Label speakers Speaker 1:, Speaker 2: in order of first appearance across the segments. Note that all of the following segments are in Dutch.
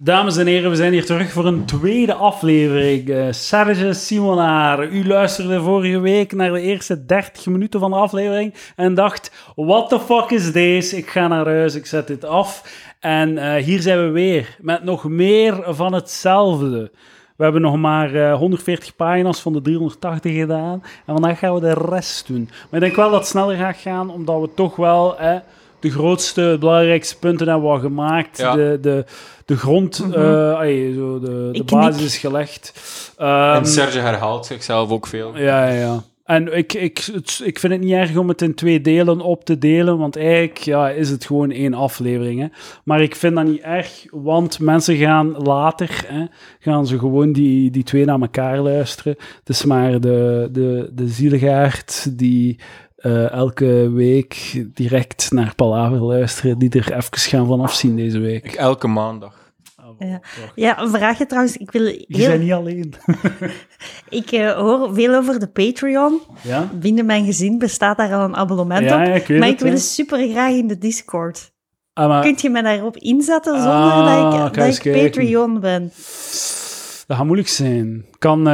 Speaker 1: Dames en heren, we zijn hier terug voor een tweede aflevering. Serge Simonaar, u luisterde vorige week naar de eerste 30 minuten van de aflevering en dacht, what the fuck is deze? Ik ga naar huis, ik zet dit af. En hier zijn we weer, met nog meer van hetzelfde. We hebben nog maar 140 pagina's van de 380 gedaan. En vandaag gaan we de rest doen. Maar ik denk wel dat het sneller gaat gaan, omdat we toch wel... de grootste, belangrijkste punten hebben we al gemaakt. Ja. De grond, de basis is gelegd.
Speaker 2: En Serge herhaalt zichzelf ook veel.
Speaker 1: Ja. En ik vind het niet erg om het in 2 delen op te delen, want eigenlijk is het gewoon 1 aflevering. Hè. Maar ik vind dat niet erg, want mensen gaan later, gaan ze gewoon die 2 naar elkaar luisteren. Het is maar de zieligheid die... elke week direct naar Palaver luisteren, die er even gaan van afzien deze week.
Speaker 2: Elke maandag.
Speaker 3: Ja, een vraagje trouwens.
Speaker 1: Je bent niet alleen.
Speaker 3: Ik hoor veel over de Patreon.
Speaker 1: Ja?
Speaker 3: Binnen mijn gezin bestaat daar al een abonnement op. Maar ik wil super graag in de Discord. Kunt je me daarop inzetten zonder dat ik Patreon ben?
Speaker 1: Dat gaat moeilijk zijn. Kan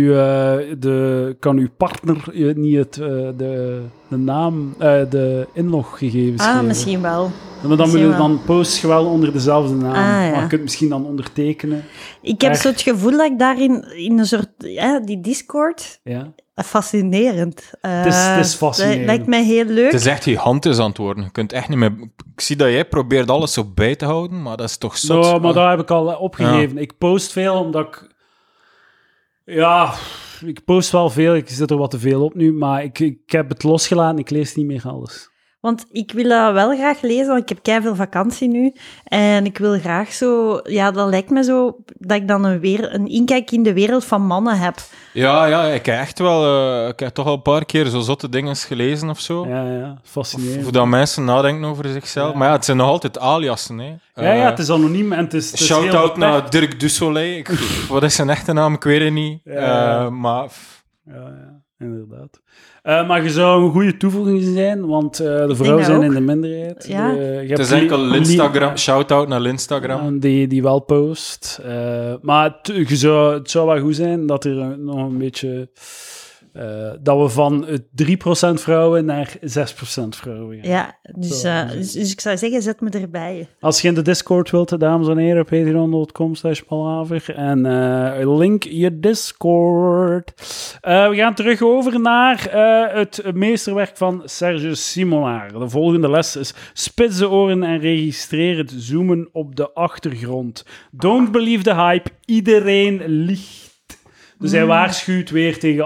Speaker 1: uw partner niet de naam, de inloggegevens geven?
Speaker 3: Misschien wel.
Speaker 1: Maar dan post je wel onder dezelfde naam. Maar je kunt het misschien dan ondertekenen.
Speaker 3: Ik heb zo het gevoel dat ik daarin in een soort... die Discord...
Speaker 1: Ja.
Speaker 3: Fascinerend.
Speaker 1: Het is fascinerend.
Speaker 3: Dat lijkt mij heel leuk.
Speaker 2: Het is echt gigantisch aan het worden. Je kunt echt niet meer... Ik zie dat jij probeert alles zo bij te houden, maar dat is toch zot.
Speaker 1: No, maar dat heb ik al opgegeven. Ja. Ik post veel, omdat ik... Ja, ik post wel veel. Ik zit er wat te veel op nu, maar ik heb het losgelaten. Ik lees niet meer alles.
Speaker 3: Want ik wil dat wel graag lezen, want ik heb keiveel vakantie nu. En ik wil graag zo... Ja, dat lijkt me zo dat ik dan een inkijk in de wereld van mannen heb.
Speaker 2: Ja, ik heb echt wel... ik heb toch al een paar keer zo zotte dingen gelezen of zo.
Speaker 1: Ja, fascinerend.
Speaker 2: Of hoe dat mensen nadenken over zichzelf. Ja. Maar ja, het zijn nog altijd aliasen, hè.
Speaker 1: Ja, het is anoniem en het is
Speaker 2: shout-out naar Dirk Dussoleil. Wat is zijn echte naam? Ik weet het niet. Maar...
Speaker 1: Ja, inderdaad. Maar je zou een goede toevoeging zijn, want de vrouwen zijn in de minderheid.
Speaker 3: Ja.
Speaker 2: Het is enkel Linstagram, shout-out naar Linstagram.
Speaker 1: Die wel post. Maar het zou wel goed zijn dat er nog een beetje... dat we van 3% vrouwen naar 6% vrouwen gaan.
Speaker 3: Ja, dus ik zou zeggen, zet me erbij.
Speaker 1: Als je in de Discord wilt, dames en heren, patreon.com/palaver en link je Discord. We gaan terug over naar het meesterwerk van Serge Simonaar. De volgende les is spits de oren en registreer het zoomen op de achtergrond. Don't believe the hype, iedereen liegt. Dus hij waarschuwt weer tegen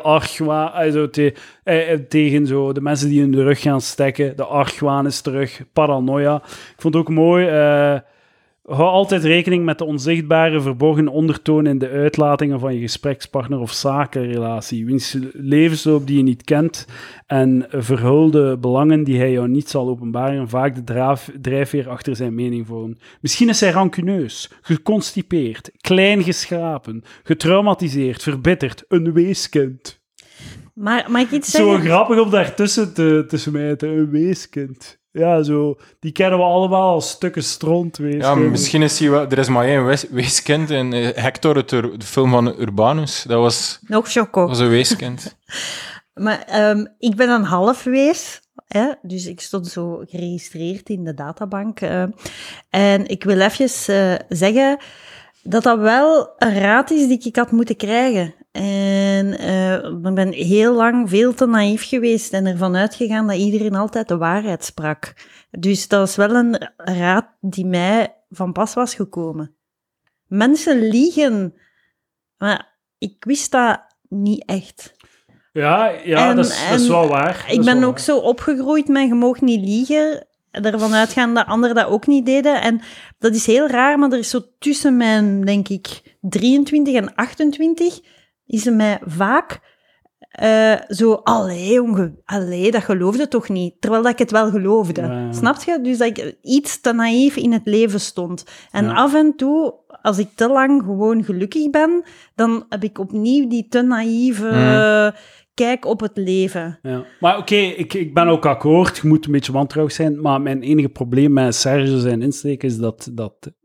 Speaker 1: tegen zo de mensen die in de rug gaan stekken. De argwaan is terug, paranoia. Ik vond het ook mooi. Hou altijd rekening met de onzichtbare, verborgen ondertoon in de uitlatingen van je gesprekspartner of zakenrelatie. Wiens levensloop die je niet kent en verhulde belangen die hij jou niet zal openbaren, vaak de drijfveer achter zijn mening vormen. Misschien is hij rancuneus, geconstipeerd, klein geschrapen, getraumatiseerd, verbitterd, een weeskind.
Speaker 3: Maar ik iets zeggen?
Speaker 1: Zo grappig om daartussen te smijten, een weeskind. Ja, zo. Die kennen we allemaal als stukken stront.
Speaker 2: Ja, misschien is hij wel... Er is maar 1 weeskind in Hector, de film van Urbanus. Dat was...
Speaker 3: Nog Choco.
Speaker 2: Dat was een weeskind.
Speaker 3: Maar ik ben een half wees. Dus ik stond zo geregistreerd in de databank. En ik wil even zeggen dat dat wel een raad is die ik had moeten krijgen. En ik ben heel lang veel te naïef geweest en ervan uitgegaan dat iedereen altijd de waarheid sprak. Dus dat was wel een raad die mij van pas was gekomen. Mensen liegen, maar ik wist dat niet echt.
Speaker 1: Ja, dat is wel waar.
Speaker 3: Ik ben ook zo opgegroeid met je mag niet liegen, ervan uitgaan dat anderen dat ook niet deden. En dat is heel raar, maar er is zo tussen mijn, denk ik, 23 en 28... is er mij vaak zo... Allee, dat geloofde toch niet? Terwijl dat ik het wel geloofde. Ja. Snap je? Dus dat ik iets te naïef in het leven stond. En af en toe, als ik te lang gewoon gelukkig ben, dan heb ik opnieuw die te naïeve kijk op het leven.
Speaker 1: Ja. Maar oké, ik ben ook akkoord. Je moet een beetje wantrouwig zijn. Maar mijn enige probleem met Serge zijn insteek is dat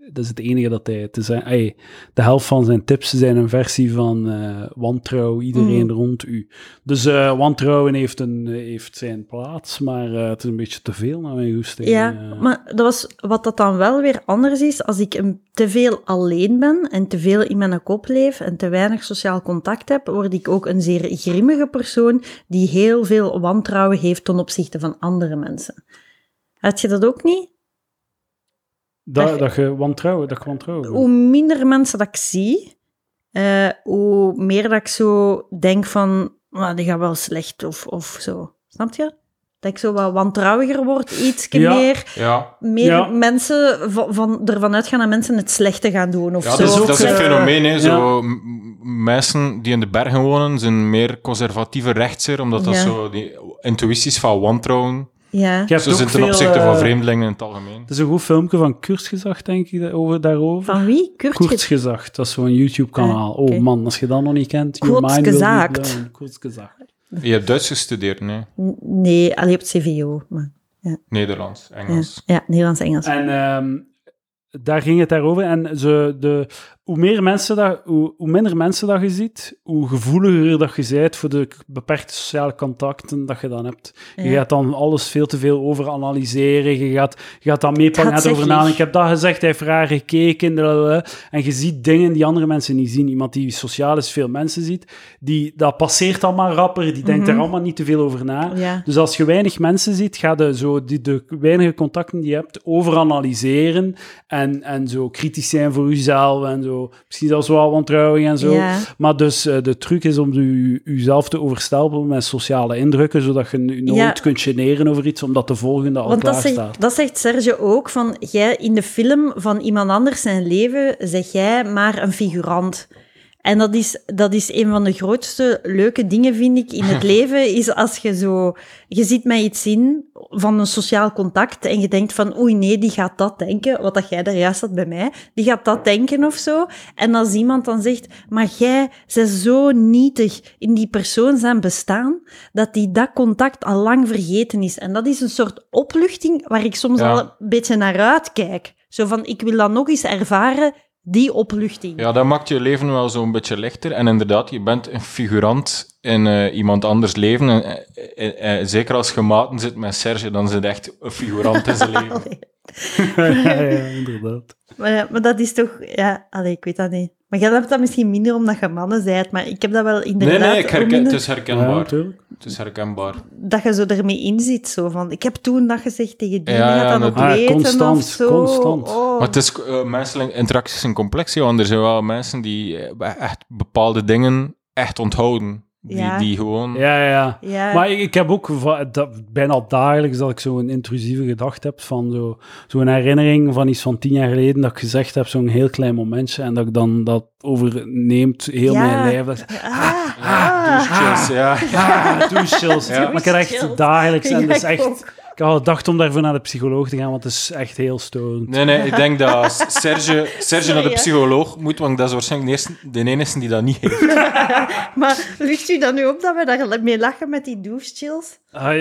Speaker 1: Dat is het enige dat hij te zijn... de helft van zijn tips zijn een versie van wantrouw iedereen rond u. Dus wantrouwen heeft zijn plaats, maar het is een beetje te veel naar mijn goesting.
Speaker 3: Ja, maar wat dat dan wel weer anders is, als ik te veel alleen ben en te veel in mijn kop leef en te weinig sociaal contact heb, word ik ook een zeer grimmige persoon die heel veel wantrouwen heeft ten opzichte van andere mensen. Had je dat ook niet?
Speaker 1: Dat je wantrouwen.
Speaker 3: Hoe minder mensen dat ik zie, hoe meer dat ik zo denk van, die gaat wel slecht of zo. Snap je? Dat ik zo wat wantrouwiger word, iets meer mensen ervan uitgaan dat mensen het slechte gaan doen. Of zo.
Speaker 2: Dat is een fenomeen. Hè. Zo, mensen die in de bergen wonen zijn meer conservatieve rechtser, omdat dat zo die intuïties van wantrouwen...
Speaker 3: Ja.
Speaker 2: Zo zit ten opzichte van vreemdelingen in het algemeen.
Speaker 1: Het is een goed filmpje van Kurzgesagt, denk ik, daarover.
Speaker 3: Van wie?
Speaker 1: Kurzgesagt, dat is zo'n YouTube-kanaal.
Speaker 3: Okay.
Speaker 1: Oh man, als je dat nog niet kent...
Speaker 3: Kurzgesagt.
Speaker 2: Je hebt Duits gestudeerd, nee?
Speaker 3: Nee, alleen op het CVO. Maar, ja.
Speaker 2: Nederlands, Engels.
Speaker 3: Ja, Nederlands, Engels.
Speaker 1: En daar ging het daarover. En hoe minder mensen dat je ziet, hoe gevoeliger dat je bent voor de beperkte sociale contacten dat je dan hebt. Je gaat dan alles veel te veel overanalyseren. Je gaat dan meepakken over na. Ik heb dat gezegd, hij heeft raar gekeken. En je ziet dingen die andere mensen niet zien. Iemand die sociaal is, veel mensen ziet, dat passeert allemaal rapper. Die denkt er allemaal niet te veel over na.
Speaker 3: Ja.
Speaker 1: Dus als je weinig mensen ziet, ga je zo de weinige contacten die je hebt overanalyseren en zo kritisch zijn voor jezelf en zo. Misschien zelfs wel wantrouwing en zo.
Speaker 3: Ja.
Speaker 1: Maar dus de truc is om jezelf te overstelpen met sociale indrukken, zodat je nooit kunt generen over iets, omdat de volgende al klaar staat.
Speaker 3: Dat zegt Serge ook, van jij in de film van iemand anders zijn leven, zeg jij maar een figurant. En dat is een van de grootste leuke dingen, vind ik, in het leven, is als je ziet mij iets in van een sociaal contact en je denkt van, oei nee, die gaat dat denken, wat dat jij daar juist had bij mij, die gaat dat denken of zo. En als iemand dan zegt, maar jij bent zo nietig in die persoon zijn bestaan, dat die dat contact al lang vergeten is. En dat is een soort opluchting waar ik soms al een beetje naar uitkijk. Zo van, ik wil dat nog eens ervaren, die opluchting.
Speaker 2: Ja, dat maakt je leven wel zo'n beetje lichter. En inderdaad, je bent een figurant in iemand anders leven. En zeker als je maten zit met Serge, dan is het echt een figurant in zijn leven.
Speaker 1: Ja, inderdaad.
Speaker 3: Maar dat is toch... Ja, ik weet dat niet. Maar jij hebt dat misschien minder omdat je mannen bent, maar ik heb dat wel inderdaad...
Speaker 2: Nee, het is herkenbaar.
Speaker 1: Ja,
Speaker 2: het is herkenbaar.
Speaker 3: Dat je zo ermee inzit, zo van... Ik heb toen dat gezegd tegen die, gaat dat ook weten
Speaker 1: constant,
Speaker 3: of zo.
Speaker 1: Constant.
Speaker 3: Oh.
Speaker 2: Maar het is menselijke interacties zijn complex, want er zijn wel mensen die echt bepaalde dingen echt onthouden. Die gewoon...
Speaker 1: Ja. Maar ik heb ook bijna dagelijks dat ik zo'n intrusieve gedachte heb van zo'n herinnering van iets van 10 jaar geleden dat ik gezegd heb, zo'n heel klein momentje, en dat ik dan dat overneemt heel mijn lijf. Douchechills. Maar ik heb echt dagelijks, en dat is echt... Ik had gedacht om daarvoor naar de psycholoog te gaan, want het is echt heel storend.
Speaker 2: Nee, ik denk dat Serge naar de psycholoog moet, want dat is waarschijnlijk de enige die dat niet heeft.
Speaker 3: Maar lucht u dan nu op dat we daarmee lachen met die douchechills?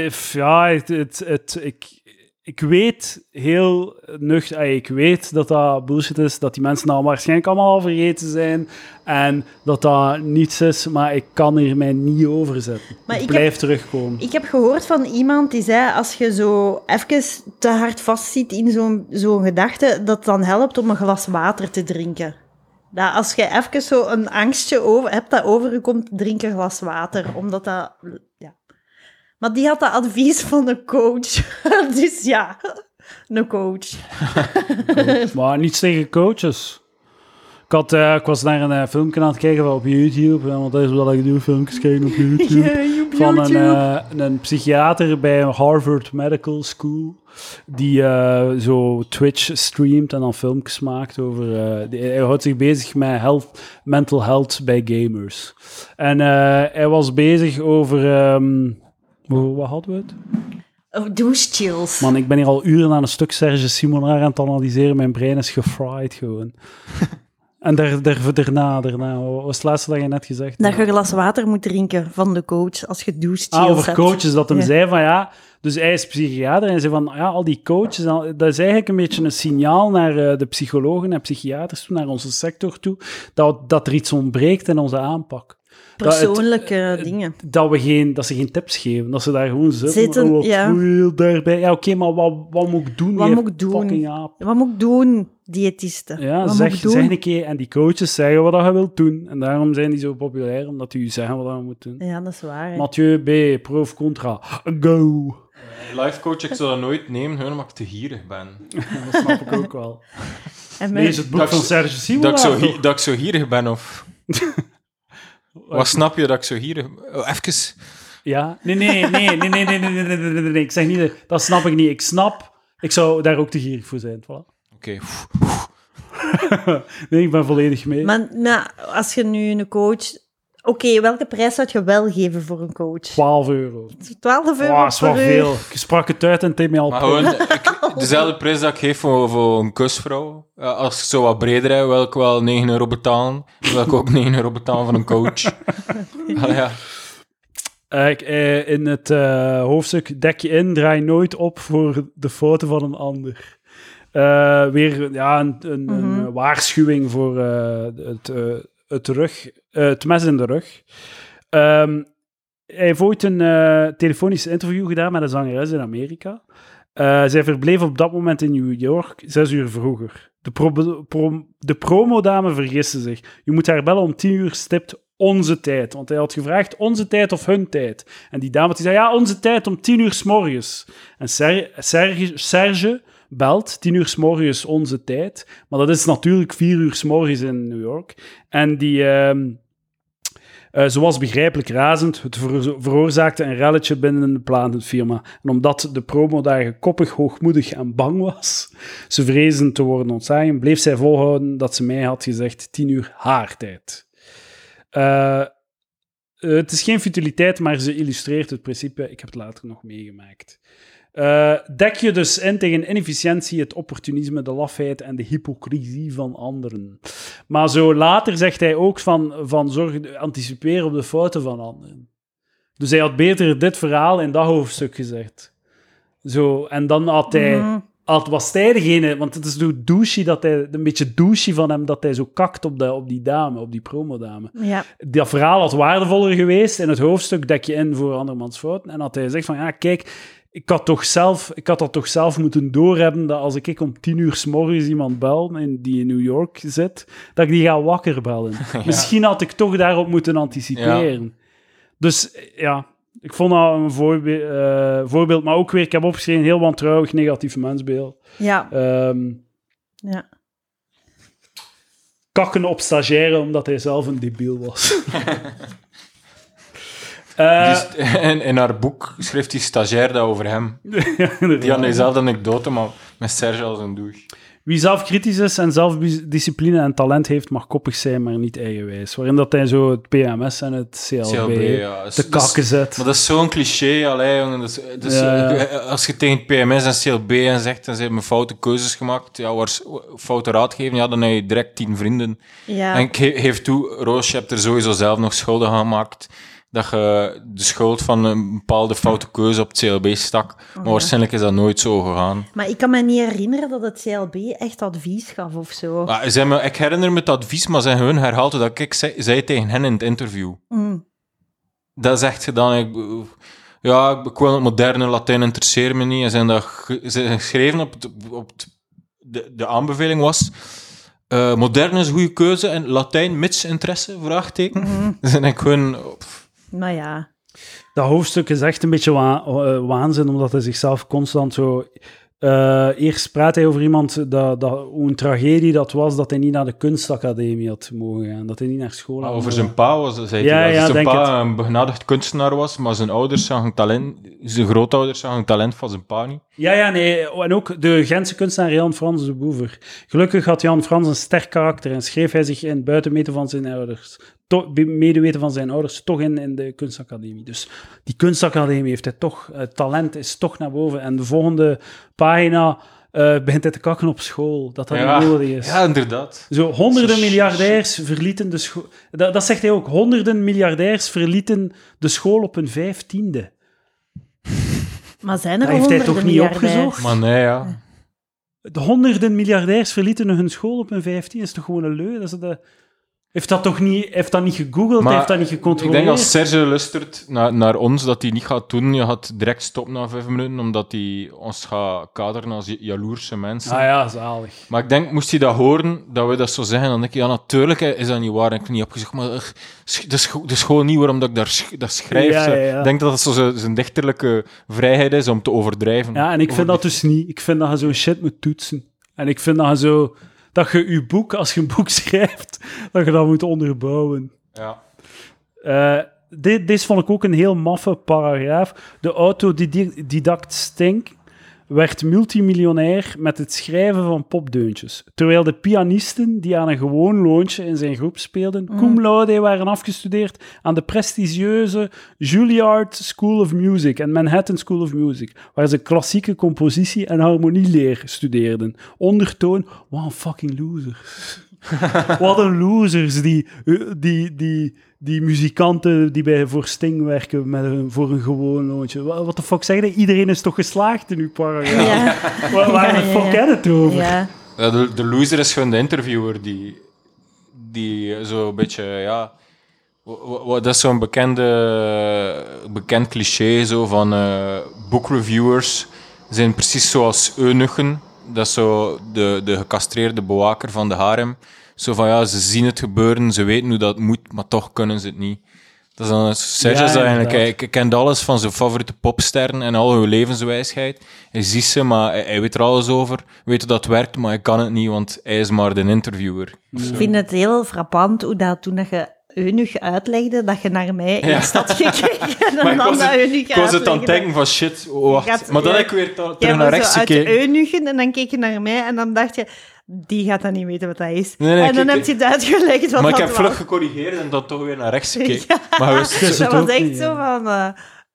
Speaker 1: Ik weet heel nuchter... Ik weet dat dat bullshit is, dat die mensen nou waarschijnlijk allemaal al vergeten zijn en dat dat niets is, maar ik kan er mij niet over zetten. Ik blijf terugkomen. Ik
Speaker 3: heb gehoord van iemand die zei, als je zo even te hard vastzit in zo'n gedachte, dat het dan helpt om een glas water te drinken. Dat als je even zo een angstje hebt dat overkomt, drink een glas water, omdat dat... Ja. Maar die had dat advies van een coach. Dus ja, een coach.
Speaker 1: Maar niets tegen coaches. Ik was naar een filmpje aan het kijken op YouTube, want dat is wat ik doe, filmpjes kijken op YouTube. Van een psychiater bij Harvard Medical School, die zo Twitch streamt en dan filmpjes maakt over... hij houdt zich bezig met mental health bij gamers. En hij was bezig over... wat hadden we het?
Speaker 3: Douchechills.
Speaker 1: Man, ik ben hier al uren aan een stuk Serge Simonaar aan het analyseren. Mijn brein is gefried gewoon. En daarna, wat was het laatste dat je net gezegd
Speaker 3: Dat
Speaker 1: hebt?
Speaker 3: je een glas water moet drinken van de coach als je doucht.
Speaker 1: Over coaches, dat hem
Speaker 3: Ja.
Speaker 1: zei van ja... Dus hij is psychiater en hij zei van ja, al die coaches, dat is eigenlijk een beetje een signaal naar de psychologen en psychiaters toe, naar onze sector toe, dat er iets ontbreekt in onze aanpak.
Speaker 3: Persoonlijke dingen.
Speaker 1: Dat ze geen tips geven, dat ze daar gewoon zitten. Wat
Speaker 3: ja.
Speaker 1: veel daarbij. Ja, oké, maar wat moet ik doen?
Speaker 3: Wat
Speaker 1: die
Speaker 3: moet ik doen?
Speaker 1: fucking aap?
Speaker 3: Wat moet ik doen, diëtisten?
Speaker 1: Ja,
Speaker 3: Wat
Speaker 1: zeg
Speaker 3: moet ik doen?
Speaker 1: een keer. En die coaches zeggen wat je wilt doen. En daarom zijn die zo populair, omdat die zeggen wat je moet doen.
Speaker 3: Ja, dat is waar. Hè.
Speaker 1: Mathieu B, pro of contra? Go!
Speaker 2: Life coach, ik zou dat nooit nemen, gewoon omdat ik te gierig ben.
Speaker 1: Dat snap ik ook wel.
Speaker 3: En
Speaker 1: Lees het boek
Speaker 2: Dat ik-
Speaker 1: van Serge Simon.
Speaker 2: Dat ik zo gierig ben, of... Wat snap je dat ik zo gierig... Oh, even...
Speaker 1: Ja, nee. Ik zeg niet, dat snap ik niet. Ik zou daar ook te gierig voor zijn. Voilà.
Speaker 2: Oké.
Speaker 1: Nee, ik ben volledig mee.
Speaker 3: Maar als je nu een coach... Oké, welke prijs zou je wel geven voor een coach?
Speaker 1: 12 euro.
Speaker 3: 12 euro
Speaker 1: Wow, dat is wel
Speaker 3: per uur.
Speaker 1: veel. Je sprak het uit en het heeft mij al...
Speaker 2: Maar gewoon, dezelfde prijs dat ik geef voor een kusvrouw. Als ik zo wat breder heb, wil ik wel 9 euro betalen. Wil ik ook 9 euro betalen voor een coach. Allee, ja.
Speaker 1: In het hoofdstuk dek je in, draai nooit op voor de fouten van een ander. Weer een waarschuwing voor het mes in de rug. Hij heeft ooit een telefonisch interview gedaan met een zangeres in Amerika. Zij verbleef op dat moment in New York 6 uur vroeger. De promodame vergiste zich. Je moet haar bellen om 10 uur stipt onze tijd. Want hij had gevraagd onze tijd of hun tijd. En die dame die zei, ja, onze tijd om 10 uur 's morgens. En Serge belt 10 uur 's morgens onze tijd. Maar dat is natuurlijk 4 uur 's morgens in New York. En die... Ze was begrijpelijk razend. Het veroorzaakte een relletje binnen de platenfirma. En omdat de promodagen koppig, hoogmoedig en bang was, ze vrezen te worden ontslagen, bleef zij volhouden dat ze mij had gezegd 10 uur haar tijd. Het is geen futiliteit, maar ze illustreert het principe. Ik heb het later nog meegemaakt. Dek je dus in tegen inefficiëntie, het opportunisme, de lafheid en de hypocrisie van anderen. Maar zo later zegt hij ook van zorg, anticipeer op de fouten van anderen. Dus hij had beter dit verhaal in dat hoofdstuk gezegd. Zo, en dan had hij... was hij degene, want het is een beetje douchey van hem dat hij zo kakt op die dame, op die promodame.
Speaker 3: Ja.
Speaker 1: Dat verhaal had waardevoller geweest in het hoofdstuk dek je in voor andermans fouten. En had hij gezegd van, ja, kijk, ik had dat toch zelf moeten doorhebben dat als ik om 10 uur 's morgens iemand bel die in New York zit, dat ik die ga wakker bellen. Ja. Misschien had ik toch daarop moeten anticiperen. Ja. Dus ja, ik vond dat een voorbeeld, maar ook weer, ik heb opgeschreven, heel wantrouwig, negatief mensbeeld.
Speaker 3: Ja.
Speaker 1: Ja. Kakken op stagiaire omdat hij zelf een debiel was.
Speaker 2: In haar boek schreef die stagiair dat over hem. Die had dezelfde anekdote, maar met Serge als een douche.
Speaker 1: Wie zelfkritisch is en zelfdiscipline en talent heeft, mag koppig zijn, maar niet eigenwijs. Waarin dat hij zo het PMS en het CLB
Speaker 2: ja.
Speaker 1: te kakken zet.
Speaker 2: Maar dat is zo'n cliché, als je tegen het PMS en CLB en zegt, dan zijn me foute keuzes gemaakt, ja, foute raad geven, ja, dan heb je direct 10 vrienden.
Speaker 3: Ja.
Speaker 2: En ik geef toe, Roos, je hebt er sowieso zelf nog schuldig aan gemaakt, dat je de schuld van een bepaalde foute keuze op het CLB stak. Maar waarschijnlijk is dat nooit zo gegaan.
Speaker 3: Maar ik kan me niet herinneren dat het CLB echt advies gaf of zo.
Speaker 2: Ik herinner me het advies, maar zijn hun herhaald dat ik zei tegen hen in het interview. Dat zegt je dan... Ik wil het moderne Latijn interesseert me niet. En zijn dat geschreven op de aanbeveling was... modern is een goede keuze en Latijn mits interesse, vraagteken. Dus dan denk ik gewoon...
Speaker 3: Maar ja.
Speaker 1: Dat hoofdstuk is echt een beetje waanzin, omdat hij zichzelf constant zo... eerst praat hij over iemand, hoe een tragedie dat was, dat hij niet naar de kunstacademie had mogen gaan. Dat hij niet naar school had
Speaker 2: over zijn pa zei hij dat zijn pa een begenadigd kunstenaar was, maar zijn ouders zagen talent, zijn grootouders zagen talent van zijn pa niet.
Speaker 1: En ook de Gentse kunstenaar Jan Frans de Boever. Gelukkig had Jan Frans een sterk karakter en schreef hij zich in buiten medeweten van zijn ouders toch in de kunstacademie. Dus die kunstacademie heeft hij toch, het talent is toch naar boven. En de volgende pagina begint hij te kakken op school. Dat niet nodig is.
Speaker 2: Ja, inderdaad.
Speaker 1: Zo, honderden miljardairs verlieten de school... Dat zegt hij ook. Honderden miljardairs verlieten de school op hun 15e.
Speaker 3: Maar zijn er
Speaker 1: Dat heeft hij
Speaker 3: honderden
Speaker 1: toch niet
Speaker 3: miljardairs?
Speaker 1: opgezocht?
Speaker 2: Maar nee, ja.
Speaker 1: De honderden miljardairs verlieten hun school op hun 15e. Dat is toch gewoon een leu? Dat is heeft dat niet gegoogeld?
Speaker 2: Maar
Speaker 1: Heeft dat niet gecontroleerd?
Speaker 2: Ik denk als Serge luistert naar ons, dat hij niet gaat doen. Je gaat direct stoppen na 5 minuten, omdat hij ons gaat kaderen als jaloerse mensen.
Speaker 1: Ah ja, zalig.
Speaker 2: Maar ik denk, moest hij dat horen, dat we dat zo zeggen, dan denk ik, ja, natuurlijk is dat niet waar. En ik heb niet opgezegd, maar dat is gewoon niet waarom dat ik dat schrijf.
Speaker 1: Ja,
Speaker 2: zo.
Speaker 1: ja, ja.
Speaker 2: Ik denk dat het zo zijn dichterlijke vrijheid is om te overdrijven.
Speaker 1: Ja, en ik vind dat dus niet. Ik vind dat je zo'n shit moet toetsen. En ik vind dat je je boek, als je een boek schrijft, dat je dat moet onderbouwen.
Speaker 2: Ja.
Speaker 1: Deze vond ik ook een heel maffe paragraaf. De autodidact Stink werd multimiljonair met het schrijven van popdeuntjes. Terwijl de pianisten die aan een gewoon loontje in zijn groep speelden, cum laude waren afgestudeerd aan de prestigieuze Juilliard School of Music en Manhattan School of Music, waar ze klassieke compositie en harmonieleer studeerden. Ondertoon, wat een fucking losers. Wat een losers, die muzikanten die voor Sting werken voor een gewoon loontje. Wat de fuck zeg je? Iedereen is toch geslaagd in uw paragraaf?
Speaker 3: Ja.
Speaker 1: Waar de fuck heb je het over?
Speaker 3: Ja.
Speaker 2: Ja, de loser is gewoon de interviewer die zo een beetje, ja... Dat is zo'n bekend cliché zo van boekreviewers zijn precies zoals eunuchen. Dat is zo de gecastreerde bewaker van de harem. Zo van, ja, ze zien het gebeuren, ze weten hoe dat moet, maar toch kunnen ze het niet. Dat is dan Serge is eigenlijk, hij kent alles van zijn favoriete popsterren en al hun levenswijsheid. Hij ziet ze, maar hij weet er alles over, weet hoe dat werkt, maar hij kan het niet, want hij is maar de interviewer.
Speaker 3: Ik vind het heel frappant hoe dat toen je eunuch uitlegde, dat je naar mij in de stad gekeken en
Speaker 2: Maar ik was het aan het
Speaker 3: uitlegde.
Speaker 2: denken van shit, wacht. Maar dan heb ik weer terug
Speaker 3: Ja,
Speaker 2: naar rechts
Speaker 3: zo uit de
Speaker 2: gekeken.
Speaker 3: eunuchen en dan keek je naar mij en dan dacht je, die gaat dan niet weten wat dat is.
Speaker 2: Nee,
Speaker 3: en dan
Speaker 2: ik-
Speaker 3: heb je het uitgelegd wat
Speaker 2: Maar ik
Speaker 3: dat
Speaker 2: heb
Speaker 3: was.
Speaker 2: vlug gecorrigeerd en dan toch weer naar rechts gekeken.
Speaker 3: Ja.
Speaker 2: Maar hij wist het zo.
Speaker 3: Dat
Speaker 1: ook
Speaker 3: was echt
Speaker 1: niet,
Speaker 3: zo van,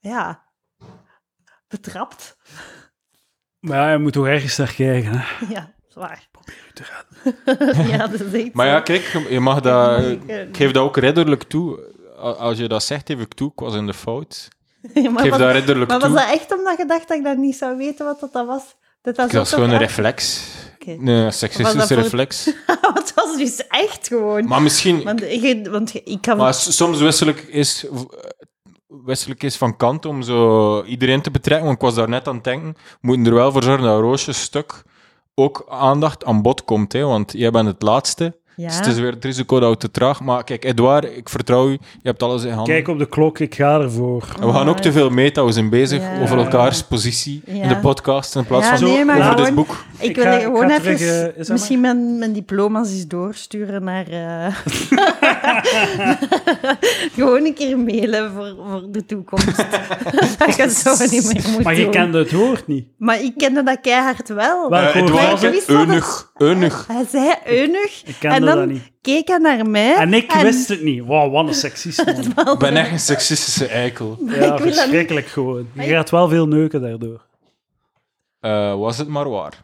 Speaker 3: betrapt.
Speaker 1: Maar ja, je moet toch ergens naar kijken. Hè?
Speaker 3: Ja, zwaar. Ja, dat is echt
Speaker 2: Maar
Speaker 3: zo.
Speaker 2: ja, kijk, je mag dat...
Speaker 3: Ik
Speaker 2: Ik geef dat ook ridderlijk toe. Als je dat zegt, geef ik toe. Ik was in de fout.
Speaker 3: Ja, maar
Speaker 2: Ik geef
Speaker 3: was-
Speaker 2: dat ridderlijk
Speaker 3: Maar
Speaker 2: toe.
Speaker 3: was dat echt omdat je dacht dat ik dat niet zou weten wat dat was? Dat
Speaker 2: Dat
Speaker 3: zo
Speaker 2: was gewoon
Speaker 3: toch
Speaker 2: een
Speaker 3: echt-
Speaker 2: reflex.
Speaker 3: Oké.
Speaker 2: Een seksistische
Speaker 3: Was dat voor-
Speaker 2: reflex.
Speaker 3: Het was dus echt gewoon...
Speaker 2: Maar misschien...
Speaker 3: Want ik kan...
Speaker 2: Maar soms wissel ik eens van kant om zo iedereen te betrekken. Want ik was daar net aan het denken. We moeten er wel voor zorgen dat Roosjes stuk ook aandacht aan bod komt. Hè, want jij bent het laatste.
Speaker 3: Ja.
Speaker 2: Dus het is weer het risico dat we te traag... Maar kijk, Edouard, ik vertrouw u. Je hebt alles in handen.
Speaker 1: Kijk op de klok, ik ga ervoor.
Speaker 2: En we gaan ook te veel meta. We zijn bezig
Speaker 3: Ja.
Speaker 2: over elkaars positie in
Speaker 3: Ja.
Speaker 2: de podcast. In plaats
Speaker 3: Ja,
Speaker 2: van
Speaker 3: nee, maar
Speaker 2: over dit
Speaker 3: gewoon-
Speaker 2: boek.
Speaker 3: Ik
Speaker 1: Ik
Speaker 3: wil
Speaker 1: ga-
Speaker 3: gewoon
Speaker 1: ik ga
Speaker 3: even
Speaker 1: terug, zeg maar.
Speaker 3: misschien mijn diploma's eens doorsturen naar... gewoon een keer mailen voor de toekomst. Dat je het zo niet meer moet
Speaker 1: Maar je
Speaker 3: doen.
Speaker 1: kende het woord niet.
Speaker 3: Maar ik kende dat keihard wel.
Speaker 1: Welk woord
Speaker 3: Maar
Speaker 1: was
Speaker 3: ik
Speaker 1: het?
Speaker 3: wist wat het-
Speaker 2: Eunuch.
Speaker 3: Hij zei eunuch.
Speaker 1: Ik kende
Speaker 3: En dan
Speaker 1: dat niet.
Speaker 3: keek hij naar mij.
Speaker 1: En ik wist het niet. Wauw, wat een seksist, man.
Speaker 2: Ik ben echt een seksistische eikel.
Speaker 1: Ja,
Speaker 3: Ik wil dat niet.
Speaker 1: verschrikkelijk gewoon. Je gaat wel veel neuken daardoor.
Speaker 2: Was het maar waar.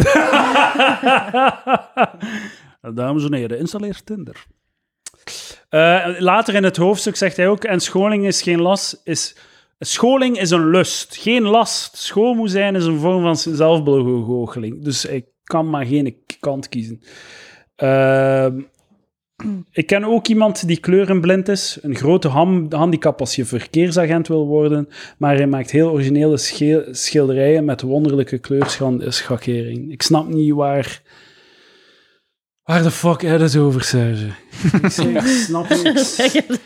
Speaker 1: Dames en heren, installeer Tinder. Later in het hoofdstuk zegt hij ook, en scholing is geen last, scholing is een lust, geen last. Schoolmoe zijn is een vorm van zelfbegoocheling. Dus ik kan maar geen kant kiezen. Ik ken ook iemand die kleurenblind is. Een grote handicap als je verkeersagent wil worden. Maar hij maakt heel originele schilderijen met wonderlijke kleurschakering. Ik snap niet waar de fuck heb je het over, Serge? Ik snap niks.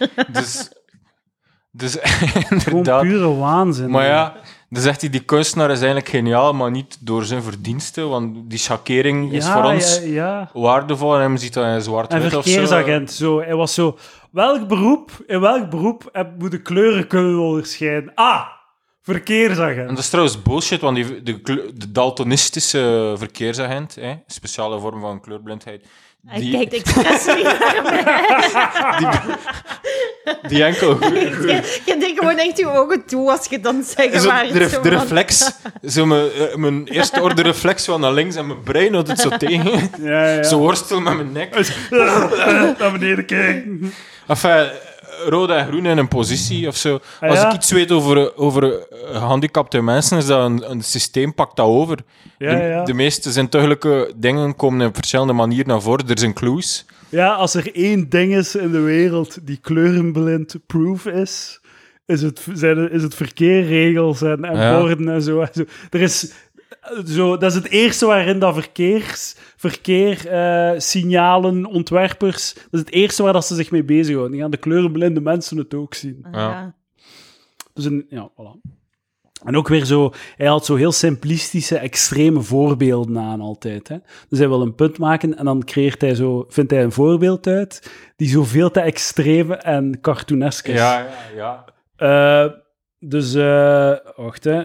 Speaker 2: Dus
Speaker 1: Gewoon
Speaker 2: inderdaad.
Speaker 1: pure waanzin.
Speaker 2: Maar ja, dan zegt hij, die kunstenaar is eigenlijk geniaal, maar niet door zijn verdiensten, want die schakering is voor ons
Speaker 1: ja.
Speaker 2: waardevol en hij ziet dat hij
Speaker 1: En
Speaker 2: zwart-wit of zo.
Speaker 1: verkeersagent, zo. Hij was zo... In welk beroep moet de kleuren kunnen onderscheiden? Ah, verkeersagent.
Speaker 2: En dat is trouwens bullshit, want de daltonistische verkeersagent, een speciale vorm van kleurblindheid,
Speaker 3: Hij kijkt expres niet naar mij.
Speaker 2: Die enkel...
Speaker 3: Je denkt gewoon echt je ogen toe als je dan zegt...
Speaker 2: Zo,
Speaker 3: maar iets zo
Speaker 2: de
Speaker 3: van-
Speaker 2: reflex, zo mijn eerste orde reflex van naar links en mijn brein houdt het zo tegen.
Speaker 1: Ja.
Speaker 2: Zo worstel met mijn nek.
Speaker 1: Naar beneden kijken.
Speaker 2: Enfin, rood en groen in een positie of zo.
Speaker 1: Ah,
Speaker 2: Als
Speaker 1: ja?
Speaker 2: ik iets weet over gehandicapte mensen, is dat een systeem pakt dat over.
Speaker 1: Ja.
Speaker 2: De meeste zintuigelijke dingen komen op verschillende manieren naar voren. Er zijn clues.
Speaker 1: Ja, als er één ding is in de wereld die kleurenblind proof is het verkeerregels en
Speaker 2: Ja.
Speaker 1: borden en zo. Er is dat is het eerste waarin dat verkeerssignalen, ontwerpers, dat is het eerste waar dat ze zich mee bezighouden. Die gaan de kleurenblinde mensen het ook zien.
Speaker 2: Ja.
Speaker 1: Dus voilà. En ook weer zo, hij had zo heel simplistische, extreme voorbeelden aan altijd. Hè. Dus hij wil een punt maken en dan vindt hij een voorbeeld uit die zo veel te extreem en cartoonesk is.
Speaker 2: Ja.
Speaker 1: Wacht hè.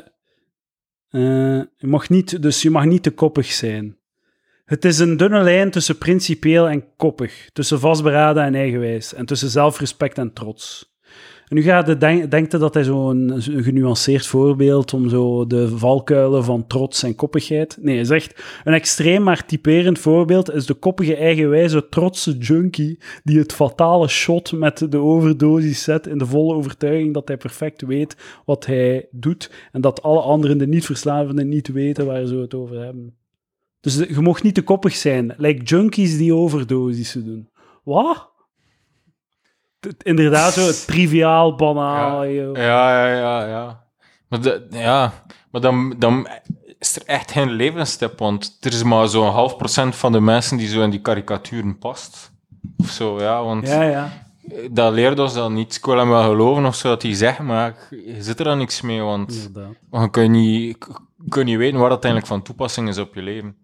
Speaker 1: Je mag niet te koppig zijn. Het is een dunne lijn tussen principieel en koppig, tussen vastberaden en eigenwijs, en tussen zelfrespect en trots. En nu denkt hij dat hij zo'n genuanceerd voorbeeld om zo de valkuilen van trots en koppigheid... Nee, hij zegt, een extreem maar typerend voorbeeld is de koppige, eigenwijze, trotse junkie die het fatale shot met de overdosis zet in de volle overtuiging dat hij perfect weet wat hij doet en dat alle anderen, de niet-verslavenden, niet weten waar ze het over hebben. Dus je mag niet te koppig zijn. Like junkies die overdosissen doen. Wat? Inderdaad, zo triviaal, banaal.
Speaker 2: Ja. Maar dan is er echt geen levensstip, want er is maar zo'n 0,5% van de mensen die zo in die karikaturen past. Of zo, ja, want
Speaker 1: Ja.
Speaker 2: dat leert ons dan niet. Ik wil hem wel geloven of zo dat hij zegt, maar je zit er dan niks mee, want je kunt niet weten waar dat eigenlijk van toepassing is op je leven.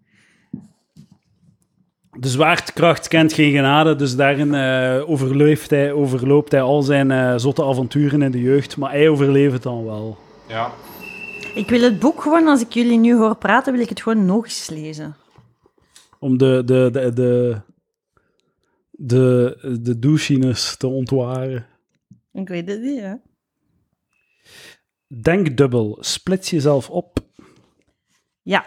Speaker 1: De zwaartekracht kent geen genade, dus daarin overloopt hij al zijn zotte avonturen in de jeugd, maar hij overleeft het dan wel.
Speaker 2: Ja.
Speaker 3: Ik wil het boek gewoon, als ik jullie nu hoor praten, wil ik het gewoon nog eens lezen.
Speaker 1: Om de douchiness te ontwaren.
Speaker 3: Ik weet het niet, hè.
Speaker 1: Denk dubbel, splits jezelf op.
Speaker 3: Ja.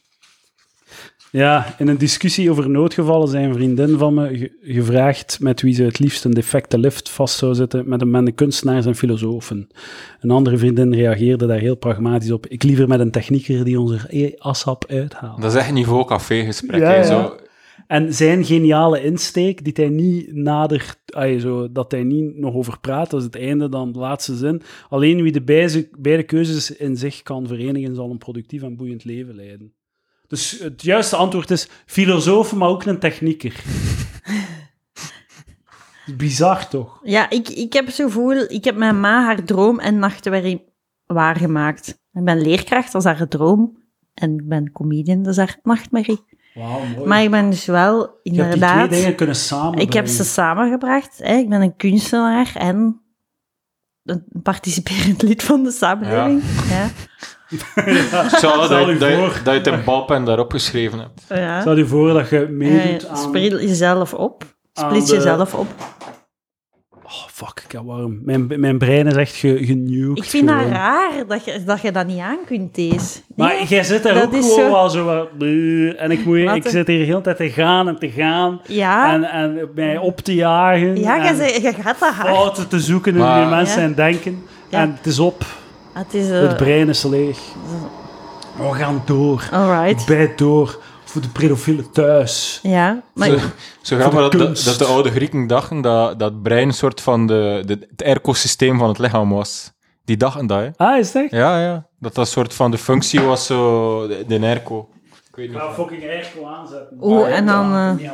Speaker 1: Ja, in een discussie over noodgevallen zei een vriendin van me gevraagd met wie ze het liefst een defecte lift vast zou zetten met een kunstenaars en filosofen. Een andere vriendin reageerde daar heel pragmatisch op. Ik liever met een technieker die onze ashap uithaalt.
Speaker 2: Dat is echt niveau cafégesprek.
Speaker 1: Ja,
Speaker 2: hè,
Speaker 1: ja.
Speaker 2: Zo.
Speaker 1: En zijn geniale insteek, die hij niet dat hij niet nog over praat, dat is het einde dan de laatste zin. Alleen wie de beide keuzes in zich kan verenigen, zal een productief en boeiend leven leiden. Dus het juiste antwoord is filosoof, maar ook een technieker. Bizar, toch?
Speaker 3: Ja, ik heb zo gevoel... Ik heb mijn ma haar droom en nachtwerk waargemaakt. Ik ben leerkracht, dat is haar droom. En ik ben comedian, dat is haar nachtmerrie.
Speaker 1: Wauw, mooi.
Speaker 3: Maar ik ben dus wel,
Speaker 1: Je hebt die
Speaker 3: inderdaad...
Speaker 1: twee dingen kunnen samenbrengen.
Speaker 3: Ik heb ze samengebracht. Hè. Ik ben een kunstenaar en een participerend lid van de samenleving. Ja.
Speaker 2: Stel
Speaker 1: Stel je
Speaker 2: dat
Speaker 1: voor.
Speaker 2: je het in balpen daarop geschreven hebt.
Speaker 3: Ja.
Speaker 1: Stel je voor dat je meedoet aan...
Speaker 3: Speel jezelf op.
Speaker 1: aan
Speaker 3: Split
Speaker 1: de-
Speaker 3: jezelf op.
Speaker 1: Oh, fuck, ik heb warm. Mijn brein is echt genuked.
Speaker 3: Ik vind dat
Speaker 1: gewoon.
Speaker 3: raar dat je dat niet aan kunt, deze.
Speaker 1: Maar
Speaker 3: Nee?
Speaker 1: jij zit daar
Speaker 3: dat
Speaker 1: ook
Speaker 3: is
Speaker 1: gewoon
Speaker 3: zo-
Speaker 1: wel zo wat... En ik zit hier de hele tijd te gaan
Speaker 3: Ja,
Speaker 1: en mij op te jagen.
Speaker 3: ja
Speaker 1: en
Speaker 3: je gaat dat hard.
Speaker 1: fouten te zoeken in
Speaker 2: Maar-
Speaker 1: die mensen
Speaker 3: Ja.
Speaker 1: en denken.
Speaker 3: Ja.
Speaker 1: En het is op.
Speaker 3: Het is...
Speaker 1: Het brein is leeg. We gaan door.
Speaker 3: Alright.
Speaker 1: Bijt door. Voor de pedofielen thuis.
Speaker 3: Ja, maar...
Speaker 2: Zo grappig
Speaker 1: de
Speaker 2: dat
Speaker 1: kunst.
Speaker 2: de oude Grieken dachten dat het brein een soort van het ecosysteem van het lichaam was. Die dachten dat, hè.
Speaker 1: Ah, is het echt?
Speaker 2: Ja. Dat een soort van de functie was, zo, de airco. Ik weet
Speaker 1: Ik
Speaker 2: niet.
Speaker 1: ga fucking airco aanzetten.
Speaker 3: Oh, en dan...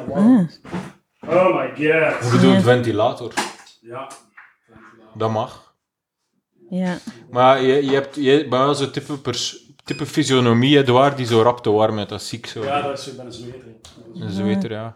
Speaker 1: Oh my god.
Speaker 2: Ik bedoel, ventilator.
Speaker 1: Ja.
Speaker 2: Dat mag.
Speaker 3: Ja.
Speaker 2: Maar je bent wel zo'n type fysionomie, Edouard, die zo rap te warm is. Dat is ziek zo.
Speaker 1: Ja, dat is, ik ben een zweter.
Speaker 2: Een zweter, ja.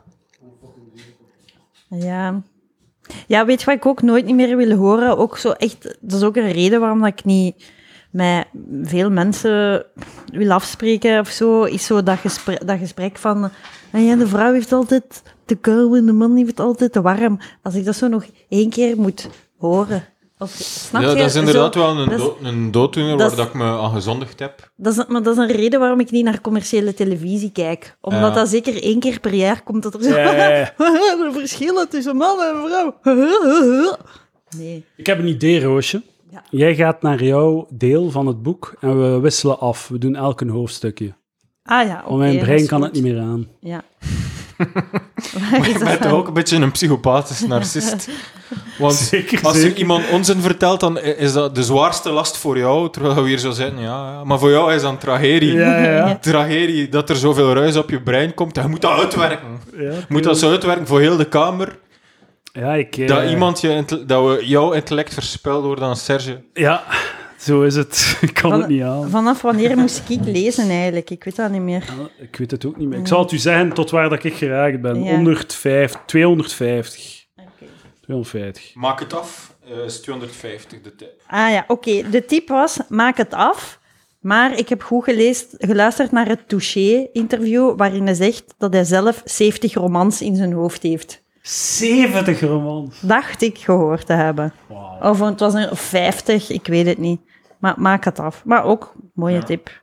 Speaker 3: Ja. Ja, weet je wat ik ook nooit niet meer wil horen? Ook zo echt, dat is ook een reden waarom dat ik niet met veel mensen wil afspreken of zo, is zo dat gesprek van ja, de vrouw heeft altijd te kou en de man heeft altijd te warm. Als ik dat zo nog 1 keer moet horen. Of, snap
Speaker 2: Ja,
Speaker 3: je?
Speaker 2: dat is inderdaad
Speaker 3: Zo,
Speaker 2: wel
Speaker 3: dat is-
Speaker 2: een dooddoener
Speaker 3: dat
Speaker 2: waar
Speaker 3: is-
Speaker 2: dat ik me aan gezondigd heb.
Speaker 3: maar dat is een reden waarom ik niet naar commerciële televisie kijk. Omdat
Speaker 2: Ja.
Speaker 3: dat zeker 1 keer per jaar komt dat er zo...
Speaker 1: Ja.
Speaker 3: de verschillen tussen man en vrouw. Nee.
Speaker 1: Ik heb een idee, Roosje.
Speaker 3: Ja.
Speaker 1: Jij gaat naar jouw deel van het boek en we wisselen af. We doen elk een hoofdstukje.
Speaker 3: Ah ja, oké.
Speaker 1: Want mijn
Speaker 3: dat
Speaker 1: brein
Speaker 3: is
Speaker 1: kan
Speaker 3: goed.
Speaker 1: het niet meer aan.
Speaker 3: Ja.
Speaker 2: Maar je bent toch ook een beetje een psychopathisch narcist. Want
Speaker 1: Zeker,
Speaker 2: als er
Speaker 1: zeker.
Speaker 2: iemand onzin vertelt, dan is dat de zwaarste last voor jou. Terwijl we hier zo zeggen, ja. Maar voor jou is dat een tragedie.
Speaker 1: Ja.
Speaker 2: Tragedie dat er zoveel ruis op je brein komt. En je moet dat uitwerken.
Speaker 1: Ja,
Speaker 2: Je moet dat zo uitwerken voor heel de kamer.
Speaker 1: Ja,
Speaker 2: Dat iemand dat we jouw intellect verspild wordt aan Serge.
Speaker 1: Ja, zo is het. Ik kan het niet aan.
Speaker 3: Vanaf wanneer moest ik lezen eigenlijk? Ik weet dat niet meer.
Speaker 1: Ja, ik weet het ook niet meer. Ik zal het u zeggen tot waar dat ik geraakt ben.
Speaker 3: Ja.
Speaker 1: 250. 250.
Speaker 2: Maak het af. Is 250 de tip.
Speaker 3: Ah ja, oké. De tip was, maak het af. Maar ik heb goed geluisterd naar het Touché-interview, waarin hij zegt dat hij zelf 70 romans in zijn hoofd heeft.
Speaker 1: 70 romans.
Speaker 3: Dacht ik gehoord te hebben.
Speaker 1: Wauw.
Speaker 3: Of het was een 50, ik weet het niet. Maar maak het af. Maar ook, mooie tip.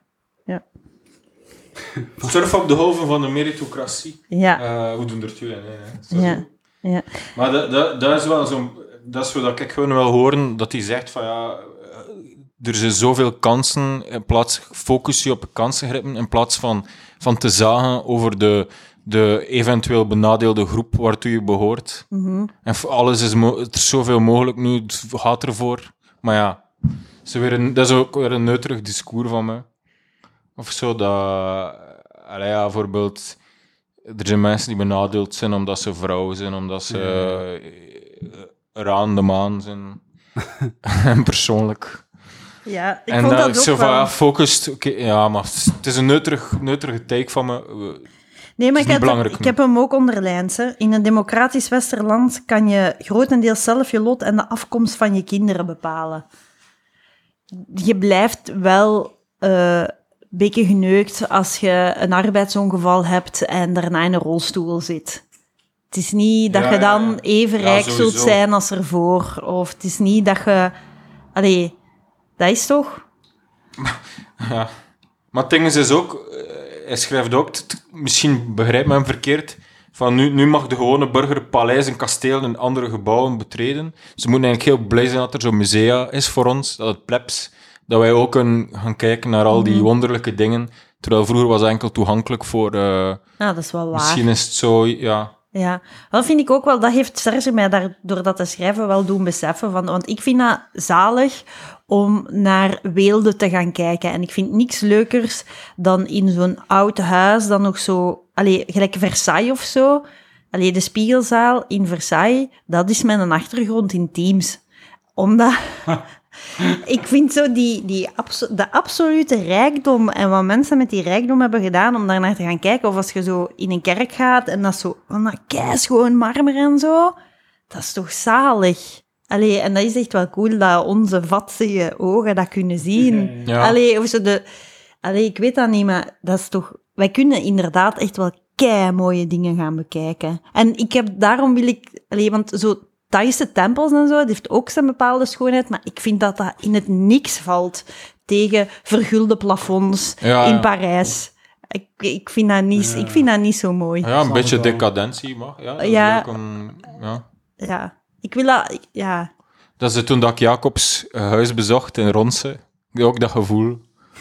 Speaker 2: Surf op de golven van de meritocratie.
Speaker 3: Ja,
Speaker 2: We doen er twee in. Hè.
Speaker 3: ja, ja.
Speaker 2: Maar dat is wel zo'n... Dat is wat ik gewoon wil horen, dat hij zegt van ja... Er zijn zoveel kansen, in plaats focus je op kansengrippen, in plaats van te zagen over de eventueel benadeelde groep waartoe je behoort. En voor alles is er is zoveel mogelijk nu, het gaat ervoor. Maar ja, dat is ook weer een neuterig discours van mij. Of zo, dat... Allee, ja, bijvoorbeeld... Er zijn mensen die benadeeld zijn omdat ze vrouw zijn, omdat ze eraan de maan zijn. En persoonlijk.
Speaker 3: Ja, ik
Speaker 2: En
Speaker 3: vond
Speaker 2: dat
Speaker 3: dat
Speaker 2: ik
Speaker 3: ook
Speaker 2: zo
Speaker 3: wel...
Speaker 2: van, ja, focust... Oké, ja, maar het is een neuterige take van me.
Speaker 3: Nee, maar
Speaker 2: is niet belangrijk
Speaker 3: ik heb hem ook onderlijnd. Hè. In een democratisch westerland kan je grotendeels zelf je lot en de afkomst van je kinderen bepalen. Je blijft wel een beetje geneukt als je een arbeidsongeval hebt en daarna in een rolstoel zit. Het is niet dat
Speaker 2: Ja,
Speaker 3: je dan
Speaker 2: ja.
Speaker 3: even
Speaker 2: Ja,
Speaker 3: rijk
Speaker 2: sowieso.
Speaker 3: zult zijn als ervoor. Of het is niet dat je... Allee, dat is toch...
Speaker 2: Ja. Maar het ding is ook... hij schrijft ook... Misschien begrijp me hem verkeerd... Van nu mag de gewone burger paleizen, kastelen en andere gebouwen betreden. Ze moeten eigenlijk heel blij zijn dat er zo'n musea is voor ons. Dat het plebs... Dat wij ook kunnen gaan kijken naar al die wonderlijke dingen. Terwijl vroeger was het enkel toegankelijk voor...
Speaker 3: Ja, dat is wel waar.
Speaker 2: misschien is het zo... Ja...
Speaker 3: Ja, dat vind ik ook wel, dat heeft Serge mij door dat te schrijven wel doen beseffen. Want ik vind dat zalig om naar weelde te gaan kijken. En ik vind niks leukers dan in zo'n oud huis, dan nog zo... Allee, gelijk Versailles of zo. Allee, de Spiegelzaal in Versailles, dat is mijn achtergrond in Teams. Omdat... Ik vind zo de absolute rijkdom en wat mensen met die rijkdom hebben gedaan om daar naar te gaan kijken. Of als je zo in een kerk gaat en dat is zo van dat keischoon marmer en zo. Dat is toch zalig. Allee, en dat is echt wel cool dat onze vatsige ogen dat kunnen zien.
Speaker 2: Ja.
Speaker 3: Allee, of zo ik weet dat niet, maar dat is toch... Wij kunnen inderdaad echt wel keimooie dingen gaan bekijken. En daarom wil ik... Allee, want zo... Thaise tempels en zo, dat heeft ook zijn bepaalde schoonheid, maar ik vind dat dat in het niks valt tegen vergulde plafonds in Parijs. Ik vind dat niet zo mooi.
Speaker 2: Ja, een beetje
Speaker 1: wel.
Speaker 2: decadentie mag. Ja, dat is
Speaker 3: Ja.
Speaker 2: ook ja.
Speaker 3: Ja, ik wil dat... Ja,
Speaker 2: Dat is toen dat ik Jacobs huis bezocht in Ronse. Ook dat gevoel.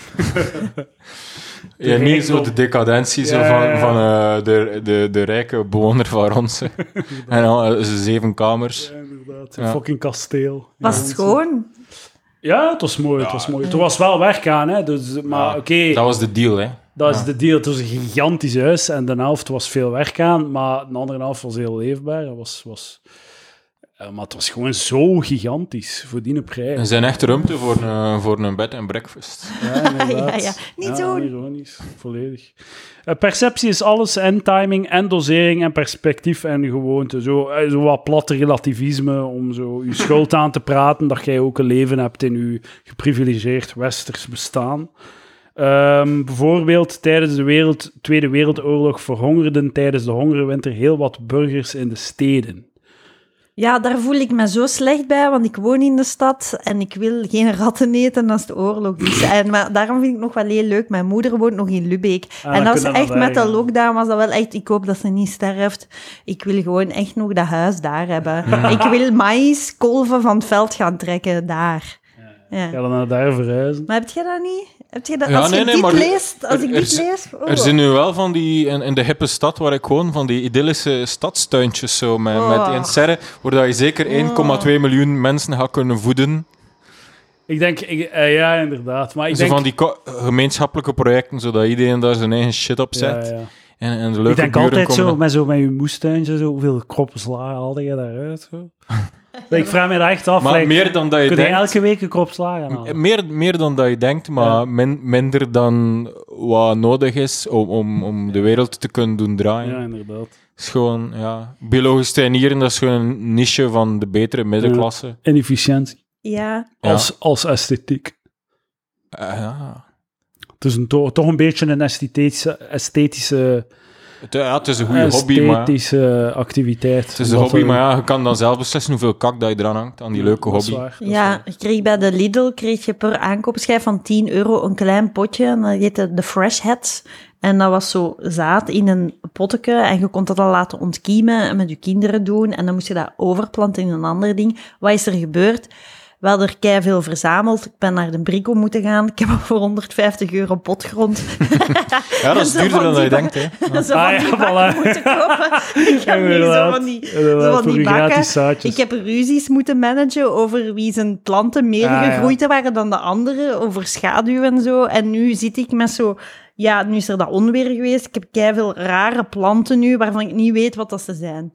Speaker 2: Ja, niet zo de decadentie zo van de rijke bewoner van Ronse. En al 7 kamers.
Speaker 1: Ja, inderdaad. Een
Speaker 2: Ja.
Speaker 1: fucking kasteel.
Speaker 3: was het schoon?
Speaker 1: Ja, het was mooi. Het was mooi. Er was wel werk aan, hè. Dus, maar
Speaker 2: Ja,
Speaker 1: oké,
Speaker 2: Dat was de deal, hè.
Speaker 1: dat is de deal. Het was een gigantisch huis en de helft was veel werk aan, maar de andere helft was heel leefbaar. Maar het was gewoon zo gigantisch voor die
Speaker 2: Er
Speaker 1: prijs.
Speaker 2: zijn echt ruimte voor een bed en breakfast.
Speaker 1: Ja, inderdaad.
Speaker 3: Ja. Niet zo...
Speaker 1: ironisch, volledig. Perceptie is alles en timing en dosering en perspectief en gewoonte. Zo wat platte relativisme om zo je schuld aan te praten dat jij ook een leven hebt in je geprivilegeerd westers bestaan. Bijvoorbeeld tijdens de Tweede Wereldoorlog verhongerden tijdens de hongerwinter heel wat burgers in de steden.
Speaker 3: Ja, daar voel ik me zo slecht bij, want ik woon in de stad en ik wil geen ratten eten als de oorlog is. Maar daarom vind ik het nog wel heel leuk. Mijn moeder woont nog in Lübeck. En dat was echt met de lockdown, was dat wel echt... Ik hoop dat ze niet sterft. Ik wil gewoon echt nog dat huis daar hebben. Ik wil maïs, kolven van het veld gaan trekken, daar. Ja.
Speaker 1: Ga dan naar daar verhuizen.
Speaker 3: Maar heb je dat niet? Heb je dat,
Speaker 2: Ja,
Speaker 3: als
Speaker 2: nee,
Speaker 3: je
Speaker 2: nee,
Speaker 3: dit
Speaker 2: maar
Speaker 3: leest, als ik dit lees... Oh.
Speaker 2: Er zijn nu wel van die, in de hippe stad waar ik woon, van die idyllische stadstuintjes zo, met een serre, waar dat je zeker 1,2 miljoen mensen gaat kunnen voeden.
Speaker 1: Ik denk, ja, inderdaad. Maar ik
Speaker 2: zo
Speaker 1: denk...
Speaker 2: van die gemeenschappelijke projecten, zodat iedereen daar zijn eigen shit op zet.
Speaker 1: Ja.
Speaker 2: En de leuke
Speaker 1: ik denk
Speaker 2: buren
Speaker 1: altijd
Speaker 2: komen
Speaker 1: zo, met je moestuintje, zo, hoeveel kroppen sla haalde je daaruit? Zo? Ik vraag me daar echt af.
Speaker 2: Maar meer dan dat je
Speaker 1: kun
Speaker 2: denkt...
Speaker 1: je elke week een krop sla gaan halen?
Speaker 2: Meer dan dat je denkt, maar minder dan wat nodig is om de wereld te kunnen doen draaien.
Speaker 1: Ja, inderdaad.
Speaker 2: Het is gewoon, biologisch tuinieren, dat is gewoon een niche van de betere middenklasse.
Speaker 1: Ja. En efficiëntie.
Speaker 3: Ja.
Speaker 1: Als esthetiek.
Speaker 2: Ja.
Speaker 1: Het is toch een beetje een esthetische
Speaker 2: het is een goede hobby, maar...
Speaker 1: esthetische activiteit.
Speaker 2: Het is een hobby, maar je kan dan zelf beslissen hoeveel kak dat je eraan hangt, aan die leuke hobby.
Speaker 3: Ja, ik kreeg bij de Lidl per aankoopschijf van €10 een klein potje, en dat heette de Fresh Heads. En dat was zo zaad in een potje, en je kon dat al laten ontkiemen en met je kinderen doen, en dan moest je dat overplanten in een ander ding. Wat is er gebeurd? We hadden er keiveel verzameld. Ik ben naar de Brico moeten gaan. Ik heb al voor €150 potgrond.
Speaker 2: Ja, dat is duurder dan je denkt, hè.
Speaker 3: Zo van die bakken moeten kopen. Ik heb nu zo van die bakken. Ik heb ruzies moeten managen over wie zijn planten meer gegroeid waren dan de andere, over schaduw en zo. En nu zit ik met zo... Ja, nu is er dat onweer geweest. Ik heb keiveel rare planten nu, waarvan ik niet weet wat dat ze zijn.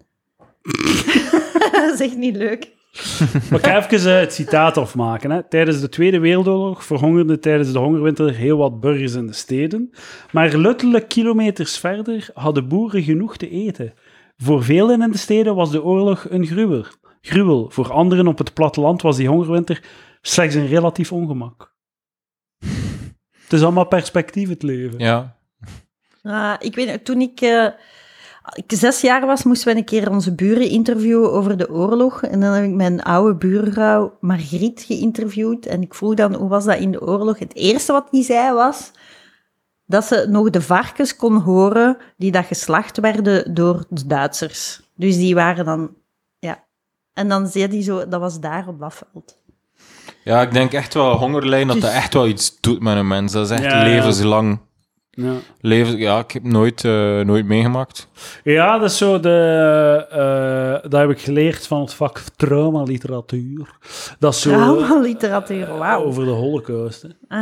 Speaker 3: Dat is echt niet leuk.
Speaker 1: Maar ik ga even het citaat afmaken. Hè. Tijdens de Tweede Wereldoorlog verhongerden tijdens de hongerwinter heel wat burgers in de steden. Maar luttelijk kilometers verder hadden boeren genoeg te eten. Voor velen in de steden was de oorlog een gruwel. Voor anderen op het platteland was die hongerwinter slechts een relatief ongemak. Het is allemaal perspectief, het leven.
Speaker 2: Ja.
Speaker 3: Ik weet, toen ik 6 jaar was, moesten we een keer onze buren interviewen over de oorlog. En dan heb ik mijn oude buurvrouw Margriet geïnterviewd. En ik vroeg dan, hoe was dat in de oorlog? Het eerste wat die zei was dat ze nog de varkens kon horen die dat geslacht werden door de Duitsers. Dus die waren dan... Ja. En dan zei hij zo, dat was daar op dat veld.
Speaker 2: Ja, ik denk echt wel, hongerlijden, dat echt wel iets doet met een mens. Dat is echt levenslang. Ja. Ik heb nooit meegemaakt.
Speaker 1: Ja, dat is zo dat heb ik geleerd van het vak traumaliteratuur. Dat is zo...
Speaker 3: Traumaliteratuur, wauw.
Speaker 1: Over de Holocaust.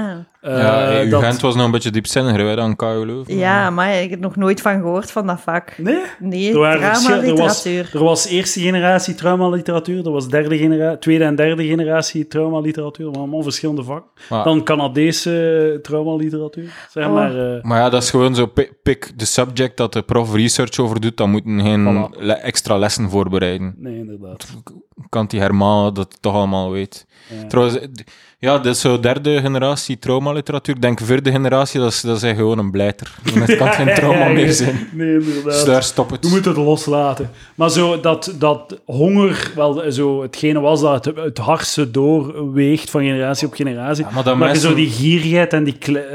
Speaker 2: Uw Gent was nog een beetje diepzinniger dan KU Leuven.
Speaker 3: Ja, maar ik heb nog nooit van gehoord van dat vak.
Speaker 1: Nee,
Speaker 3: traumaliteratuur.
Speaker 1: Er was eerste generatie traumaliteratuur, er was tweede en derde generatie traumaliteratuur, maar allemaal verschillende vakken. Dan Canadese traumaliteratuur, zeg maar.
Speaker 2: Maar ja, dat is gewoon zo, pick the subject dat de prof research over doet, dan moeten geen extra lessen voorbereiden.
Speaker 1: Nee, inderdaad.
Speaker 2: Kan die Herman dat toch allemaal weet. Ja. Trouwens, ja, dat is zo derde generatie traumaliteratuur. Ik denk vierde generatie, dat is gewoon een blijter. Het kan geen trauma meer zijn.
Speaker 1: Nee, inderdaad.
Speaker 2: Dus daar stop het.
Speaker 1: We moeten het loslaten. Maar zo dat honger wel zo hetgene was dat het hardste doorweegt van generatie op generatie. Ja, maar mensen... zo die gierigheid en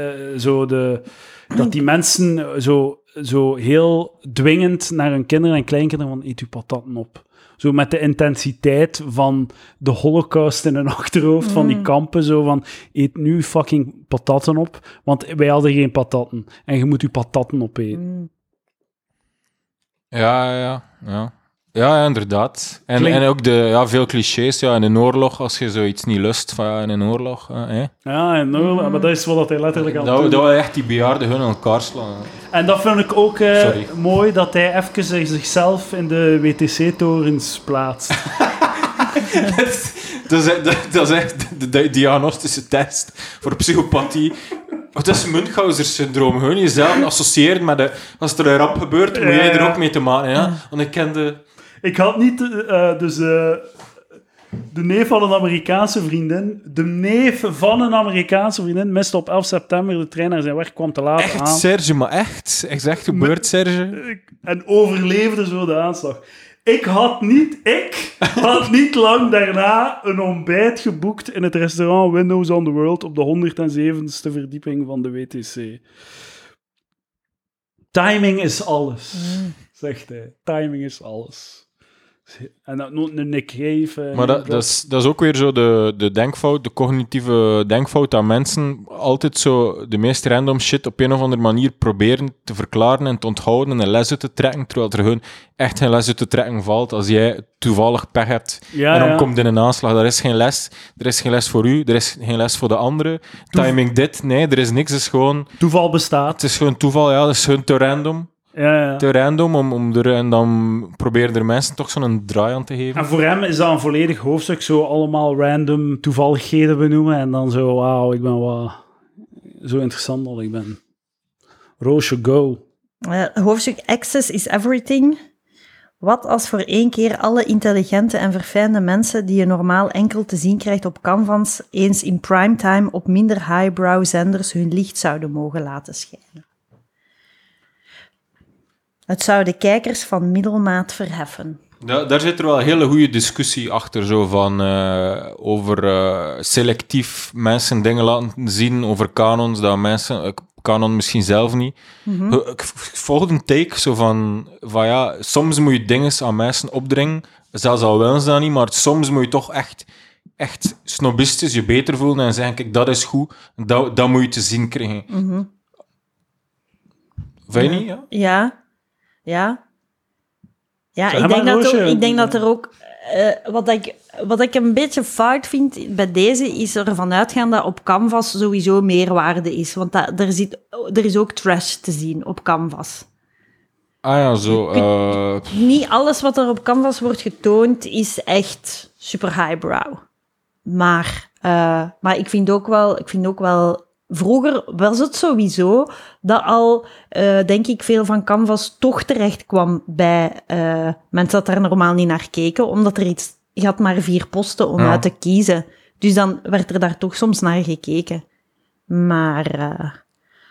Speaker 1: dat die mensen zo heel dwingend naar hun kinderen en kleinkinderen van eet uw patatten op. Zo met de intensiteit van de Holocaust in hun achterhoofd, van die kampen, zo van, eet nu fucking patatten op, want wij hadden geen patatten. En je moet je patatten opeten.
Speaker 2: Ja, inderdaad. En ook veel clichés, in een oorlog, als je zoiets niet lust, van in een oorlog.
Speaker 1: Ja, in een oorlog, maar dat is wat hij letterlijk aan het doen.
Speaker 2: Dat we echt die bejaarden hun elkaar slaan.
Speaker 1: En dat vind ik ook mooi, dat hij even zichzelf in de WTC-torens plaatst.
Speaker 2: dat is echt de diagnostische test voor psychopathie. Het is Münchhauser-syndroom. Gewoon jezelf associëren met als er een ramp gebeurt, moet jij er ook mee te maken. Ja? Want ik kende...
Speaker 1: Ik had niet... de neef van een Amerikaanse vriendin... De neef van een Amerikaanse vriendin miste op 11 september de trein naar zijn werk, kwam te laat aan.
Speaker 2: Serge, maar echt? Echt gebeurd, Serge?
Speaker 1: En overleefde zo de aanslag. Ik had niet lang daarna een ontbijt geboekt in het restaurant Windows on the World op de 107e verdieping van de WTC. Timing is alles, zegt hij. Timing is alles. En een Nick Cave...
Speaker 2: Maar dat is ook weer zo de denkfout, de cognitieve denkfout, dat mensen altijd zo de meest random shit op een of andere manier proberen te verklaren en te onthouden en een les uit te trekken, terwijl er gewoon echt geen les uit te trekken valt als jij toevallig pech hebt en omkomt in een aanslag. Er is geen les. Er is geen les voor u, er is geen les voor de anderen. Timing dit, nee, er is niks. Het is gewoon...
Speaker 1: Toeval bestaat.
Speaker 2: Het is gewoon toeval, ja. Het is gewoon te random.
Speaker 1: Ja.
Speaker 2: Te random, en dan proberen er mensen toch zo'n draai aan te geven.
Speaker 1: En voor hem is dat een volledig hoofdstuk, zo allemaal random toevalligheden benoemen en dan zo, wauw, ik ben wat zo interessant dat ik ben. Roosje, go.
Speaker 3: Hoofdstuk Access is Everything. Wat als voor 1 keer alle intelligente en verfijnde mensen die je normaal enkel te zien krijgt op Canvas eens in primetime op minder highbrow zenders hun licht zouden mogen laten schijnen? Het zou de kijkers van middelmaat verheffen.
Speaker 2: Daar zit er wel een hele goede discussie achter, zo van over selectief mensen dingen laten zien over kanons, dat mensen, kanon misschien zelf niet. Ik volg een take zo van ja, soms moet je dingen aan mensen opdringen, zelfs al willen ze dat niet, maar soms moet je toch echt snobistisch je beter voelen en zeggen, kijk, dat is goed, dat moet je te zien krijgen. Vind je niet, ja?
Speaker 3: Ja, ik denk dat er ook... Wat ik een beetje fout vind bij deze, is ervan uitgaan dat op Canvas sowieso meerwaarde is. Want er is ook trash te zien op Canvas.
Speaker 2: Ah ja, zo...
Speaker 3: Niet alles wat er op Canvas wordt getoond is echt super highbrow. Maar ik vind ook wel... Vroeger was het sowieso dat al, denk ik, veel van Canvas toch terecht kwam bij mensen dat daar normaal niet naar keken, omdat je had maar 4 posten om uit te kiezen. Dus dan werd er daar toch soms naar gekeken. Maar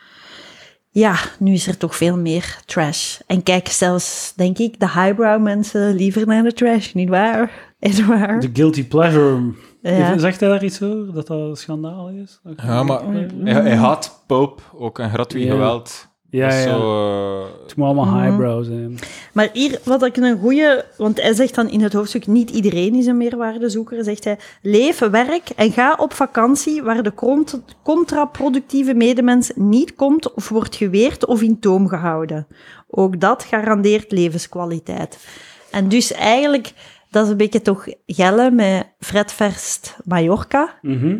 Speaker 3: nu is er toch veel meer trash. En kijk zelfs, denk ik, de highbrow mensen liever naar de trash, niet waar?
Speaker 1: De guilty pleasure... Ja. Zegt hij daar iets over? Dat een schandaal is?
Speaker 2: Ja, maar hij haat Pope ook en gratuit geweld.
Speaker 1: Ja.
Speaker 2: Zo,
Speaker 1: het moet allemaal highbrow zijn.
Speaker 3: Maar hier, wat ik een goeie... Want hij zegt dan in het hoofdstuk, niet iedereen is een meerwaardezoeker, zegt hij, leef, werk en ga op vakantie waar de contraproductieve medemens niet komt of wordt geweerd of in toom gehouden. Ook dat garandeert levenskwaliteit. En dus eigenlijk... Dat is een beetje toch gellen met Fred Verst Mallorca.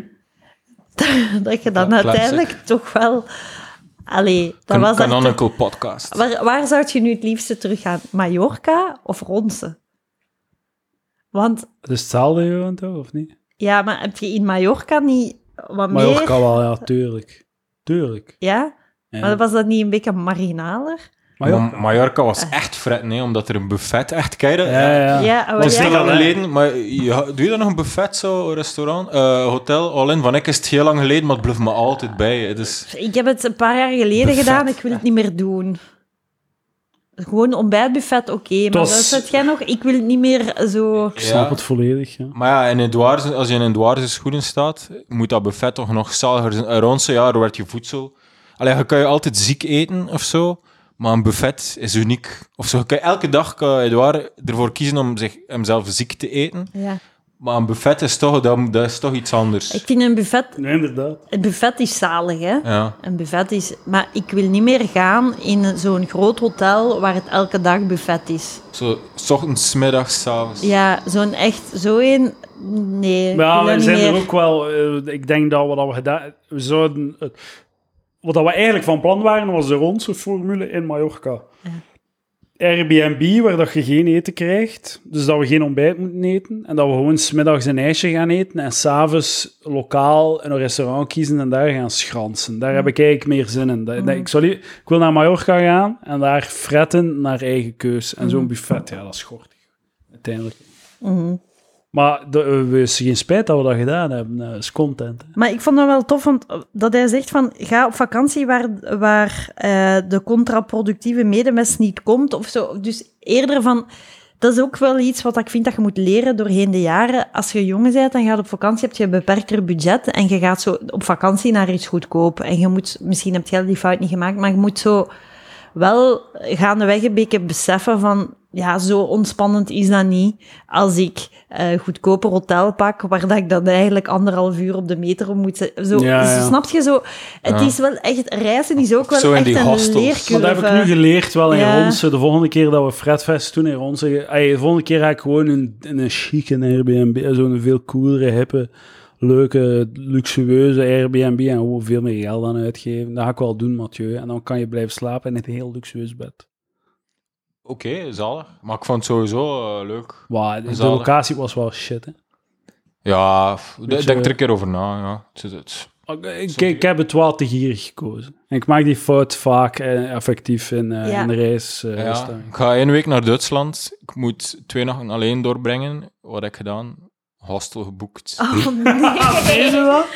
Speaker 3: Dat je dan uiteindelijk toch wel...
Speaker 2: Canonical podcast.
Speaker 3: Waar zou je nu het liefste teruggaan? Mallorca of Ronse? Want...
Speaker 1: Het is hetzelfde gewoon toch, of niet?
Speaker 3: Ja, maar heb je in Mallorca niet wat meer...
Speaker 1: Mallorca wel, ja, tuurlijk.
Speaker 3: Ja? Maar was dat niet een beetje marginaler?
Speaker 2: Mallorca was echt fret, nee, omdat er een buffet echt keihard...
Speaker 3: Ja,
Speaker 2: is heel lang geleden, maar doe je dan nog een buffet, zo, restaurant, hotel, all in? Van ik is het heel lang geleden, maar het blijft me altijd bij. Dus...
Speaker 3: Ik heb het een paar jaar geleden gedaan, ik wil het niet meer doen. Gewoon een ontbijtbuffet, oké, maar dat zet jij nog... Ik wil het niet meer zo...
Speaker 1: Ik snap het volledig, ja.
Speaker 2: Maar ja, als je in Edouardse schoenen staat, moet dat buffet toch nog zaliger zijn. Rond zo'n jaar werd je voedsel... je kan je altijd ziek eten, of zo... Maar een buffet is uniek. Of zo, elke dag kan Edouard ervoor kiezen om hemzelf ziek te eten. Ja. Maar een buffet is toch, dat is toch iets anders.
Speaker 3: Ik vind een buffet...
Speaker 1: Nee, inderdaad.
Speaker 3: Een buffet is zalig, hè.
Speaker 2: Ja.
Speaker 3: Een buffet is... Maar ik wil niet meer gaan in zo'n groot hotel waar het elke dag buffet is.
Speaker 2: Zo, 's ochtends, 's middags, 's avonds.
Speaker 3: Ja, zo'n echt... Zo een... Nee,
Speaker 1: maar
Speaker 3: we
Speaker 1: zijn
Speaker 3: meer...
Speaker 1: er ook wel... ik denk dat wat we gedaan... We zouden... Wat we eigenlijk van plan waren, was de Ronse formule in Mallorca. Ja. Airbnb, waar dat je geen eten krijgt. Dus dat we geen ontbijt moeten eten. En dat we gewoon 's middags een ijsje gaan eten. En 's avonds lokaal een restaurant kiezen en daar gaan schransen. Daar heb ik eigenlijk meer zin in. Ik wil naar Mallorca gaan en daar fretten naar eigen keus. En zo'n buffet, ja, dat is gortig. Uiteindelijk. Maar we is geen spijt dat we dat gedaan hebben. Dat is content. Hè.
Speaker 3: Maar ik vond dat wel tof, want dat hij zegt van... Ga op vakantie waar de contraproductieve medemens niet komt, of zo. Dus eerder van... dat is ook wel iets wat ik vind dat je moet leren doorheen de jaren. Als je jongen bent en je gaat op vakantie, heb je een beperkter budget en je gaat zo op vakantie naar iets goedkoop. En je moet, misschien heb je die fout niet gemaakt, maar je moet zo wel gaandeweg een beetje beseffen van, ja, zo ontspannend is dat niet als ik goedkoper hotel pak, waar dat ik dan eigenlijk 1,5 uur op de metro moet zetten. Zo, snap je zo? Het is wel echt, reizen is ook wel
Speaker 2: zo
Speaker 3: echt een leercurve.
Speaker 1: Maar dat heb ik nu geleerd wel in
Speaker 3: Ja.
Speaker 1: Ronse. De volgende keer dat we Fredfest doen in Ronse, de volgende keer ga ik gewoon in een chique Airbnb, zo'n veel coolere, hippe, leuke, luxueuze Airbnb en gewoon veel meer geld aan uitgeven. Dat ga ik wel doen, Mathieu. En dan kan je blijven slapen in een heel luxueus bed.
Speaker 2: Oké, zalig. Maar ik vond het sowieso leuk.
Speaker 1: Wow, de
Speaker 2: Zalig.
Speaker 1: locatie was wel shit, hè.
Speaker 2: Ja, denk er een keer over na. Ja.
Speaker 1: Ik heb het wel te gierig gekozen. En ik maak die fout vaak effectief in de reis.
Speaker 2: Ja, ik ga 1 week naar Duitsland. Ik moet 2 nachten alleen doorbrengen. Wat heb ik gedaan? Hostel geboekt.
Speaker 3: Oh, nee.
Speaker 1: Weet je dat?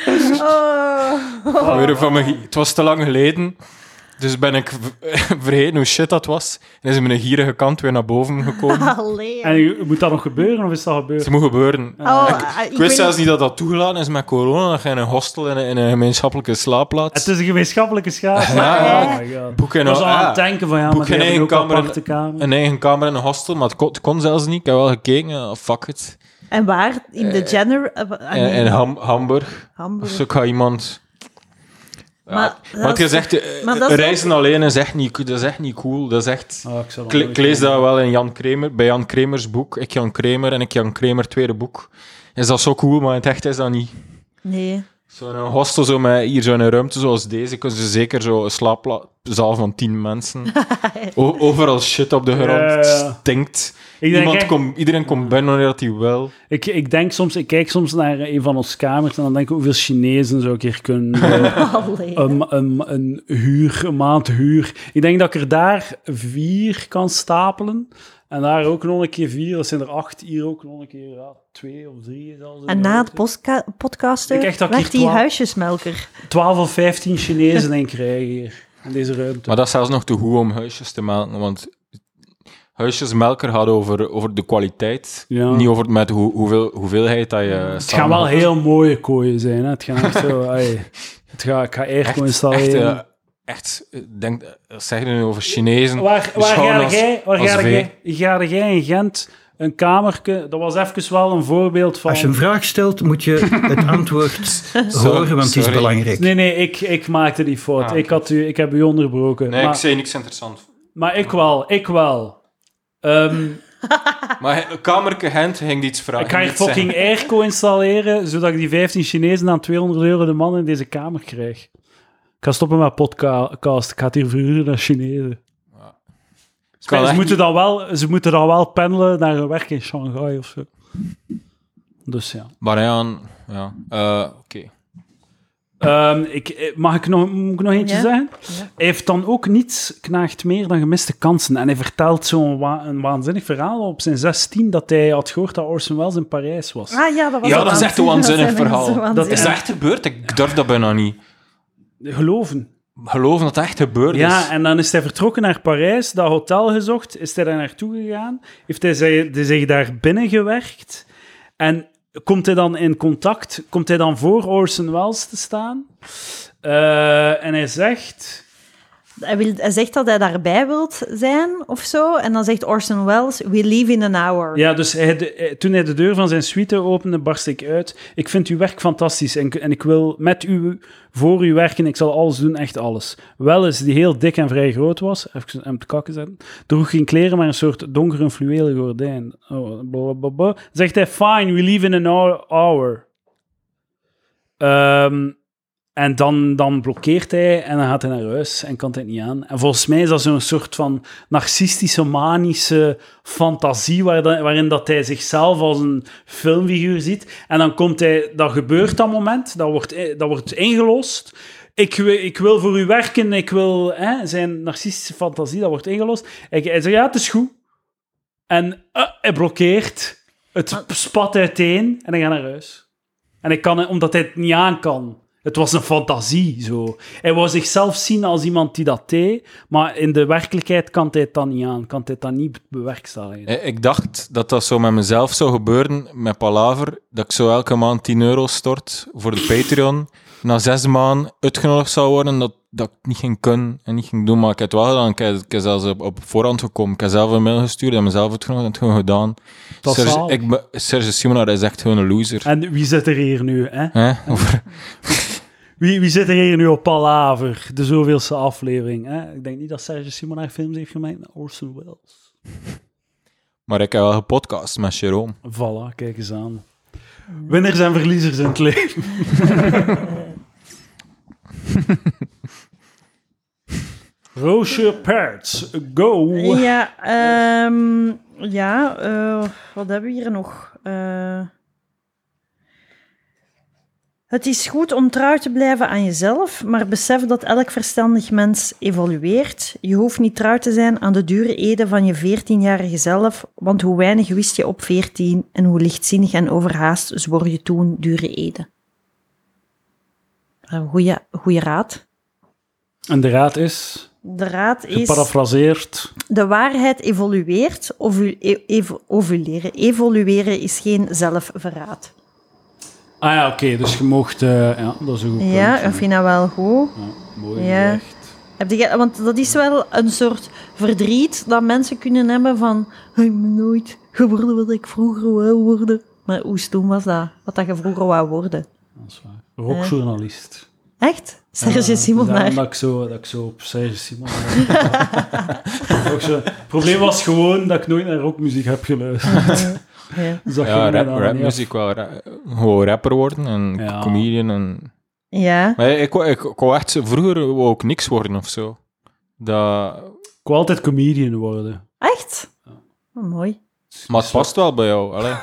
Speaker 3: Oh.
Speaker 2: Het was te lang geleden. Dus ben ik vergeten hoe shit dat was. En is mijn gierige kant weer naar boven gekomen.
Speaker 3: Allee.
Speaker 1: En moet dat nog gebeuren, of is dat gebeurd?
Speaker 2: Het moet gebeuren. Ik wist zelfs niet dat dat toegelaten is met corona. Dat je in een hostel in een gemeenschappelijke slaapplaats.
Speaker 1: Het is een gemeenschappelijke schaap.
Speaker 2: Ja.
Speaker 1: Oh my god.
Speaker 2: Boek
Speaker 1: Ik was al aan het denken van, ja, maar
Speaker 2: boek
Speaker 1: die
Speaker 2: een
Speaker 1: hebben
Speaker 2: eigen
Speaker 1: ook
Speaker 2: kamer,
Speaker 1: aparte kamer.
Speaker 2: een eigen kamer in een hostel, maar het kon zelfs niet. Ik heb wel gekeken. Fuck it.
Speaker 3: En waar? In de Jenner...
Speaker 2: In Hamburg.
Speaker 3: Hamburg.
Speaker 2: Dus ik ga iemand... Ja,
Speaker 3: Maar
Speaker 2: want je zegt,
Speaker 3: maar dat is
Speaker 2: reizen alleen is echt niet cool. Dat is echt...
Speaker 1: Oh, ik zal
Speaker 2: Ik lees dat wel in bij Jan Kremers boek. Ik Jan Kremer en ik Jan Kremer tweede boek. Is dat zo cool, maar in het echt is dat niet.
Speaker 3: Nee.
Speaker 2: Zo'n hostel zo met hier zo'n ruimte zoals deze, kunnen ze zeker zo een slaapzaal van 10 mensen. Overal shit op de grond.
Speaker 1: Ja.
Speaker 2: Het stinkt.
Speaker 1: Ik denk echt-
Speaker 2: Iedereen komt binnen wanneer dat hij wil.
Speaker 1: Ik kijk soms naar een van onze kamers en dan denk ik hoeveel Chinezen zou ik hier kunnen...
Speaker 3: Allee.
Speaker 1: een maand huur. Ik denk dat ik er daar 4 kan stapelen. En daar ook nog een keer 4. Dat zijn er 8. Hier ook nog een keer 2 of 3. Zelfs
Speaker 3: En na het podcasten
Speaker 1: Ik echt dat ik
Speaker 3: werd
Speaker 1: hier
Speaker 3: die
Speaker 1: 12
Speaker 3: huisjesmelker.
Speaker 1: 12 of 15 Chinezen denk ik krijgen hier. In deze ruimte.
Speaker 2: Maar dat is zelfs nog te goed om huisjes te melken, want huisjesmelker gaat over de kwaliteit,
Speaker 1: Ja.
Speaker 2: niet over hoeveelheid dat je
Speaker 1: Het gaan wel heel mooie kooien zijn. Hè? Het gaan echt zo... ik ga airco installeren.
Speaker 2: Zeg je nu over Chinezen?
Speaker 1: Waar ga jij in Gent een kamerke? Dat was even wel een voorbeeld van...
Speaker 4: Als je een vraag stelt, moet je het antwoord horen, want het is
Speaker 2: sorry.
Speaker 4: belangrijk.
Speaker 1: Nee, ik maakte die fout. Ik heb u onderbroken.
Speaker 2: Nee,
Speaker 1: maar,
Speaker 2: ik zei niks interessant.
Speaker 1: maar ik wel.
Speaker 2: Maar Kamerke Gent ging iets vragen.
Speaker 1: Ik ga hier
Speaker 2: niet zeggen.
Speaker 1: fucking airco installeren, zodat ik die 15 Chinezen aan €200 de man in deze kamer krijg. Ik ga stoppen met podcast. Ik ga het hier verhuren naar Chinezen.
Speaker 2: Kan
Speaker 1: Ze
Speaker 2: echt
Speaker 1: moeten dan wel pendelen naar hun werk in Shanghai of zo. Dus ja.
Speaker 2: Marian, ja. Oké.
Speaker 1: Moet ik nog eentje
Speaker 3: Ja.
Speaker 1: zeggen?
Speaker 3: Ja.
Speaker 1: Hij heeft dan ook niets knaagt meer dan gemiste kansen. En hij vertelt zo'n een waanzinnig verhaal op zijn 16 dat hij had gehoord dat Orson Welles in Parijs was.
Speaker 3: Ah ja, dat was
Speaker 2: Ja, dat is echt een waanzinnig verhaal.
Speaker 3: Dat
Speaker 1: Dat
Speaker 2: Is dat echt gebeurd? Ik durf dat bijna niet.
Speaker 1: Geloven.
Speaker 2: Geloven dat het echt gebeurd is.
Speaker 1: Ja, en dan is hij vertrokken naar Parijs, dat hotel gezocht, is hij daar naartoe gegaan, heeft hij zich daar binnen gewerkt en komt hij dan in contact, komt hij dan voor Orson Welles te staan en hij zegt...
Speaker 3: Hij zegt dat hij daarbij wilt zijn, of zo. En dan zegt Orson Welles, we leave in an hour.
Speaker 1: Ja, dus toen hij de deur van zijn suite opende, barst ik uit. Ik vind uw werk fantastisch en ik wil met u voor u werken. Ik zal alles doen, echt alles. Welles, die heel dik en vrij groot was, even hem te kakken zetten, droeg geen kleren, maar een soort donkere fluwelen gordijn. Oh, blablabla. Zegt hij, fine, we leave in an hour. En dan blokkeert hij en dan gaat hij naar huis en kan hij het niet aan. En volgens mij is dat zo'n soort van narcistische, manische fantasie waarin dat hij zichzelf als een filmfiguur ziet. En dan dat gebeurt dat moment, dat wordt ingelost. Ik wil voor u werken, zijn narcistische fantasie, dat wordt ingelost. Hij zegt, ja, het is goed. En hij blokkeert, het spat uiteen en hij gaat naar huis. En hij kan, omdat hij het niet aan kan. Het was een fantasie, zo. Hij wou zichzelf zien als iemand die dat deed, maar in de werkelijkheid kan hij het dan niet aan. Kan hij het dan niet bewerkstelligen.
Speaker 2: Ik dacht dat dat zo met mezelf zou gebeuren, met Palaver, dat ik zo elke maand 10 euro stort voor de Patreon. Na 6 maanden uitgenodigd zou worden, dat ik het niet ging kunnen en niet ging doen. Maar ik heb het wel gedaan. Ik heb zelfs op voorhand gekomen. Ik heb zelf een mail gestuurd en mezelf uitgenodigd en het gewoon gedaan.
Speaker 1: Dat is zalig.
Speaker 2: Serge Simonaar is echt gewoon een loser.
Speaker 1: En wie zit er hier nu, hè?
Speaker 2: Over...
Speaker 1: Wie zit er hier nu op Palaver, de zoveelste aflevering? Hè? Ik denk niet dat Serge Simonaar films heeft gemaakt met Orson Welles.
Speaker 2: Maar ik heb wel gepodcast met Jerome.
Speaker 1: Voilà, kijk eens aan. Winners en verliezers in het leven. Roosje Perts, go!
Speaker 3: Ja, wat hebben we hier nog? Het is goed om trouw te blijven aan jezelf, maar besef dat elk verstandig mens evolueert. Je hoeft niet trouw te zijn aan de dure ede van je 14-jarige zelf, want hoe weinig wist je op 14 en hoe lichtzinnig en overhaast zwoer je toen dure ede. Goeie raad.
Speaker 1: En de raad is,
Speaker 3: De raad is...
Speaker 1: geparafraseerd,
Speaker 3: De waarheid evolueert, ovuleren. Evolueren is geen zelfverraad.
Speaker 1: Ah ja, oké, dus je mocht... ja, dat is een goed punt.
Speaker 3: Ja, ik vind dat wel goed.
Speaker 1: Ja, mooi
Speaker 3: Ja.
Speaker 1: gezegd.
Speaker 3: Want dat is wel een soort verdriet dat mensen kunnen hebben van ik ben nooit geworden wat ik vroeger wou worden. Maar hoe stom was dat? Wat dat je vroeger wou worden?
Speaker 1: Dat is waar. Rockjournalist.
Speaker 3: Echt? Serge Simonaar.
Speaker 1: Dat ik zo op Serge Simonaar... Het probleem was gewoon dat ik nooit naar rockmuziek heb geluisterd.
Speaker 3: Ja.
Speaker 1: Dus dat
Speaker 2: Ja,
Speaker 1: ging mij dan niet
Speaker 2: rapmuziek wel. Gewoon rapper worden en
Speaker 1: Ja.
Speaker 2: comedian. En...
Speaker 3: Ja.
Speaker 2: Maar ik wou echt... Vroeger wou ik niks worden of zo. Dat...
Speaker 1: Ik wou altijd comedian worden.
Speaker 3: Echt? Oh, mooi.
Speaker 2: Maar het past wel bij jou. Allee.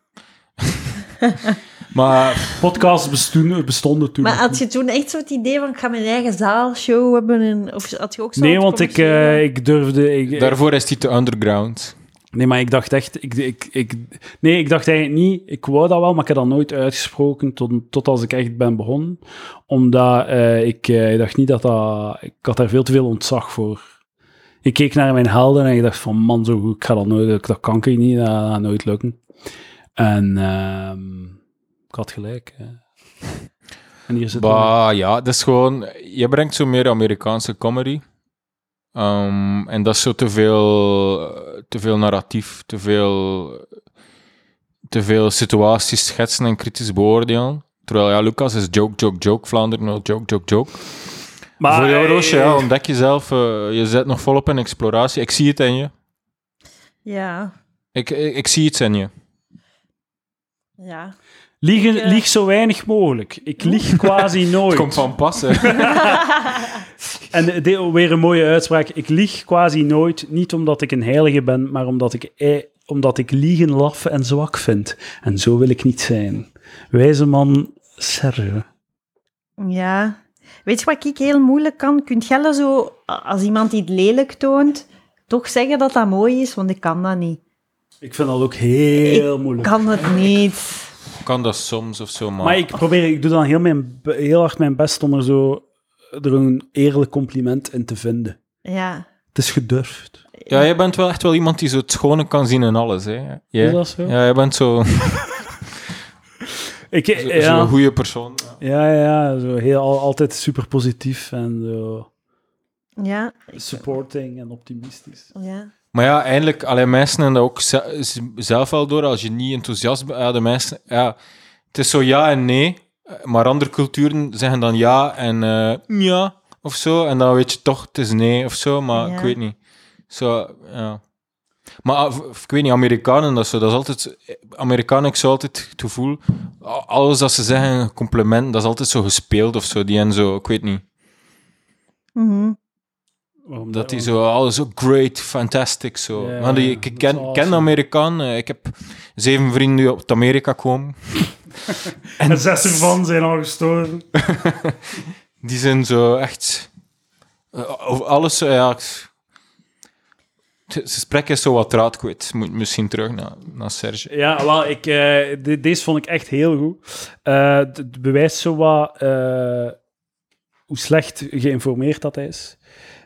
Speaker 2: Maar...
Speaker 1: Podcasts bestonden toen.
Speaker 3: Maar
Speaker 1: nog
Speaker 3: had
Speaker 1: niet.
Speaker 3: je toen echt zo het idee van ik ga mijn eigen zaalshow hebben? Of had je ook zo
Speaker 1: Nee,
Speaker 3: het
Speaker 1: want ik durfde...
Speaker 2: Daarvoor is hij te underground.
Speaker 1: Nee, maar ik dacht echt... Nee, ik dacht eigenlijk niet... Ik wou dat wel, maar ik heb dat nooit uitgesproken tot als ik echt ben begonnen. Omdat ik dacht niet dat dat... Ik had daar veel te veel ontzag voor. Ik keek naar mijn helden en ik dacht van, man, zo goed, ik ga dat nooit... Dat kan ik niet, dat gaat nooit lukken. En ik had gelijk. En hier zit
Speaker 2: Bah, ja, dat is gewoon... Je brengt zo meer Amerikaanse comedy. En dat is zo te veel narratief, te veel situaties schetsen en kritisch beoordelen. Terwijl, ja, Lucas is joke. Vlaanderen wil joke.
Speaker 1: Maar,
Speaker 2: voor jou, Roosje, ja, ontdek jezelf. Je zit nog volop in exploratie. Ik zie het in je.
Speaker 3: Ja.
Speaker 2: Ik zie iets in je.
Speaker 3: Ja.
Speaker 1: Lieg zo weinig mogelijk. Ik lieg quasi nooit.
Speaker 2: Het komt van pas, hè.
Speaker 1: En weer een mooie uitspraak. Ik lieg quasi nooit, niet omdat ik een heilige ben, maar omdat ik liegen laf en zwak vind. En zo wil ik niet zijn. Wijze man Serge.
Speaker 3: Ja. Weet je wat ik heel moeilijk kan? Kunt jij zo, als iemand iets lelijk toont, toch zeggen dat dat mooi is? Want ik kan dat niet.
Speaker 1: Ik vind dat ook heel
Speaker 3: Ik
Speaker 1: moeilijk.
Speaker 3: kan het niet.
Speaker 2: Kan dat soms of zo,
Speaker 1: Maar ik doe dan heel hard mijn best om er een eerlijk compliment in te vinden.
Speaker 3: Ja.
Speaker 1: Het is gedurfd.
Speaker 2: Ja, jij bent wel echt wel iemand die zo het schone kan zien in alles, hè.
Speaker 1: Is dat zo?
Speaker 2: Ja, jij bent zo... Zo'n goede persoon.
Speaker 1: Ja, zo altijd super positief en zo
Speaker 3: Ja.
Speaker 1: supporting en optimistisch.
Speaker 3: Ja.
Speaker 2: Maar ja, eindelijk, alleen mensen hebben dat ook zelf wel door. Als je niet enthousiast bent, ja, de mensen... Ja, het is zo ja en nee, maar andere culturen zeggen dan ja en ja, of zo. En dan weet je toch, het is nee of zo, maar ik weet niet. Zo, ja. Maar ik weet niet, Amerikanen, dat is altijd... Amerikanen, ik zou altijd het gevoel... Alles dat ze zeggen, compliment, dat is altijd zo gespeeld of zo. Die en zo, ik weet niet.
Speaker 3: Mm-hmm.
Speaker 2: Dat die zo, alles zo great, fantastic, zo.
Speaker 1: Ja,
Speaker 2: Want ik ken
Speaker 1: awesome.
Speaker 2: Amerikanen. Ik heb 7 vrienden die uit Amerika komen.
Speaker 1: En 6 ervan zijn al gestorven.
Speaker 2: Die zijn zo echt... alles, ja... Het gesprek is zo wat draad kwijt. Moet misschien terug naar Serge.
Speaker 1: Ja, wel, deze vond ik echt heel goed. Het bewijst zo wat hoe slecht geïnformeerd dat hij is.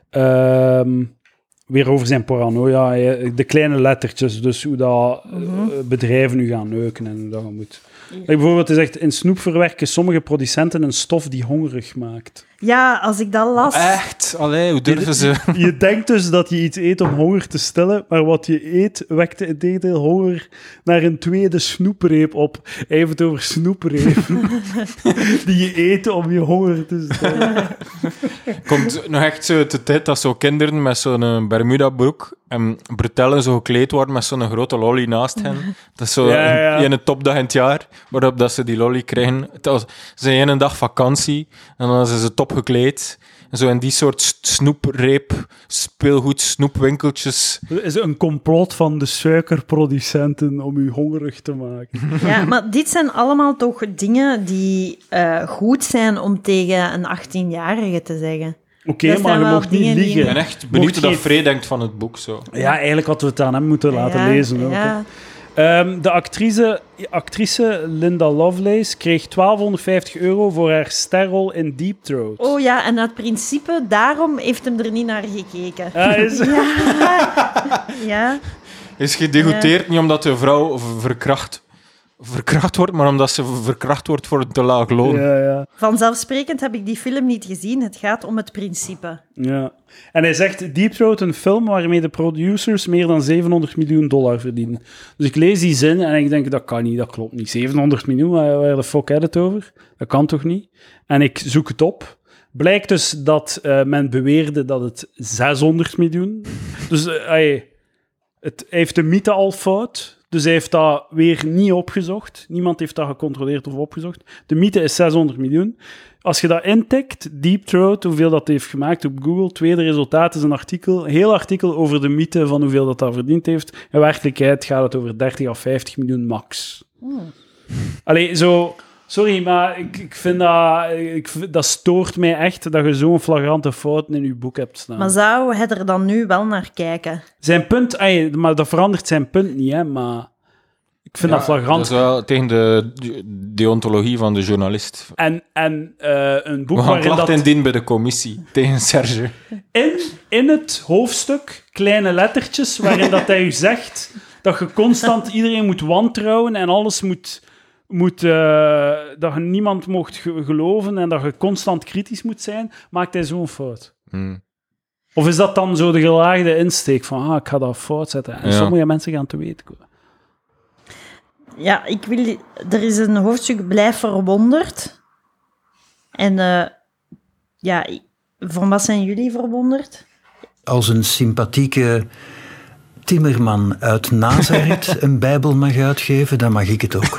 Speaker 1: Weer over zijn paranoia. De kleine lettertjes, dus hoe dat bedrijven nu gaan neuken en hoe dat je moet. Bijvoorbeeld, hij zegt, in snoep verwerken sommige producenten een stof die hongerig maakt.
Speaker 3: Ja, als ik dat las...
Speaker 2: Echt? Allee, hoe durven ze?
Speaker 1: Je denkt dus dat je iets eet om honger te stillen, maar wat je eet wekt in tegendeel honger naar een tweede snoepreep op. Hij heeft het over snoepreep. Die je eet om je honger te stillen.
Speaker 2: Komt nog echt zo de tijd dat zo kinderen met zo'n Bermuda-broek en bretellen zo gekleed worden met zo'n grote lolly naast hen. Dat is zo een topdag in het jaar, waarop dat ze die lolly krijgen. Ze zijn een dag vakantie en dan zijn ze top gekleed. En zo in die soort snoepreep, speelgoed, snoepwinkeltjes.
Speaker 1: Het is een complot van de suikerproducenten om u hongerig te maken.
Speaker 3: Ja, maar dit zijn allemaal toch dingen die goed zijn om tegen een 18-jarige te zeggen.
Speaker 1: Oké,
Speaker 3: Dat
Speaker 1: maar
Speaker 3: zijn
Speaker 1: je
Speaker 3: wel
Speaker 1: mocht niet
Speaker 3: dingen die-
Speaker 1: liegen.
Speaker 2: Ik ben echt benieuwd
Speaker 1: Mocht
Speaker 2: wat
Speaker 1: geen-
Speaker 2: Frey denkt van het boek. Zo.
Speaker 1: Ja, eigenlijk hadden we het aan hem moeten laten lezen. Ook,
Speaker 3: Ja.
Speaker 1: hè. De actrice Linda Lovelace kreeg €1250 voor haar sterrol in Deep Throat.
Speaker 3: Oh ja, en uit principe, daarom heeft hem er niet naar gekeken.
Speaker 1: Is...
Speaker 3: Ja.
Speaker 2: Is gedegoteerd niet omdat de vrouw verkracht wordt, maar omdat ze verkracht wordt voor een te laag loon.
Speaker 1: Ja.
Speaker 3: Vanzelfsprekend heb ik die film niet gezien. Het gaat om het principe.
Speaker 1: Ja. En hij zegt, Deep Throat, een film waarmee de producers meer dan $700 miljoen verdienen. Dus ik lees die zin en ik denk, dat kan niet, dat klopt niet. 700 miljoen, waar de fuck had het over? Dat kan toch niet? En ik zoek het op. Blijkt dus dat men beweerde dat het 600 miljoen... Dus hij heeft de mythe al fout... Dus hij heeft dat weer niet opgezocht. Niemand heeft dat gecontroleerd of opgezocht. De mythe is 600 miljoen. Als je dat intikt, Deep Throat, hoeveel dat heeft gemaakt op Google, tweede resultaat is een heel artikel over de mythe van hoeveel dat verdiend heeft. In werkelijkheid gaat het over 30 à 50 miljoen max. Allee, zo... Sorry, maar ik vind dat stoort mij echt dat je zo'n flagrante fout in je boek hebt staan.
Speaker 3: Maar zou hij er dan nu wel naar kijken?
Speaker 1: Zijn punt, maar dat verandert zijn punt niet, hè, maar ik vind dat flagrant.
Speaker 2: Dat is wel tegen de deontologie van de journalist.
Speaker 1: En een boek
Speaker 2: We gaan
Speaker 1: waarin
Speaker 2: klachten
Speaker 1: dat...
Speaker 2: indienen bij de commissie tegen Serge.
Speaker 1: In het hoofdstuk, kleine lettertjes, waarin dat hij u zegt dat je constant iedereen moet wantrouwen en alles dat je niemand mocht geloven en dat je constant kritisch moet zijn, maakt hij zo'n fout. Of is dat dan zo de gelaagde insteek van, ik ga dat fout zetten? En sommige mensen gaan te weten komen.
Speaker 3: Ja, er is een hoofdstuk Blijf verwonderd. En van wat zijn jullie verwonderd?
Speaker 4: Als een sympathieke timmerman uit Nazareth een bijbel mag uitgeven, dan mag ik het ook.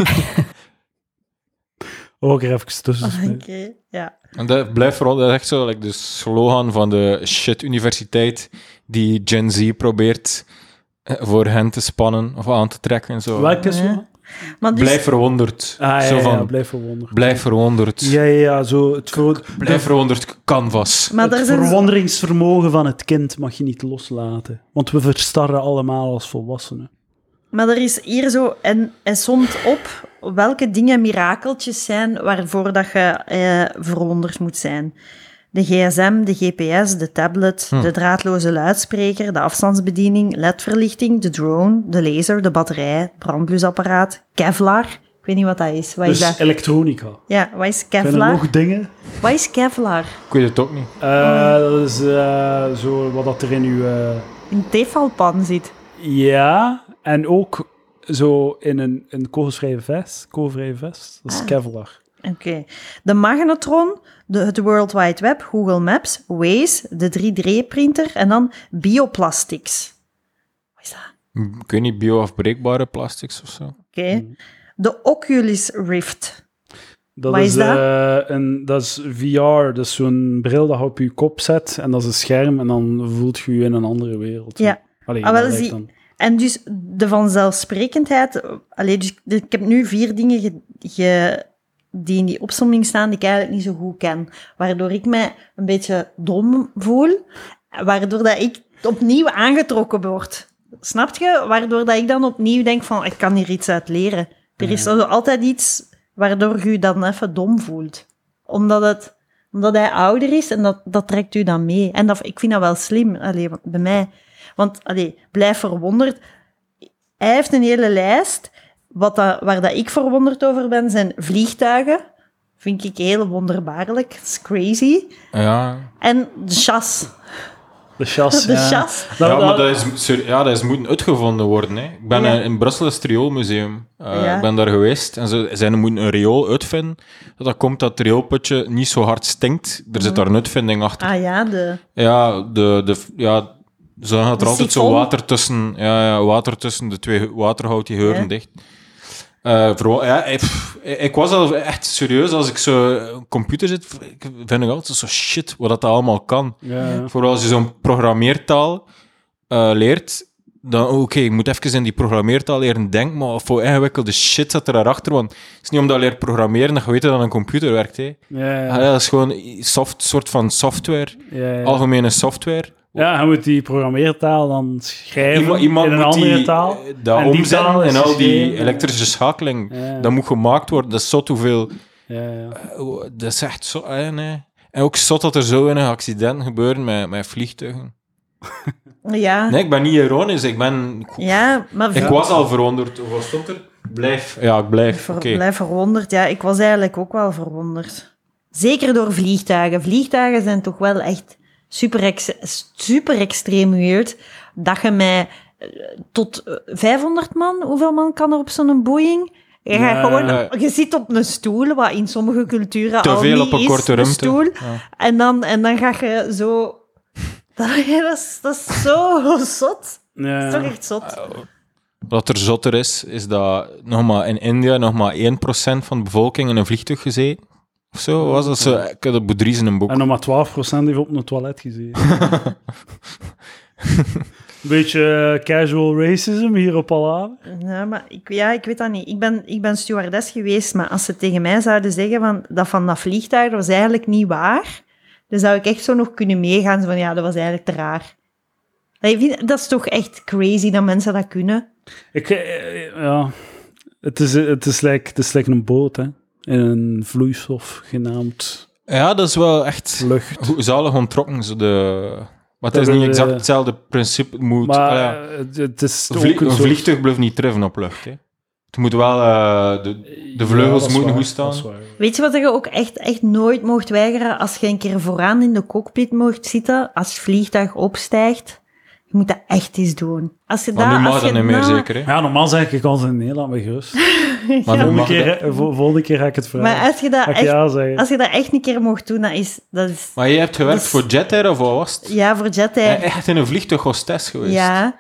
Speaker 1: Ook er even tussen.
Speaker 3: Oké, ja.
Speaker 2: En dat blijft vooral, dat is echt zo like de slogan van de shit-universiteit die Gen Z probeert voor hen te spannen of aan te trekken. En zo.
Speaker 1: Welke zo?
Speaker 3: Maar dus,
Speaker 2: Blijf verwonderd. Zo van,
Speaker 1: blijf verwonderd.
Speaker 2: blijf verwonderd.
Speaker 1: Ja, zo
Speaker 2: Blijf verwonderd, canvas.
Speaker 3: maar
Speaker 1: het
Speaker 3: er zijn
Speaker 1: verwonderingsvermogen van het kind mag je niet loslaten. Want we verstarren allemaal als volwassenen.
Speaker 3: Maar er is hier zo, en hij somt op welke dingen mirakeltjes zijn waarvoor dat je verwonderd moet zijn. De gsm, de gps, de tablet, de draadloze luidspreker, de afstandsbediening, ledverlichting, de drone, de laser, de batterij, het brandblusapparaat, Kevlar. Ik weet niet wat dat is. Wat is
Speaker 1: Dus
Speaker 3: dat?
Speaker 1: elektronica.
Speaker 3: Ja, wat is
Speaker 1: Zijn er
Speaker 3: Kevlar?
Speaker 1: nog dingen?
Speaker 3: Wat is Kevlar?
Speaker 2: Ik weet het ook niet.
Speaker 1: Dat is zo wat dat er in uw...
Speaker 3: In een tefalpan zit.
Speaker 1: Ja, en ook zo in een kogelvrije vest. Dat is Kevlar.
Speaker 3: Oké. De magnetron, het World Wide Web, Google Maps, Waze, de 3D-printer en dan bioplastics. Wat is dat?
Speaker 2: Ik weet niet, bio-afbreekbare plastics of zo.
Speaker 3: Oké. De Oculus Rift.
Speaker 1: Dat
Speaker 3: Wat
Speaker 1: is,
Speaker 3: is dat?
Speaker 1: dat is VR, dat is zo'n bril dat je op je kop zet en dat is een scherm en dan voelt je je in een andere wereld.
Speaker 3: Ja.
Speaker 1: Allee,
Speaker 3: Ah, wel,
Speaker 1: dat lijkt
Speaker 3: zie-
Speaker 1: dan.
Speaker 3: En dus de vanzelfsprekendheid... dus ik heb nu 4 dingen die in die opsomming staan die ik eigenlijk niet zo goed ken. Waardoor ik mij een beetje dom voel. Waardoor dat ik opnieuw aangetrokken wordt. Snap je? Waardoor dat ik dan opnieuw denk van, ik kan hier iets uit leren. Er is altijd iets waardoor je je dan even dom voelt. Omdat hij ouder is en dat trekt u dan mee. En ik vind dat wel slim, bij mij. Want, blijf verwonderd. Hij heeft een hele lijst. Waar dat ik verwonderd over ben, zijn vliegtuigen. Vind ik heel wonderbaarlijk. Het is crazy.
Speaker 2: Ja.
Speaker 3: En de chas.
Speaker 1: De chas,
Speaker 3: De
Speaker 1: ja.
Speaker 3: chas.
Speaker 2: Maar dat is moeten uitgevonden worden. Hè. Ik ben in Brussel het Rioolmuseum. Ik ben daar geweest en ze moeten een riool uitvinden. Dat komt dat het rioolputje niet zo hard stinkt. Er zit daar een uitvinding achter.
Speaker 3: Ah ja,
Speaker 2: Zo gaat er altijd zo water tussen. Water tussen de twee waterhoudt die geuren dicht. Ik was al echt serieus als ik zo een computer zit. Vind ik altijd zo shit wat dat allemaal kan.
Speaker 1: Ja.
Speaker 2: Vooral als je zo'n programmeertaal leert. Dan je moet even in die programmeertaal leren denken, maar voor ingewikkelde shit zat er daarachter. Want het is niet omdat je leert programmeren dat je weet dat een computer werkt. Hè. Dat is gewoon een soort van software. Algemene software.
Speaker 1: Ja, je moet die programmeertaal dan schrijven
Speaker 2: Iemand
Speaker 1: in een
Speaker 2: moet
Speaker 1: andere taal.
Speaker 2: Dat
Speaker 1: En die
Speaker 2: omzetten
Speaker 1: taal is
Speaker 2: en al die
Speaker 1: geschreven.
Speaker 2: elektrische schakeling.
Speaker 1: Ja.
Speaker 2: Dat moet gemaakt worden. Dat is zot hoeveel...
Speaker 1: Ja.
Speaker 2: Dat is echt zo... nee. En ook zot dat er zo weinig accidenten gebeuren met vliegtuigen.
Speaker 3: Ja.
Speaker 2: Nee, ik ben niet ironisch. Ik was al verwonderd. Wat stond er? Blijf. Ja, ik blijf. Oké.
Speaker 3: Blijf verwonderd. Ja, ik was eigenlijk ook wel verwonderd. Zeker door vliegtuigen. Vliegtuigen zijn toch wel echt super extreem weird. Dat je mij tot 500 man, hoeveel man kan er op zo'n Boeing? Je zit op een stoel, wat in sommige culturen
Speaker 2: te
Speaker 3: al
Speaker 2: veel
Speaker 3: niet
Speaker 2: op een
Speaker 3: is,
Speaker 2: korte
Speaker 3: een
Speaker 2: ruimte.
Speaker 3: stoel.
Speaker 2: Ja.
Speaker 3: En dan ga je zo... Dat is zo zot.
Speaker 1: Ja.
Speaker 3: Dat is toch echt zot.
Speaker 2: Wat er zotter is dat in India nog maar 1% van de bevolking in een vliegtuig gezeten. Of zo was dat zo. Ik had de Boudries in een boek.
Speaker 1: En nog maar 12% heeft op een toilet gezeten. Een beetje casual racism hier op Palaver.
Speaker 3: Ja, maar ik weet dat niet. Ik ben stewardess geweest, maar als ze tegen mij zouden zeggen van dat vliegtuig, dat was eigenlijk niet waar, dan zou ik echt zo nog kunnen meegaan. Zo van, ja, dat was eigenlijk te raar. Dat is toch echt crazy dat mensen dat kunnen.
Speaker 1: Het is like een boot, hè. In een vloeistof genaamd...
Speaker 2: Ja, dat is wel echt...
Speaker 1: Lucht.
Speaker 2: Zalig onttrokken. Maar het is niet exact hetzelfde principe.
Speaker 1: Het is
Speaker 2: een vliegtuig blijft niet treffen op lucht. Hè. Het moet wel... de vleugels moeten goed staan.
Speaker 3: Weet je wat je ook echt nooit mocht weigeren? Als je een keer vooraan in de cockpit mocht zitten, als het vliegtuig opstijgt, je moet dat echt eens doen. Als je
Speaker 2: maar nu mag dat niet meer, zeker. Hè?
Speaker 1: Ja, normaal zeg ik als in Nederland met gerust.
Speaker 2: Maar
Speaker 1: Volgende keer ga ik het vragen.
Speaker 3: Maar als je dat echt een keer mocht doen, dat is...
Speaker 2: Maar je hebt gewerkt voor Jet Air, of wat was het?
Speaker 3: Ja, voor Jet Air.
Speaker 2: Echt in een vliegtuig hostess geweest?
Speaker 3: Ja.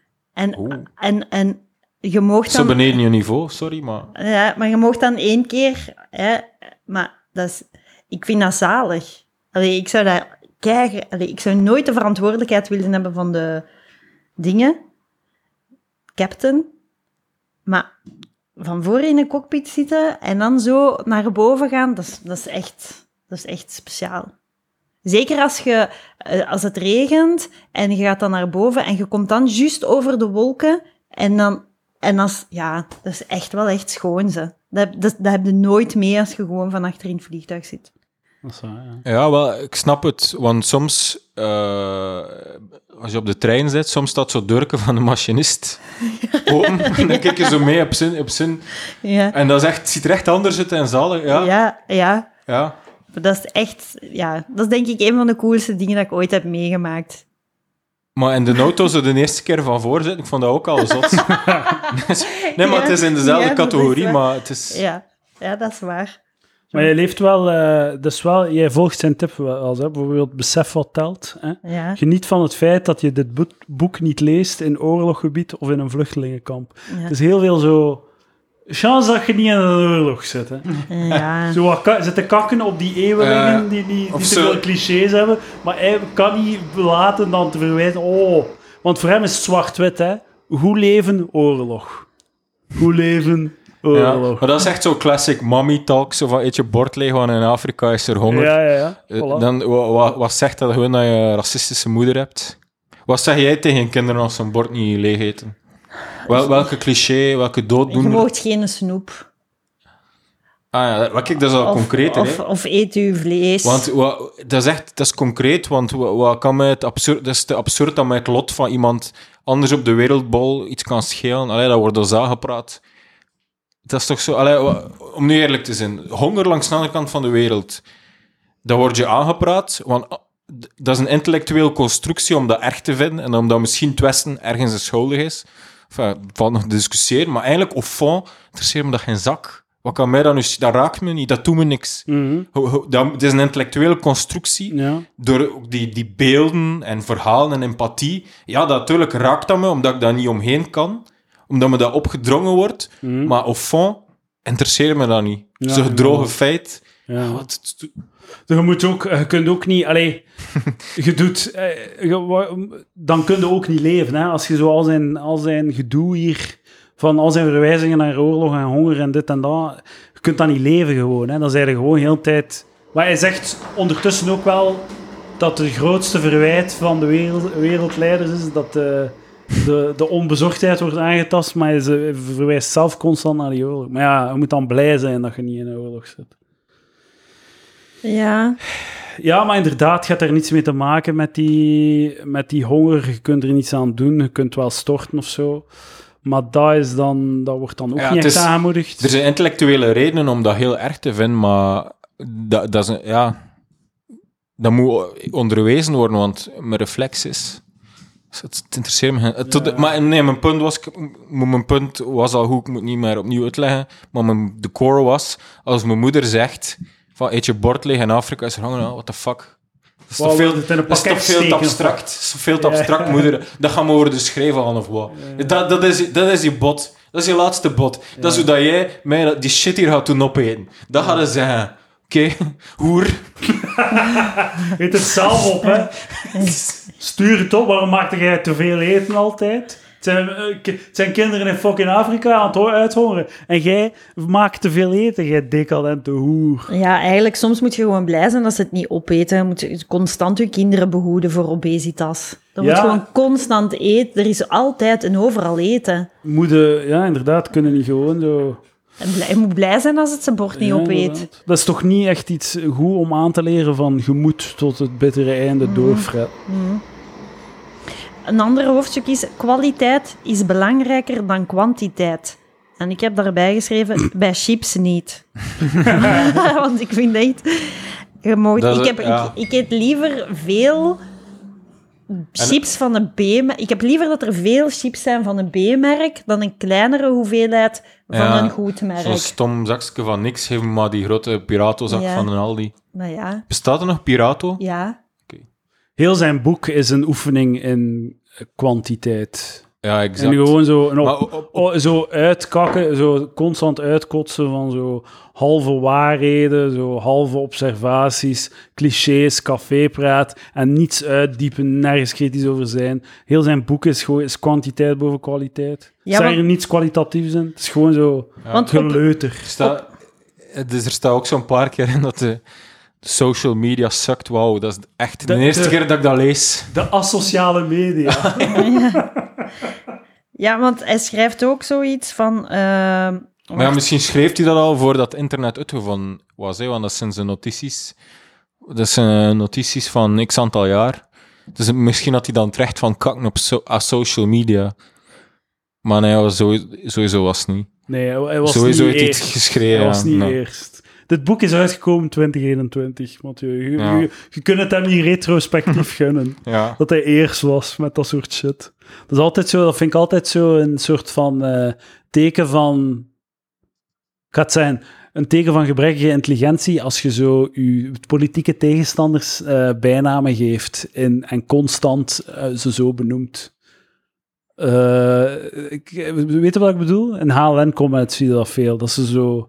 Speaker 3: En je mocht dan...
Speaker 2: Zo beneden je niveau, sorry, maar...
Speaker 3: Ja, maar je mocht dan 1 keer... Hè, maar ik vind dat zalig. Ik zou dat krijgen... Ik zou nooit de verantwoordelijkheid willen hebben van de dingen. Captain. Maar van voor in een cockpit zitten en dan zo naar boven gaan, dat is echt speciaal. Zeker als het regent en je gaat dan naar boven en je komt dan juist over de wolken dat is echt wel echt schoon, ze. Dat heb je nooit mee als je gewoon van achter in het vliegtuig zit.
Speaker 1: Dat is waar,
Speaker 2: ja, wel, ik snap het. Want soms, als je op de trein zit, soms staat zo deurken van de machinist open. En dan kijk je zo mee op zin.
Speaker 3: Ja.
Speaker 2: En dat is echt, ziet er echt anders uit en zalig. Ja.
Speaker 3: Dat is echt... Ja, dat is denk ik een van de coolste dingen dat ik ooit heb meegemaakt.
Speaker 2: Maar in de auto zo de eerste keer van voor zitten, ik vond dat ook al zot. Nee, maar het is in dezelfde categorie, maar het is...
Speaker 3: Ja, dat is waar.
Speaker 1: Maar je leeft wel, jij volgt zijn tip wel, hè? Bijvoorbeeld besef wat telt. Hè?
Speaker 3: Ja.
Speaker 1: Geniet van het feit dat je dit boek niet leest in oorlogsgebied of in een vluchtelingenkamp.
Speaker 3: Ja.
Speaker 1: Het is heel veel zo... Chance dat je niet in een oorlog zit. Hè?
Speaker 3: Ja.
Speaker 1: Zo zitten kakken op die eeuwelingen die te veel clichés hebben, maar hij kan niet laten dan te verwijten. Want voor hem is het zwart-wit, hè. Hoe leven? Oorlog. Hoe leven? Oorlog.
Speaker 2: Ja, maar dat is echt zo classic mommy talk, zo van eet je bord leeg, want in Afrika is er honger.
Speaker 1: Ja. Voilà.
Speaker 2: Dan, wat zegt dat gewoon dat je een racistische moeder hebt? Wat zeg jij tegen kinderen als ze een bord niet leeg eten? Welke cliché, welke dooddoener?
Speaker 3: Je mag geen snoep.
Speaker 2: Dat is al concreter.
Speaker 3: Of eet uw vlees.
Speaker 2: Want dat is concreet, want wat kan mij het absurd... Dat is te absurd dat mij het lot van iemand anders op de wereldbol iets kan schelen. Dat wordt ons aangepraat. Dat is toch zo... om nu eerlijk te zijn, honger langs de andere kant van de wereld, dat wordt je aangepraat, want dat is een intellectuele constructie om dat erg te vinden en omdat misschien het Westen ergens schuldig is. Enfin, valt nog te discussiëren, maar eigenlijk, au fond, interesseert me dat geen zak. Wat kan mij dan nu... Dat raakt me niet, dat doet me niks.
Speaker 1: Mhm.
Speaker 2: Het is een intellectuele constructie,
Speaker 1: Ja.
Speaker 2: door die beelden en verhalen en empathie. Ja, natuurlijk raakt dat me, omdat ik daar niet omheen kan. Omdat me dat opgedrongen wordt.
Speaker 1: Mhm.
Speaker 2: Maar au fond, interesseert me dat niet.
Speaker 1: Ja,
Speaker 2: Zo'n gedrogen
Speaker 1: ja.
Speaker 2: feit.
Speaker 1: Ja. Je kunt ook niet... dan kun je ook niet leven. Hè? Als je zo al zijn gedoe hier... Van al zijn verwijzingen naar oorlog en honger en dit en dat... Je kunt dat niet leven gewoon. Hè? Dan zijn er gewoon heel de tijd... Maar hij zegt ondertussen ook wel... dat de grootste verwijt van de wereldleiders is... dat de onbezorgdheid wordt aangetast, maar ze verwijst zelf constant naar die oorlog. Maar ja, je moet dan blij zijn dat je niet in een oorlog zit.
Speaker 3: Ja.
Speaker 1: Ja, maar inderdaad, gaat er niets mee te maken met die honger. Je kunt er niets aan doen. Je kunt wel storten of zo. Maar dat wordt dan ook niet echt aangemoedigd.
Speaker 2: Er zijn intellectuele redenen om dat heel erg te vinden, maar dat moet onderwezen worden, want mijn reflex is... Het interesseert me. Maar nee, mijn punt was al goed, ik moet niet meer opnieuw uitleggen, maar de core was, als mijn moeder zegt van eet je bord leeg in Afrika, is er gewoon, what the fuck? Dat is toch veel te abstract. Dat is toch veel te abstract, moeder. Dat gaan we over de schrijven aan of wat. Dat is je bot. Dat is je laatste bot. Dat is hoe dat jij mij die shit hier gaat doen opeten. Dat gaat je zeggen. Oké, hoer.
Speaker 1: Eet het zelf op, hè. Stuur het op. Waarom maakte jij te veel eten altijd? Het zijn kinderen in fucking Afrika aan het uithongeren. En jij maakt te veel eten, jij decadente hoer.
Speaker 3: Ja, eigenlijk, soms moet je gewoon blij zijn dat ze het niet opeten. Je moet constant je kinderen behoeden voor obesitas. Je moet gewoon constant eten. Er is altijd en overal eten.
Speaker 1: Inderdaad, kunnen niet gewoon zo...
Speaker 3: Je moet blij zijn als het zijn bord niet opeet.
Speaker 1: Inderdaad. Dat is toch niet echt iets goed om aan te leren van je moet tot het bittere einde doorfretten.
Speaker 3: Een ander hoofdstuk is: kwaliteit is belangrijker dan kwantiteit. En ik heb daarbij geschreven, bij chips niet. Want ik vind dat ik eet liever veel chips van een B-merk. Ik heb liever dat er veel chips zijn van een B-merk dan een kleinere hoeveelheid van een goed merk.
Speaker 2: Zo'n stom zakje van niks, geef me maar die grote Pirato-zak van een Aldi.
Speaker 3: Maar ja.
Speaker 2: Bestaat er nog Pirato?
Speaker 3: Ja.
Speaker 1: Heel zijn boek is een oefening in kwantiteit.
Speaker 2: Ja, exact.
Speaker 1: En gewoon zo uitkakken, zo constant uitkotsen van zo halve waarheden, zo halve observaties, clichés, cafépraat en niets uitdiepen, nergens kritisch over zijn. Heel zijn boek is kwantiteit boven kwaliteit.
Speaker 3: Ja,
Speaker 1: Zijn er niets kwalitatiefs in? Het is gewoon zo geleuter.
Speaker 2: Er staat ook zo'n paar keer in dat de social media sukt. Wauw, dat is echt de eerste keer dat ik dat lees.
Speaker 1: De asociale media.
Speaker 3: Ja, want hij schrijft ook zoiets van...
Speaker 2: Maar ja, misschien schreef hij dat al voordat internet uitgevonden was, hè, want dat zijn zijn notities. Dat zijn notities van x aantal jaar. Dus misschien had hij dan terecht van kakken op social media. Maar nee, sowieso was het niet.
Speaker 1: Nee, hij was
Speaker 2: sowieso
Speaker 1: niet
Speaker 2: heeft
Speaker 1: eerst.
Speaker 2: iets geschreven.
Speaker 1: Hij was niet eerst. Dit boek is uitgekomen in 2021, Mathieu. Je kunt het hem niet retrospectief gunnen.
Speaker 2: Ja.
Speaker 1: Dat hij eerst was met dat soort shit. Dat is altijd zo, dat vind ik altijd zo een soort van teken van... Gaat zijn een teken van gebrekkige intelligentie als je zo je politieke tegenstanders bijnamen geeft en constant ze zo benoemt. Weet je wat ik bedoel? In HLN-comments zie je dat veel. Dat ze zo...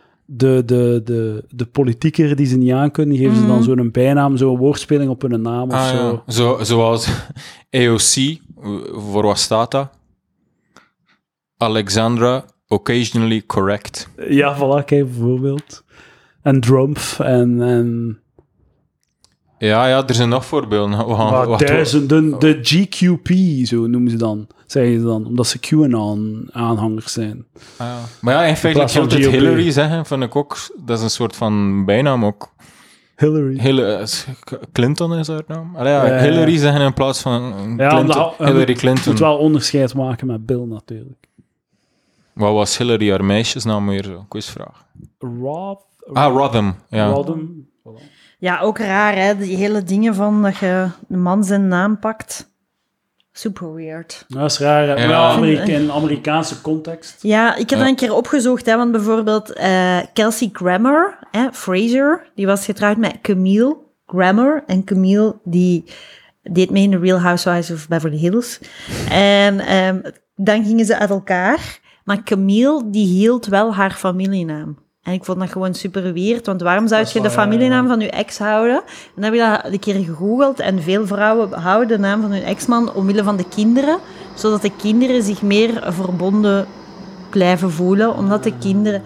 Speaker 1: De politieker die ze niet aankunnen, geven ze dan zo'n bijnaam, zo'n woordspeling op hun naam of zo.
Speaker 2: Ja. Zoals AOC, voor wat staat dat? Alexandra, occasionally correct.
Speaker 1: Ja, voilà, kijk, bijvoorbeeld. En Drumpf en
Speaker 2: Ja, er zijn nog voorbeelden. We gaan,
Speaker 1: Maar
Speaker 2: wacht,
Speaker 1: duizenden, de GQP, zo noemen ze dan. Zeggen ze dan, omdat ze QAnon-aanhangers zijn.
Speaker 2: Maar ja, in feite
Speaker 1: plaats van
Speaker 2: geldt het
Speaker 1: GOP.
Speaker 2: Hillary zeggen, vind ik ook. Dat is een soort van bijnaam ook.
Speaker 1: Hillary.
Speaker 2: Clinton is haar naam. Allee, ja,
Speaker 1: Ja.
Speaker 2: Hillary zeggen in plaats van
Speaker 1: Ja,
Speaker 2: Clinton,
Speaker 1: omdat
Speaker 2: Hillary
Speaker 1: je
Speaker 2: Clinton.
Speaker 1: moet wel onderscheid maken met Bill, natuurlijk.
Speaker 2: Wat was Hillary haar meisjesnaam weer zo? Quizvraag. Rodham. Ja.
Speaker 1: Rodham.
Speaker 3: Ja, ook raar, hè? Die hele dingen van dat je de man zijn naam pakt. Super weird.
Speaker 1: Dat is raar. Hè.
Speaker 2: Ja.
Speaker 1: Ja, in Amerikaanse context.
Speaker 3: Ja, ik heb dat een keer opgezocht, hè, want bijvoorbeeld Kelsey Grammer, Fraser, die was getrouwd met Camille Grammer. En Camille, die deed mee in The Real Housewives of Beverly Hills. En dan gingen ze uit elkaar. Maar Camille, die hield wel haar familienaam. En ik vond dat gewoon super weird, want waarom zou je de familienaam van je ex houden? En dan heb je dat een keer gegoogeld en veel vrouwen houden de naam van hun ex-man omwille van de kinderen, zodat de kinderen zich meer verbonden blijven voelen, omdat de kinderen...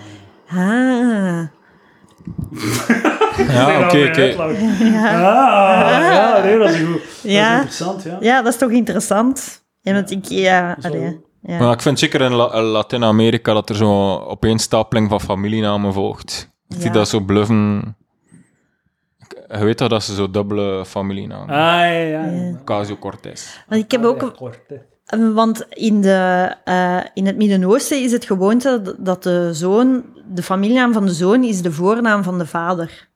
Speaker 2: Ja, oké.
Speaker 1: Ja, nee, dat is goed.
Speaker 3: Ja.
Speaker 1: Dat is interessant, ja.
Speaker 3: Ja, dat is toch interessant? Ja, want ik... Ja,
Speaker 1: Zo.
Speaker 3: allee, ja.
Speaker 2: Maar ik vind zeker in Latijns-Amerika dat er zo opeenstapeling van familienamen volgt. Dat die
Speaker 3: Ja.
Speaker 2: dat zo bluffen. Je weet toch dat ze zo dubbele familienamen
Speaker 1: Ja.
Speaker 2: Ocasio Cortez.
Speaker 3: Want ik heb ook... Want in het Midden-Oosten is het gewoonte dat de familienaam van de zoon is de voornaam van de vader.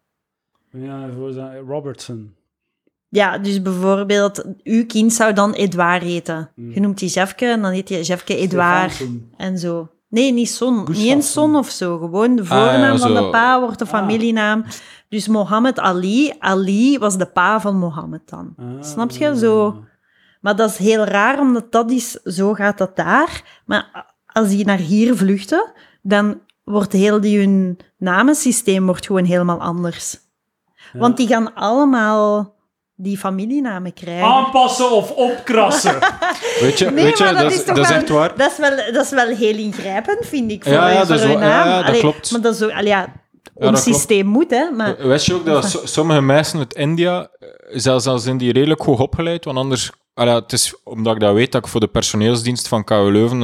Speaker 1: Ja, Robertson.
Speaker 3: Ja, dus bijvoorbeeld, uw kind zou dan Edouard heten. Je noemt die Jefke en dan heet je Jefke Edouard
Speaker 1: Stefansson.
Speaker 3: en zo. Nee, niet Son. Niet
Speaker 1: Gustafsson.
Speaker 3: eens Son of zo. Gewoon de voornaam van
Speaker 2: zo.
Speaker 3: de pa wordt de familienaam. Dus Mohammed Ali. Ali was de pa van Mohammed dan. Snap je? Zo. Maar dat is heel raar, omdat dat is... Zo gaat dat daar. Maar als die naar hier vluchten, dan wordt hun namensysteem wordt gewoon helemaal anders.
Speaker 1: Ja.
Speaker 3: Want die gaan allemaal die familienamen krijgen.
Speaker 1: Aanpassen of opkrassen.
Speaker 2: Weet je,
Speaker 3: Nee, maar
Speaker 2: dat is echt waar.
Speaker 3: Dat is wel heel ingrijpend, vind ik, voor,
Speaker 2: Ja,
Speaker 3: voor
Speaker 2: dat is
Speaker 3: hun
Speaker 2: wel-
Speaker 3: naam.
Speaker 2: ja, dat
Speaker 3: Allee,
Speaker 2: klopt.
Speaker 3: Maar dat is ook...
Speaker 2: dat
Speaker 3: ons
Speaker 2: klopt.
Speaker 3: systeem moet, hè. Maar,
Speaker 2: Wist je ook dat sommige mensen uit India, zelfs al zijn die redelijk hoog opgeleid, want anders... het is omdat ik dat weet, dat ik voor de personeelsdienst van KU Leuven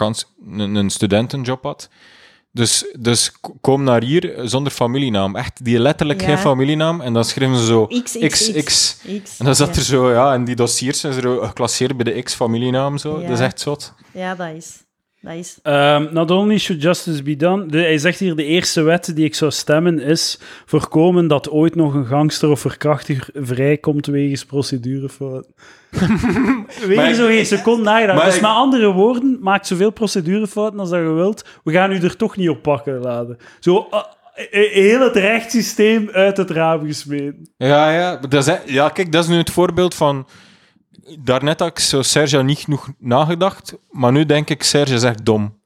Speaker 2: een studentenjob had. Dus kom naar hier zonder familienaam. Echt, die letterlijk
Speaker 3: Ja.
Speaker 2: geen familienaam. En dan schrijven ze zo XX. En dan zat er zo, ja, en die dossiers zijn zo geclasseerd bij de X-familienaam. Zo.
Speaker 3: Ja.
Speaker 2: Dat is echt zot.
Speaker 3: Ja, dat is...
Speaker 1: Not only should justice be done... hij zegt hier, de eerste wet die ik zou stemmen is voorkomen dat ooit nog een gangster of verkrachtiger vrijkomt wegens procedurefout. Wegens zo geen seconde nagedacht. Dus met andere woorden, maak zoveel procedurefouten als dat je wilt. We gaan u er toch niet op pakken laten. Zo... heel het rechtssysteem uit het raam gesmeten.
Speaker 2: Ja, kijk, dat is nu het voorbeeld van... Daarnet had ik zo Serge niet genoeg nagedacht, maar nu denk ik, Serge is echt dom.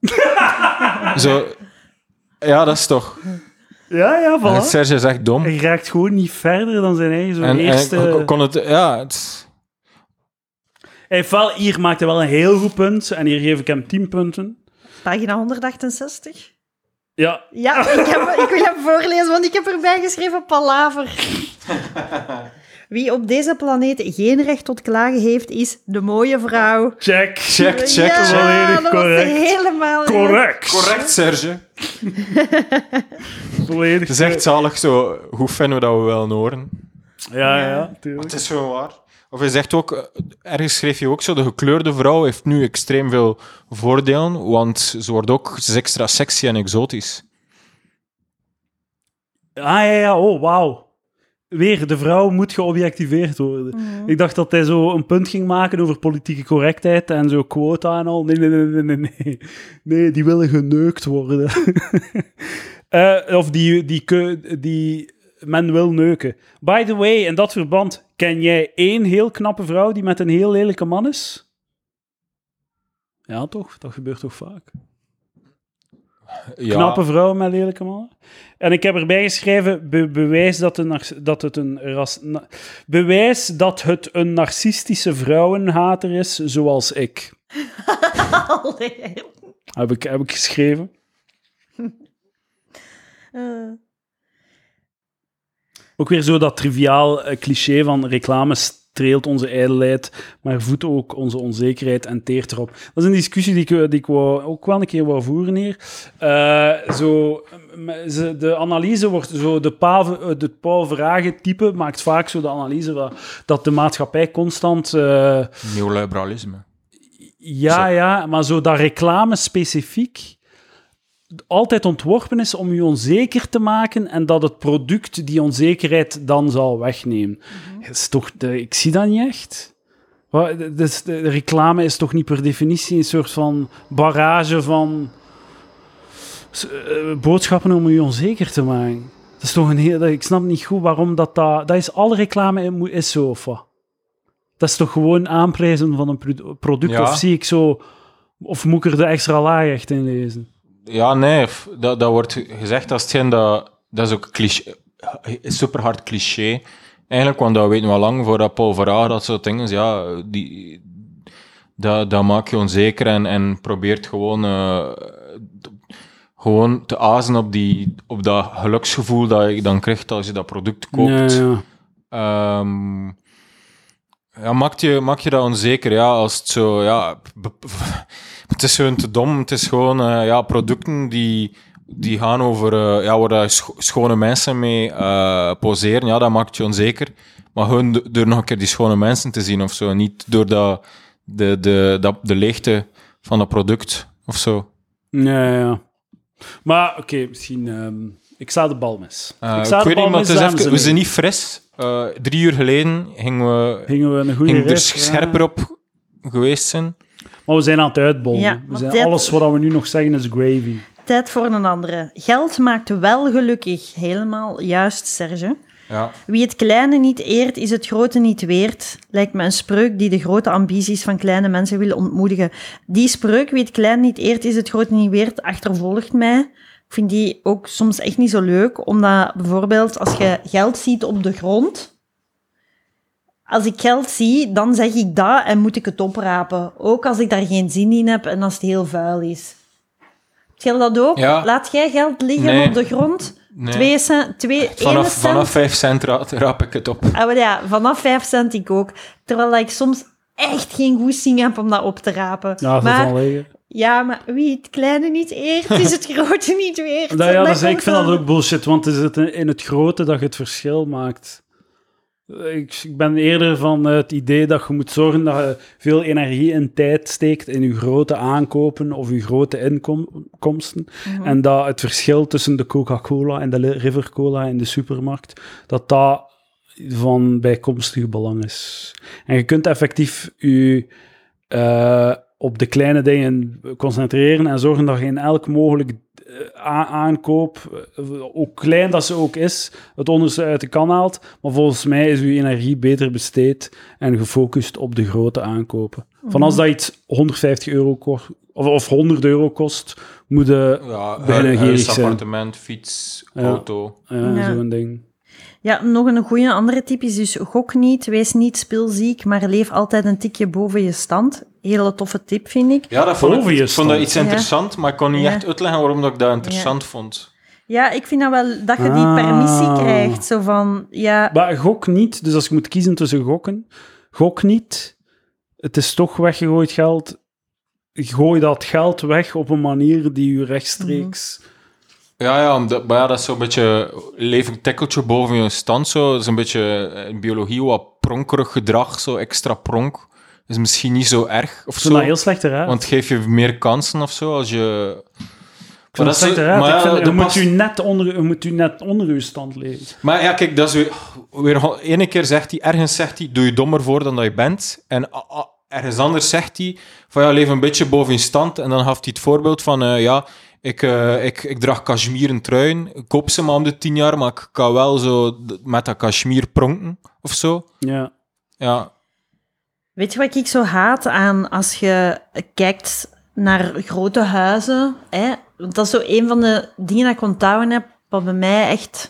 Speaker 2: Zo... Ja, dat is toch...
Speaker 1: Ja, voilà.
Speaker 2: Serge is echt dom.
Speaker 1: Hij raakt gewoon niet verder dan zijn eigen zo'n eerste...
Speaker 2: En kon het... Ja, het...
Speaker 1: Hij heeft wel, hier maakt hij wel een heel goed punt. En hier geef ik hem 10 punten.
Speaker 3: Pagina 168.
Speaker 1: Ja.
Speaker 3: Ja, ik wil hem voorlezen, want ik heb erbij geschreven palaver. Wie op deze planeet geen recht tot klagen heeft, is de mooie vrouw.
Speaker 1: Check.
Speaker 3: Ja,
Speaker 1: Volledig
Speaker 3: dat
Speaker 1: correct.
Speaker 3: was helemaal...
Speaker 2: Correct, Serge.
Speaker 1: Volledig
Speaker 2: Het is echt zalig zo, hoe vinden we dat we wel horen.
Speaker 1: Ja, tuurlijk.
Speaker 2: Het is zo waar. Of hij zegt ook, ergens schreef je ook zo, de gekleurde vrouw heeft nu extreem veel voordelen, want ze is extra sexy en exotisch.
Speaker 1: Oh, wauw. Weer, de vrouw moet geobjectiveerd worden. Ik dacht dat hij zo een punt ging maken over politieke correctheid en zo quota en al. Nee. Nee, die willen geneukt worden. Of die men wil neuken. By the way, in dat verband, ken jij één heel knappe vrouw die met een heel lelijke man is? Ja, toch? Dat gebeurt toch vaak?
Speaker 2: Ja.
Speaker 1: Knappe vrouwen met lelijke mannen. En ik heb erbij geschreven, bewijs dat het een narcistische vrouwenhater is, zoals ik.
Speaker 3: Allee.
Speaker 1: Heb ik geschreven. Ook weer zo dat triviaal cliché van reclame streelt onze ijdelheid, maar voedt ook onze onzekerheid en teert erop. Dat is een discussie die ik ook wel een keer wou voeren hier. De analyse wordt zo... De Paul Verhagen-type maakt vaak zo de analyse dat de maatschappij constant...
Speaker 2: Neoliberalisme.
Speaker 1: Ja, maar zo dat reclame specifiek altijd ontworpen is om je onzeker te maken en dat het product die onzekerheid dan zal wegnemen. Is toch ik zie dat niet echt. Dus de reclame is toch niet per definitie een soort van barrage van boodschappen om je onzeker te maken. Dat is toch ik snap niet goed waarom dat is alle reclame is zo, of wat? Dat is toch gewoon aanprijzen van een product,
Speaker 2: Ja.
Speaker 1: of zie ik zo... Of moet ik er de extra laag echt in lezen?
Speaker 2: Ja, nee, dat wordt gezegd als hetgeen dat is ook super hard cliché. Eigenlijk, want dat weten we al lang voordat Paul Verhagen dat soort dingen is. Ja, dat maakt je onzeker en probeert gewoon te azen op dat geluksgevoel dat je dan krijgt als je dat product koopt.
Speaker 1: Ja.
Speaker 2: Ja, maak je dat onzeker, ja, als het zo, ja, het is gewoon te dom, het is gewoon, producten die gaan over, waar daar schone mensen mee poseren, ja, dat maakt je onzeker, maar gewoon door nog een keer die schone mensen te zien of zo, niet door de leegte van dat product of zo.
Speaker 1: Ja. Maar, oké, misschien... ik sta de bal mis.
Speaker 2: Ik weet niet, maar het is even, we zijn niet fris. 3 uur geleden gingen we
Speaker 1: een goede
Speaker 2: er
Speaker 1: riff,
Speaker 2: scherper op geweest zijn.
Speaker 1: Maar we zijn aan het uitbollen.
Speaker 3: Ja,
Speaker 1: Alles wat we nu nog zeggen is gravy.
Speaker 3: Tijd voor een andere. Geld maakt wel gelukkig. Helemaal juist, Serge.
Speaker 2: Ja.
Speaker 3: Wie het kleine niet eert, is het grote niet weerd. Lijkt me een spreuk die de grote ambities van kleine mensen wil ontmoedigen. Die spreuk, wie het kleine niet eert, is het grote niet weerd, achtervolgt mij. Ik vind die ook soms echt niet zo leuk, omdat bijvoorbeeld als je geld ziet op de grond... Als ik geld zie, dan zeg ik dat en moet ik het oprapen. Ook als ik daar geen zin in heb en als het heel vuil is. Heb je dat ook?
Speaker 2: Ja.
Speaker 3: Laat jij geld liggen op de grond?
Speaker 2: Nee. Vanaf 5 cent raap ik het op.
Speaker 3: Ah, maar ja, vanaf 5 cent ik ook. Terwijl ik soms echt geen goesting heb om dat op te rapen.
Speaker 1: Ja, dat zal liggen.
Speaker 3: Ja, maar wie het kleine niet eert, is het grote niet weerd.
Speaker 1: Ik vind dat ook bullshit, want het is in het grote dat je het verschil maakt. Ik ben eerder van het idee dat je moet zorgen dat je veel energie en tijd steekt in je grote aankopen of je grote inkomsten. Mm-hmm. En dat het verschil tussen de Coca-Cola en de River Cola in de supermarkt, dat van bijkomstig belang is. En je kunt effectief je op de kleine dingen concentreren en zorgen dat je in elk mogelijk aankoop, hoe klein dat ze ook is, het onderste uit de kan haalt. Maar volgens mij is uw energie beter besteed en gefocust op de grote aankopen. Van als dat iets €150 kost, of €100 kost, moet je bijna gierig zijn.
Speaker 2: Appartement, fiets, auto.
Speaker 1: Ja, zo'n ding.
Speaker 3: Ja, nog een goede andere tip is dus gok niet, wees niet speelziek, maar leef altijd een tikje boven je stand. Hele toffe tip, vind ik.
Speaker 2: Ja, dat vond ik iets interessant, maar ik kon niet echt uitleggen waarom dat ik dat interessant vond.
Speaker 3: Ja, ik vind dat wel dat je die permissie krijgt. Zo van, ja...
Speaker 1: Maar gok niet, dus als je moet kiezen tussen gokken, gok niet. Het is toch weggegooid geld. Gooi dat geld weg op een manier die je rechtstreeks...
Speaker 2: Ja, dat is zo'n beetje... Leef een tikkeltje boven je stand, zo. Dat is een beetje in biologie wat pronkerig gedrag, zo extra pronk. Is misschien niet zo erg, of zo.
Speaker 1: Dat heel slecht eruit.
Speaker 2: Want geef je meer kansen, of zo, als je...
Speaker 1: Maar dat slecht eruit. Je moet u net onder uw stand leven.
Speaker 2: Maar ja, kijk, dat is weer ene keer ergens zegt hij, doe je dommer voor dan dat je bent. En ergens anders zegt hij, van ja, leef een beetje boven je stand. En dan gaf hij het voorbeeld van, ik draag cashmieren truien. Ik koop ze maar om de 10 jaar, maar ik kan wel zo met dat cashmier pronken, of zo. Ja.
Speaker 3: Weet je wat ik zo haat aan als je kijkt naar grote huizen? Hè? Dat is zo een van de dingen dat ik onthouden heb, wat bij mij echt...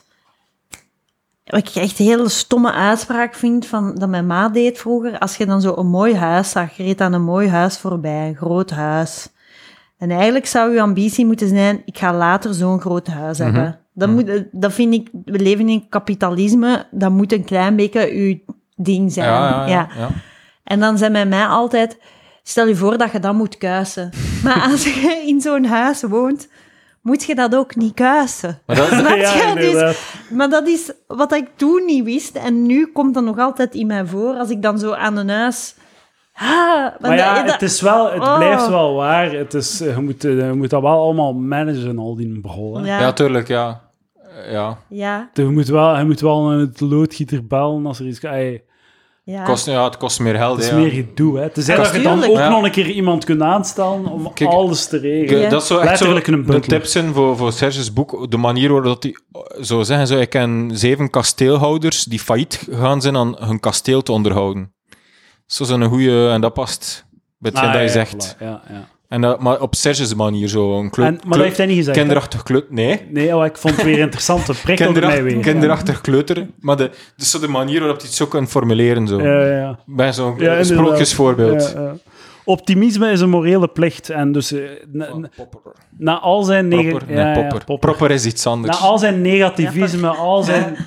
Speaker 3: Wat ik echt een hele stomme uitspraak vind, dat mijn ma deed vroeger. Als je dan zo een mooi huis zag, je reed aan een mooi huis voorbij, een groot huis. En eigenlijk zou je ambitie moeten zijn, ik ga later zo'n groot huis hebben. Dat vind ik, we leven in kapitalisme, dat moet een klein beetje uw ding zijn.
Speaker 2: Ja.
Speaker 3: En dan zijn bij mij altijd, stel je voor dat je dat moet kuisen. Maar als je in zo'n huis woont, moet je dat ook niet kuisen.
Speaker 2: Maar dat,
Speaker 3: Snap je?
Speaker 1: Ja, inderdaad.
Speaker 3: Maar dat is wat ik toen niet wist. En nu komt dat nog altijd in mij voor, als ik dan zo aan een huis...
Speaker 1: Maar ja, het blijft wel waar. Je moet dat wel allemaal managen, al die brol. Hè.
Speaker 2: ja, tuurlijk, ja.
Speaker 3: Ja.
Speaker 1: Je moet wel met de loodgieter bellen als er iets...
Speaker 2: Het kost meer geld.
Speaker 1: Het is meer gedoe, hè. Tenzij dat je dan ook nog een keer iemand kunt aanstellen om alles te regelen.
Speaker 2: Dat zou echt
Speaker 1: Letterlijk een
Speaker 2: de
Speaker 1: butler.
Speaker 2: tips zijn voor Serge's boek. De manier waarop hij zou zeggen, ik ken 7 kasteelhouders die failliet gegaan zijn aan hun kasteel te onderhouden. Zo is een goeie, en dat past bij hetgeen dat je zegt.
Speaker 1: Ja.
Speaker 2: En maar op Serge's manier, zo een
Speaker 1: Maar dat heeft hij niet gezegd.
Speaker 2: kinderachtig kleuter. Nee.
Speaker 1: Nee, ik vond het weer interessant. Het prikkelde mij weer.
Speaker 2: Kinderachtig kleuter. Maar dus zo de manier waarop hij het zo kan formuleren. Zo.
Speaker 1: Ja.
Speaker 2: Bij zo'n
Speaker 1: Ja,
Speaker 2: sprookjesvoorbeeld.
Speaker 1: Ja. Optimisme is een morele plicht. En dus na al zijn...
Speaker 2: Popper is iets anders.
Speaker 1: Na al zijn negativisme, al zijn...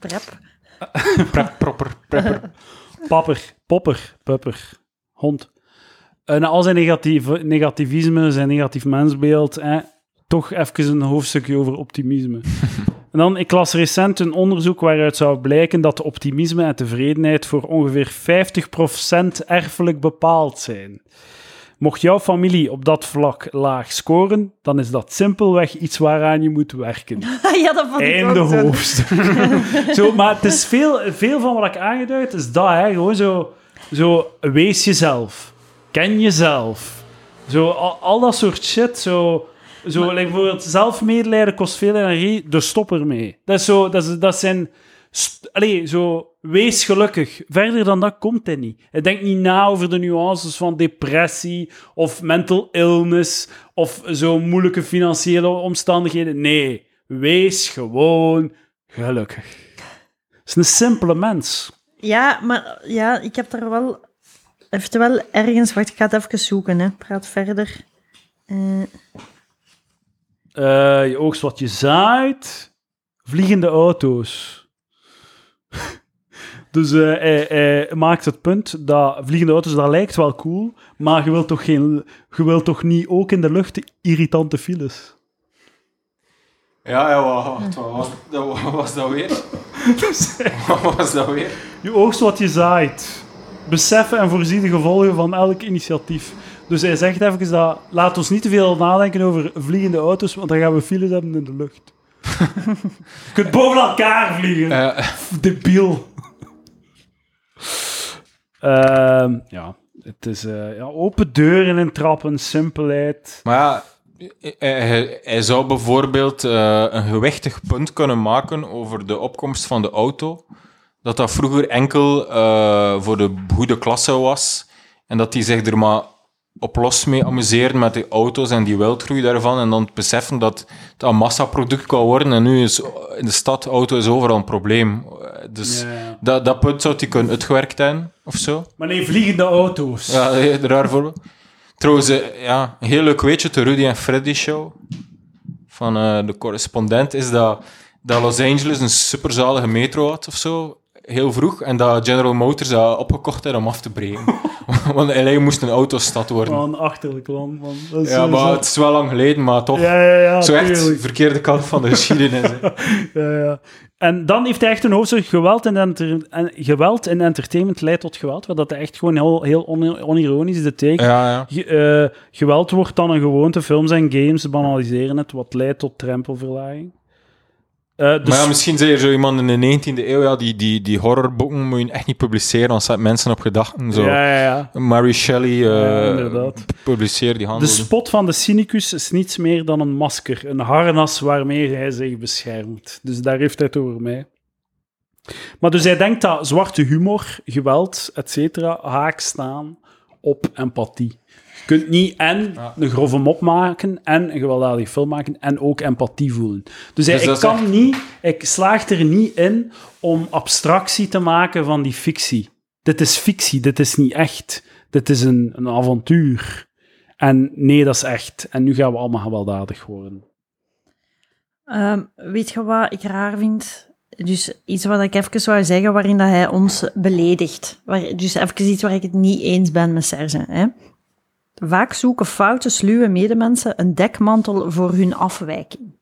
Speaker 2: Prepper.
Speaker 1: Popper, hond. Na al zijn negativisme, zijn negatief mensbeeld, toch even een hoofdstukje over optimisme. En dan, ik las recent een onderzoek waaruit zou blijken dat optimisme en tevredenheid voor ongeveer 50% erfelijk bepaald zijn. Mocht jouw familie op dat vlak laag scoren, dan is dat simpelweg iets waaraan je moet werken.
Speaker 3: Ja, dat vond ik
Speaker 1: Einde
Speaker 3: ook zo.
Speaker 1: hoofdstuk. Maar het is veel van wat ik aangeduid, is dat, hè. Gewoon zo wees jezelf. Ken jezelf. Zo, al dat soort shit, like bijvoorbeeld zelfmedelijden kost veel energie, dus stop ermee. Dat zijn... wees gelukkig. Verder dan dat komt hij niet. Hij denkt niet na over de nuances van depressie of mental illness of zo moeilijke financiële omstandigheden. Nee, wees gewoon gelukkig. Het is een simpele mens.
Speaker 3: Ja, maar ja, ik heb daar wel... Heeft wel ergens... Wacht, ik ga het even zoeken, hè. Praat verder.
Speaker 1: Je oogst wat je zaait. Vliegende auto's. Dus hij maakt het punt dat vliegende auto's, dat lijkt wel cool, maar je wilt toch niet ook in de lucht irritante files?
Speaker 2: Ja, wat was dat weer? Wat was dat weer?
Speaker 1: Je oogst wat je zaait. Beseffen en voorzie de gevolgen van elk initiatief. Dus hij zegt even dat, laat ons niet te veel nadenken over vliegende auto's, want dan gaan we files hebben in de lucht. Je kunt boven elkaar vliegen. Debiel. Ja, het is open deuren en trappen, simpelheid.
Speaker 2: Maar ja, hij zou bijvoorbeeld een gewichtig punt kunnen maken over de opkomst van de auto. Dat vroeger enkel voor de goede klasse was. En dat die zich er maar op los mee amuseren met die auto's en die wildgroei daarvan. En dan beseffen dat het een massaproduct kan worden. En nu is in de stad, auto is overal een probleem. Dus dat punt zou hij kunnen uitgewerkt hebben, of zo.
Speaker 1: Maar nee, vliegende auto's.
Speaker 2: Ja, een raar voorbeeld. Trouwens, een heel leuk weetje, de Rudy en Freddy show van de correspondent, is dat Los Angeles een superzalige metro had, of zo. Heel vroeg, en dat General Motors dat opgekocht had om af te breken. Want LA moest een autostad worden.
Speaker 1: Een achterlijk land, man.
Speaker 2: Maar het is wel lang geleden, maar toch.
Speaker 1: Ja,
Speaker 2: zo echt
Speaker 1: tuurlijk.
Speaker 2: verkeerde kant van de geschiedenis.
Speaker 1: Ja. En dan heeft hij echt een hoofdstuk geweld en entertainment leidt tot geweld, waar dat hij echt gewoon heel onironisch de take.
Speaker 2: Ja.
Speaker 1: Geweld wordt dan een gewoonte, films en games banaliseren het, wat leidt tot drempelverlaging. Dus...
Speaker 2: Maar misschien zei er zo iemand in de 19e eeuw, die horrorboeken moet je echt niet publiceren, want er zaten mensen op gedachten. Zo.
Speaker 1: Ja.
Speaker 2: Mary Shelley publiceerde die handel.
Speaker 1: De spot van de cynicus is niets meer dan een masker, een harnas waarmee hij zich beschermt. Dus daar heeft hij het over mij. Maar dus hij denkt dat zwarte humor, geweld, etc. haak staan op empathie. Je kunt niet een grove mop maken en een gewelddadige film maken en ook empathie voelen. Dus hij slaagt er niet in om abstractie te maken van die fictie. Dit is fictie, dit is niet echt. Dit is een avontuur. En nee, dat is echt. En nu gaan we allemaal gewelddadig worden.
Speaker 3: Weet je wat ik raar vind? Dus iets wat ik even wou zeggen, waarin dat hij ons beledigt. Dus even iets waar ik het niet eens ben met Serge. Hè? Vaak zoeken foute, sluwe medemensen een dekmantel voor hun afwijking.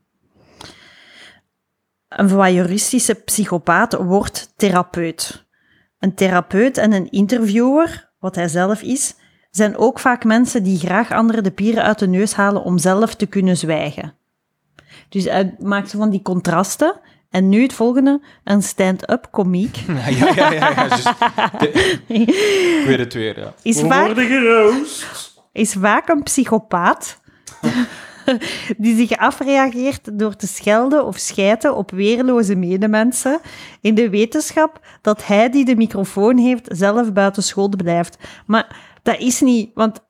Speaker 3: Een voyeuristische psychopaat wordt therapeut. Een therapeut en een interviewer, wat hij zelf is, zijn ook vaak mensen die graag anderen de pieren uit de neus halen om zelf te kunnen zwijgen. Dus hij maakt zo van die contrasten. En nu het volgende, een stand-up komiek.
Speaker 2: Ja. Dus ik weet het weer, ja.
Speaker 3: Is vaak een psychopaat die zich afreageert door te schelden of schijten op weerloze medemensen in de wetenschap dat hij die de microfoon heeft zelf buiten schot blijft. Maar dat is niet, want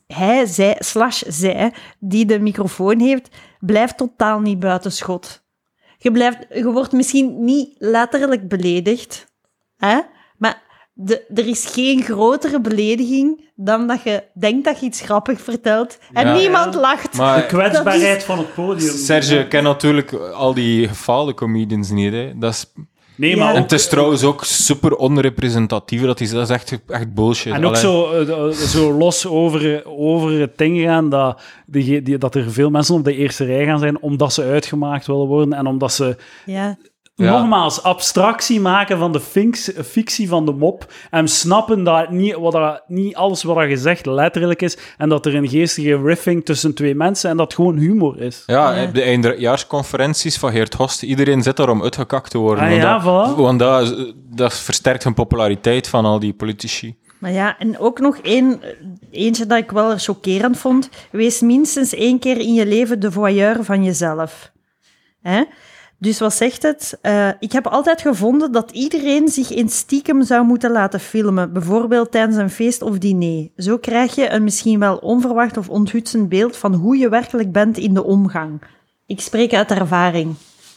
Speaker 3: zij die de microfoon heeft, blijft totaal niet buiten schot. Je wordt misschien niet letterlijk beledigd, hè? Maar er is geen grotere belediging dan dat je denkt dat je iets grappig vertelt en niemand lacht.
Speaker 2: Maar
Speaker 1: de kwetsbaarheid van het podium.
Speaker 2: Serge kent natuurlijk al die gefaalde comedians niet, hè. Dat is...
Speaker 1: Nee, maar
Speaker 2: en het is trouwens ook super onrepresentatief. Dat is echt bullshit.
Speaker 1: En ook zo los over het ding gaan dat er veel mensen op de eerste rij gaan zijn omdat ze uitgemaakt willen worden en omdat ze...
Speaker 3: Ja.
Speaker 1: Nogmaals, abstractie maken van de fictie van de mop en snappen dat niet alles wat er gezegd letterlijk is en dat er een geestige riffing tussen twee mensen en dat gewoon humor is.
Speaker 2: Ja, de eindejaarsconferenties van Geert Host, iedereen zit daar om uitgekakt te worden. Want dat versterkt hun populariteit van al die politici.
Speaker 3: Maar ja, en ook nog eentje dat ik wel chockerend vond. Wees minstens 1 keer in je leven de voyeur van jezelf. Hè? Dus wat zegt het? Ik heb altijd gevonden dat iedereen zich in stiekem zou moeten laten filmen, bijvoorbeeld tijdens een feest of diner. Zo krijg je een misschien wel onverwacht of onthutsend beeld van hoe je werkelijk bent in de omgang. Ik spreek uit ervaring.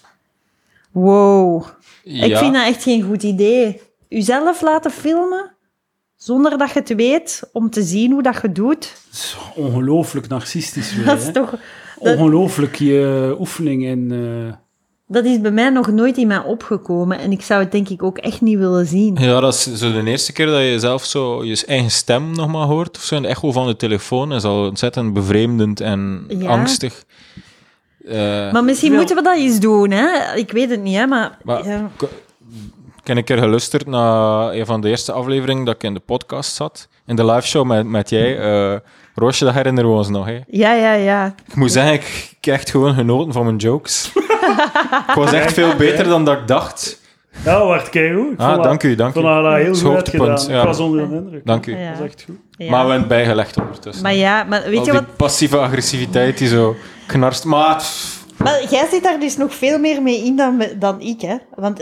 Speaker 3: Wow. Ja. Ik vind dat echt geen goed idee. Uzelf laten filmen, zonder dat je het weet, om te zien hoe dat je doet.
Speaker 1: Dat is ongelooflijk narcistisch weer,
Speaker 3: dat is toch...
Speaker 1: Ongelooflijk je oefening in...
Speaker 3: Dat is bij mij nog nooit in mij opgekomen en ik zou het denk ik ook echt niet willen zien.
Speaker 2: Ja, dat is zo de eerste keer dat je zelf zo je eigen stem nog maar hoort, of zo, een echo van de telefoon, is al ontzettend bevreemdend en angstig.
Speaker 3: Maar misschien moeten we dat eens doen, hè? Ik weet het niet, hè, maar ja.
Speaker 2: Ik heb een keer geluisterd naar een van de eerste afleveringen dat ik in de podcast zat, in de liveshow met jij. Roosje, dat herinneren we ons nog, hè?
Speaker 3: Ja.
Speaker 2: Ik moet zeggen, ik heb echt gewoon genoten van mijn jokes. Ik was echt veel beter dan dat ik dacht.
Speaker 1: Ja, wacht, kijk hoe.
Speaker 2: Dank u.
Speaker 1: Ik vond dat heel goed uitgedaan.
Speaker 2: Ja.
Speaker 1: Ik was onder de indruk.
Speaker 2: Dank u.
Speaker 1: Dat was echt goed.
Speaker 3: Ja.
Speaker 2: Maar we hebben het bijgelegd ondertussen.
Speaker 3: Maar weet je wat...
Speaker 2: passieve agressiviteit die zo knarst. Maar
Speaker 3: jij zit daar dus nog veel meer mee in dan ik, hè? Want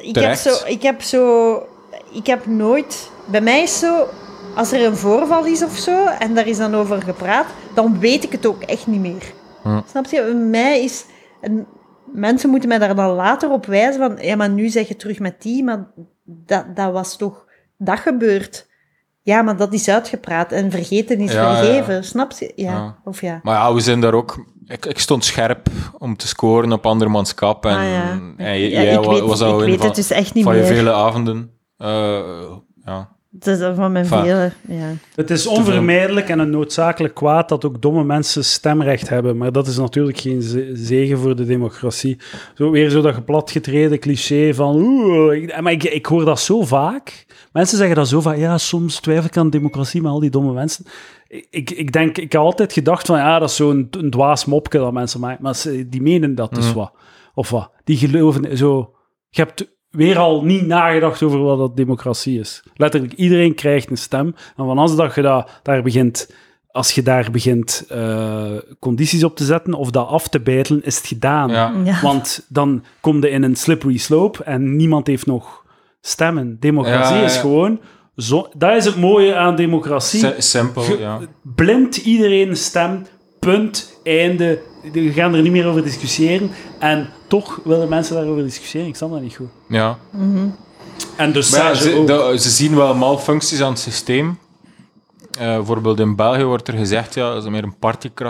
Speaker 3: ik heb nooit... Bij mij is zo... Als er een voorval is of zo, en daar is dan over gepraat, dan weet ik het ook echt niet meer. Snap je? Bij mij is... Mensen moeten mij daar dan later op wijzen van... Ja, maar nu zeg je terug met die, maar dat was toch... Dat gebeurt. Ja, maar dat is uitgepraat en vergeten is vergeven. Ja. Snap je? Ja. Of ja.
Speaker 2: Maar ja, we zijn daar ook... Ik stond scherp om te scoren op andermans kap. En jij was al een van,
Speaker 3: dus echt niet
Speaker 2: van
Speaker 3: meer.
Speaker 2: Je vele avonden. Ja.
Speaker 3: Het is van mijn vele, ja.
Speaker 1: Het is onvermijdelijk en een noodzakelijk kwaad dat ook domme mensen stemrecht hebben, maar dat is natuurlijk geen zegen voor de democratie. Weer zo dat geplatgetreden cliché van maar ik hoor dat zo vaak. Mensen zeggen dat zo vaak, ja, soms twijfel ik aan democratie met al die domme mensen. Ik heb altijd gedacht van, ja, dat is zo'n dwaas mopje dat mensen maken, maar die menen dat dus wat. Of wat. Die geloven zo... Je hebt weer al niet nagedacht over wat dat democratie is. Letterlijk, iedereen krijgt een stem. En van als je daar begint condities op te zetten of dat af te bijtelen, is het gedaan.
Speaker 2: Ja.
Speaker 1: Want dan kom je in een slippery slope en niemand heeft nog stemmen. Democratie is gewoon... dat is het mooie aan democratie.
Speaker 2: Simpel, ja.
Speaker 1: Blind iedereen een stem, punt, einde. We gaan er niet meer over discussiëren. En toch willen mensen daarover discussiëren. Ik snap dat niet goed.
Speaker 2: Ja.
Speaker 3: Mm-hmm.
Speaker 2: En dus ze zien wel malfuncties aan het systeem. Bijvoorbeeld in België wordt er gezegd, ja, dat is meer een particratie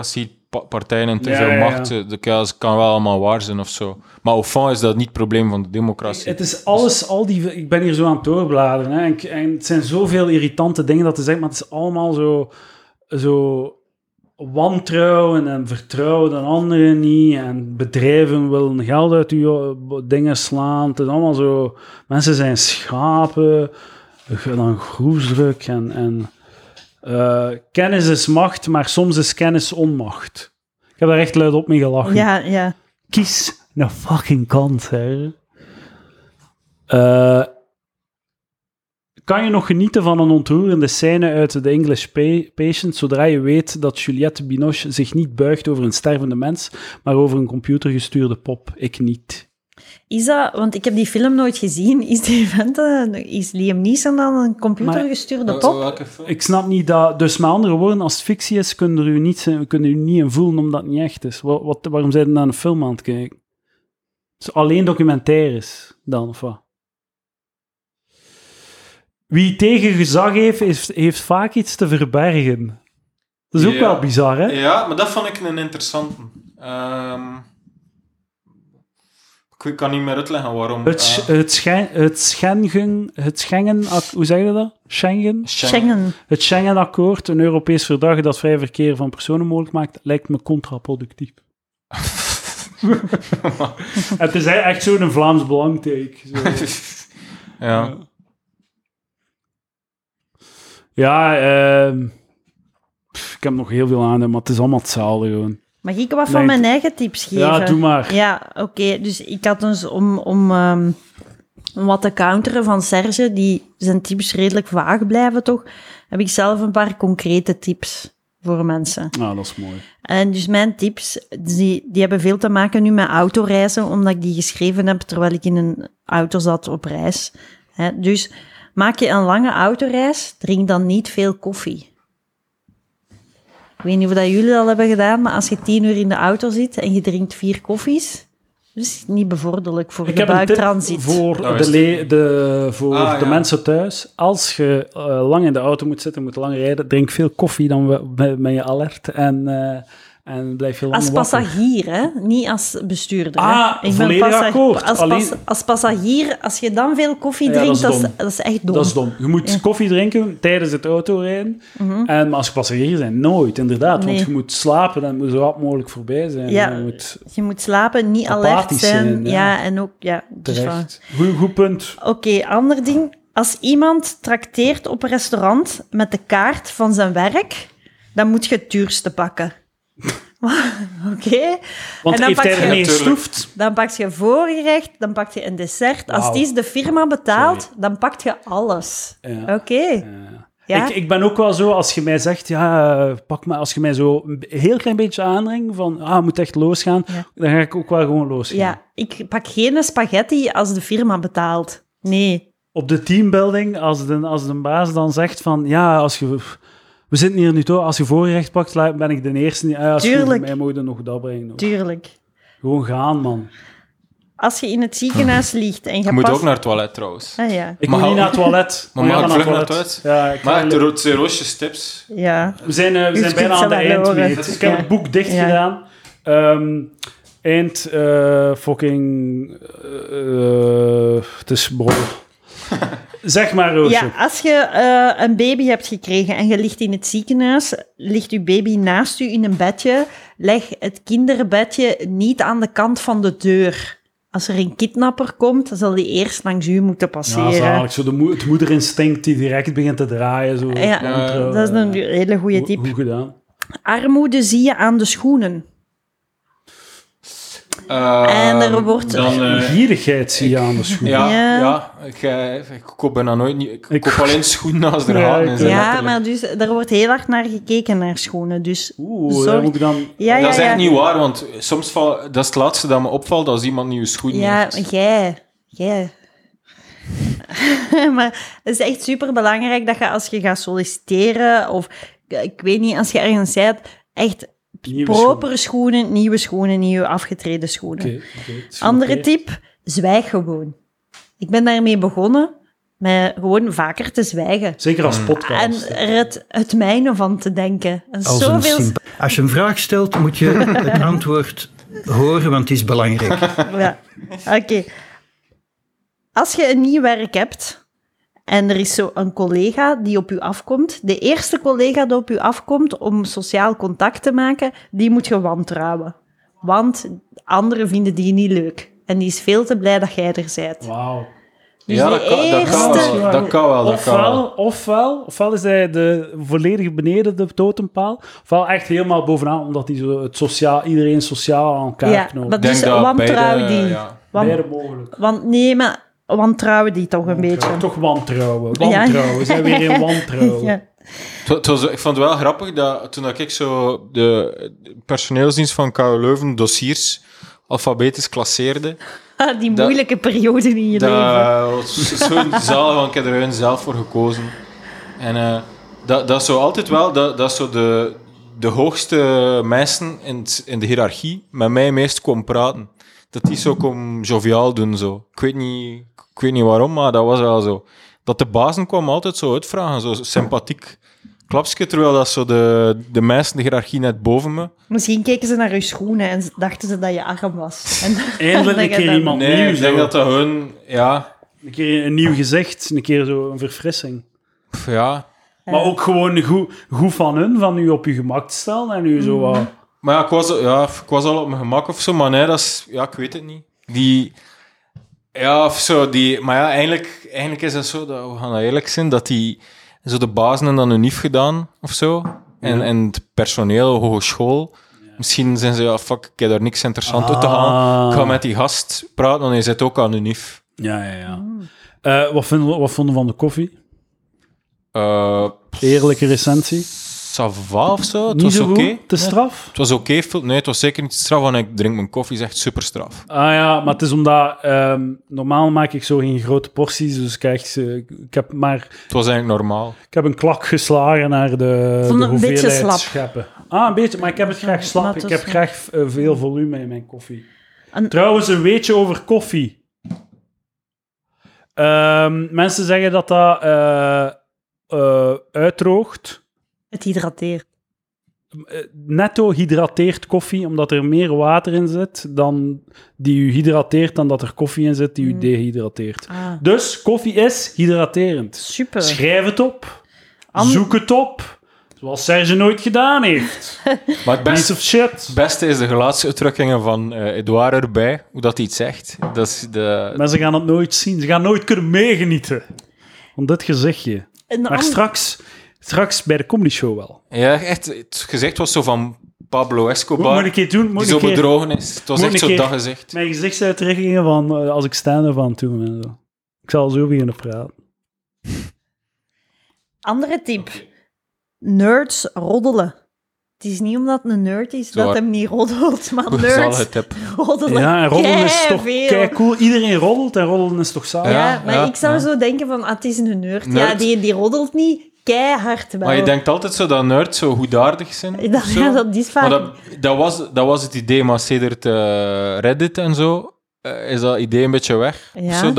Speaker 2: partijen en te
Speaker 1: Ja,
Speaker 2: veel
Speaker 1: ja, ja.
Speaker 2: macht. Dat kan wel allemaal waar zijn of zo. Maar au fond is dat niet het probleem van de democratie.
Speaker 1: Het is alles, ik ben hier zo aan het doorbladeren. Hè, en het zijn zoveel irritante dingen dat te zeggen, maar het is allemaal zo wantrouwen en vertrouwen aan anderen niet. En bedrijven willen geld uit uw dingen slaan. Het is allemaal zo... Mensen zijn schapen, dan groesdruk en kennis is macht, maar soms is kennis onmacht. Ik heb daar echt luid op mee gelachen.
Speaker 3: Ja.
Speaker 1: Kies een fucking kant, hè. Kan je nog genieten van een ontroerende scène uit The English Patient, zodra je weet dat Juliette Binoche zich niet buigt over een stervende mens, maar over een computergestuurde pop? Ik niet.
Speaker 3: Is dat, want ik heb die film nooit gezien, is Liam Neeson dan een computergestuurde pop?
Speaker 2: Welke film?
Speaker 1: Ik snap niet dat... Dus met andere woorden, als het fictie is, kunnen u niet in voelen omdat het niet echt is. Waarom zijn we naar een film aan het kijken? Dus alleen documentaires dan, of wat? Wie tegen gezag heeft vaak iets te verbergen. Dat is ook wel bizar, hè?
Speaker 2: Ja, maar dat vond ik een interessante. Ik kan niet meer uitleggen waarom.
Speaker 1: Het Schengen... Hoe zeg je dat?
Speaker 3: Schengen.
Speaker 1: Het Schengen-akkoord, een Europees verdrag dat vrij verkeer van personen mogelijk maakt, lijkt me contraproductief. Het is echt zo'n Vlaams Belang-take.
Speaker 2: Ja.
Speaker 1: Ja, ik heb nog heel veel aan, maar het is allemaal hetzelfde gewoon.
Speaker 3: Mag ik wat van mijn eigen tips geven?
Speaker 1: Ja, doe maar.
Speaker 3: Ja, oké. Dus ik had dus om wat te counteren van Serge, die zijn tips redelijk vaag blijven toch, heb ik zelf een paar concrete tips voor mensen.
Speaker 1: Ah, dat is mooi.
Speaker 3: En dus mijn tips, die hebben veel te maken nu met autoreizen, omdat ik die geschreven heb terwijl ik in een auto zat op reis. Dus maak je een lange autoreis, drink dan niet veel koffie. Ik weet niet of dat jullie dat hebben gedaan, maar als je 10 uur in de auto zit en je drinkt 4 koffies, dat is niet bevorderlijk voor de buiktransit.
Speaker 1: Ik heb een tip voor de mensen thuis. Als je lang in de auto moet zitten, moet lang rijden, drink veel koffie, dan ben je alert en blijf je lang
Speaker 3: als
Speaker 1: wakker.
Speaker 3: passagier, hè? Niet als bestuurder.
Speaker 1: Volledig akkoord.
Speaker 3: Als passagier, als je dan veel koffie drinkt, dat is echt dom.
Speaker 1: Dat is dom. Je moet koffie drinken tijdens het autorijden. Maar als je passagier bent, nooit, inderdaad.
Speaker 3: Nee.
Speaker 1: Want je moet slapen, dan moet zo rap mogelijk voorbij zijn.
Speaker 3: Ja, je moet slapen, niet alert zijn.
Speaker 1: Ja,
Speaker 3: en ook... Ja,
Speaker 1: terecht. Goed punt.
Speaker 3: Oké, ander ding. Als iemand trakteert op een restaurant met de kaart van zijn werk, dan moet je het duurste pakken. Oké.
Speaker 1: Want
Speaker 3: en dan
Speaker 1: heeft hij ermee gestoefd?
Speaker 3: Dan pak je voorgerecht, dan pak je een dessert. Als die de firma betaalt, dan pak je alles.
Speaker 1: Ja.
Speaker 3: Oké. Ja?
Speaker 1: Ik ben ook wel zo, als je mij zegt, pak maar, als je mij zo een heel klein beetje aandringt van, je moet echt losgaan, dan ga ik ook wel gewoon losgaan.
Speaker 3: Ja, ik pak geen spaghetti als de firma betaalt. Nee.
Speaker 1: Op de teambuilding, als de baas dan zegt van, we zitten hier nu toch, als je voorgerecht pakt, ben ik de eerste.
Speaker 3: Tuurlijk.
Speaker 1: Mij mogen nog dat brengen.
Speaker 3: Tuurlijk.
Speaker 1: Gewoon gaan, man.
Speaker 3: Als je in het ziekenhuis ligt en
Speaker 2: je moet ook naar het toilet, trouwens.
Speaker 3: Ja.
Speaker 1: Ik moet niet naar het toilet.
Speaker 2: Maar mag ik vlug naar het toilet?
Speaker 1: Ja,
Speaker 2: maar de roosjes tips.
Speaker 3: Ja.
Speaker 1: We zijn bijna aan de eindmeet. Ik heb het boek dicht gedaan. Het is brol. Zeg maar, Roosje.
Speaker 3: Ja, als je een baby hebt gekregen en je ligt in het ziekenhuis, ligt je baby naast je in een bedje, leg het kinderbedje niet aan de kant van de deur. Als er een kidnapper komt, dan zal die eerst langs u moeten passeren.
Speaker 1: Ja, zalig. Zo het moederinstinct die direct begint te draaien. Zo.
Speaker 3: Dat is een hele goede tip.
Speaker 1: Goed gedaan.
Speaker 3: Armoede zie je aan de schoenen. En er wordt...
Speaker 1: Gierigheid zie je aan de schoenen.
Speaker 2: Ik koop bijna nooit niet. Ik koop alleen schoenen als er haken zijn.
Speaker 3: Ja, maar dus, er wordt heel hard naar gekeken naar schoenen. Dus
Speaker 1: daar moet ik dan...
Speaker 2: dat is echt niet waar, want soms dat is het laatste dat me opvalt als iemand nieuwe schoenen heeft.
Speaker 3: Ja, jij. Maar het is echt superbelangrijk dat je als je gaat solliciteren, of ik weet niet, als je ergens bent, echt propere schoenen, nieuwe afgetreden schoenen.
Speaker 1: Okay.
Speaker 3: Andere tip, zwijg gewoon. Ik ben daarmee begonnen met gewoon vaker te zwijgen.
Speaker 1: Zeker als podcast.
Speaker 3: En er het mijne van te denken. En
Speaker 4: Als je een vraag stelt, moet je het antwoord horen, want het is belangrijk.
Speaker 3: Ja, oké. Als je een nieuw werk hebt en er is zo een collega die op u afkomt, de eerste collega die op u afkomt om sociaal contact te maken, die moet je wantrouwen. Want anderen vinden die niet leuk. En die is veel te blij dat jij er bent.
Speaker 1: Wauw.
Speaker 3: Dus
Speaker 2: Ja,
Speaker 3: de
Speaker 2: dat kan wel.
Speaker 1: Ofwel is hij volledig beneden de totempaal, ofwel echt helemaal bovenaan, omdat hij zo iedereen sociaal aan elkaar knopt.
Speaker 3: Maar dus wantrouw die.
Speaker 2: Ja.
Speaker 1: Beide mogelijk.
Speaker 3: Maar wantrouwen die toch een beetje.
Speaker 1: Toch wantrouwen. We zijn weer in wantrouwen.
Speaker 3: Ja.
Speaker 2: Ik vond het wel grappig dat toen ik zo de personeelsdienst van KU Leuven dossiers alfabetisch klasseerde.
Speaker 3: Die moeilijke periode in je leven.
Speaker 2: Dat was zo'n zaal, want ik heb er zelf voor gekozen. En dat is zo altijd wel, dat is zo de hoogste mensen in de hiërarchie met mij meest komen praten. Dat die zo komen joviaal doen. Zo. Ik weet niet waarom, maar dat was wel zo. Dat de bazen kwamen altijd zo uitvragen, zo sympathiek klapsje, terwijl dat zo de meisten de hiërarchie net boven me.
Speaker 3: Misschien keken ze naar je schoenen en dachten ze dat je arm was.
Speaker 1: Eindelijk een keer iemand nieuw.
Speaker 2: Ik denk dat hun, ja...
Speaker 1: Een keer een nieuw gezicht, een keer zo een verfrissing.
Speaker 2: Ja.
Speaker 1: Maar ook gewoon goed van hun, van u op je gemak te stellen en u zo wat...
Speaker 2: Maar ja, ik was al op mijn gemak of zo, maar nee, dat is... Ja, ik weet het niet. Maar ja, eigenlijk is het zo, we gaan dat eerlijk zijn, dat die... Zo de bazen dan hun NIF gedaan, of zo. En het personeel, hogeschool. Ja. Misschien zijn ze, fuck, ik heb daar niks interessants uit te gaan. Ik ga met die gast praten, want hij zit ook aan hun NIF.
Speaker 1: Ja. Wat vonden van de koffie? Eerlijke recensie?
Speaker 2: Sava of zo? Het
Speaker 1: Niet
Speaker 2: was
Speaker 1: zo
Speaker 2: oké.
Speaker 1: goed? Te straf?
Speaker 2: Het was oké. Nee, het was zeker niet te straf, want ik drink mijn koffie, is echt super straf.
Speaker 1: Ja, maar het is omdat... normaal maak ik zo geen grote porties, dus ik heb maar...
Speaker 2: Het was eigenlijk normaal.
Speaker 1: Ik heb een klak geslagen naar de hoeveelheid scheppen. Een beetje, maar ik heb het graag slap. Ik heb graag veel volume in mijn koffie. Trouwens, een weetje over koffie. Mensen zeggen dat uitdroogt.
Speaker 3: Het hydrateert.
Speaker 1: Netto hydrateert koffie, omdat er meer water in zit dan die u hydrateert, dan dat er koffie in zit die u dehydrateert. Dus koffie is hydraterend.
Speaker 3: Super.
Speaker 1: Schrijf het op. Zoek het op. Zoals Serge nooit gedaan heeft.
Speaker 2: Maar
Speaker 1: het
Speaker 2: beste is de gelaatsuitdrukkingen van Edouard erbij, hoe dat hij het zegt. Dat is
Speaker 1: Maar ze gaan het nooit zien. Ze gaan nooit kunnen meegenieten van dit gezichtje. Maar straks bij de comedy show wel.
Speaker 2: Ja, echt. Het gezicht was zo van Pablo Escobar.
Speaker 1: Moet ik het doen?
Speaker 2: Die zo bedrogen is. Het was echt zo dat gezicht.
Speaker 1: Mijn gezichtsuitdrukkingen van als ik stand-up aan toe en zo. Ik zal zo beginnen praten.
Speaker 3: Andere tip. Nerds roddelen. Het is niet omdat het een nerd is dat hem niet roddelt, maar nerds roddelen.
Speaker 1: Ja, en roddelen is toch kei cool. Iedereen roddelt en roddelen is toch saai.
Speaker 3: Ja, maar ik zou zo denken van, het is een nerd. Ja, die roddelt niet keihard wel.
Speaker 2: Maar je denkt altijd zo dat nerds zo goedaardig zijn.
Speaker 3: Dat is vaak...
Speaker 2: Maar dat was het idee, maar sedert Reddit en zo is dat idee een beetje weg.
Speaker 3: Ja.
Speaker 2: Zo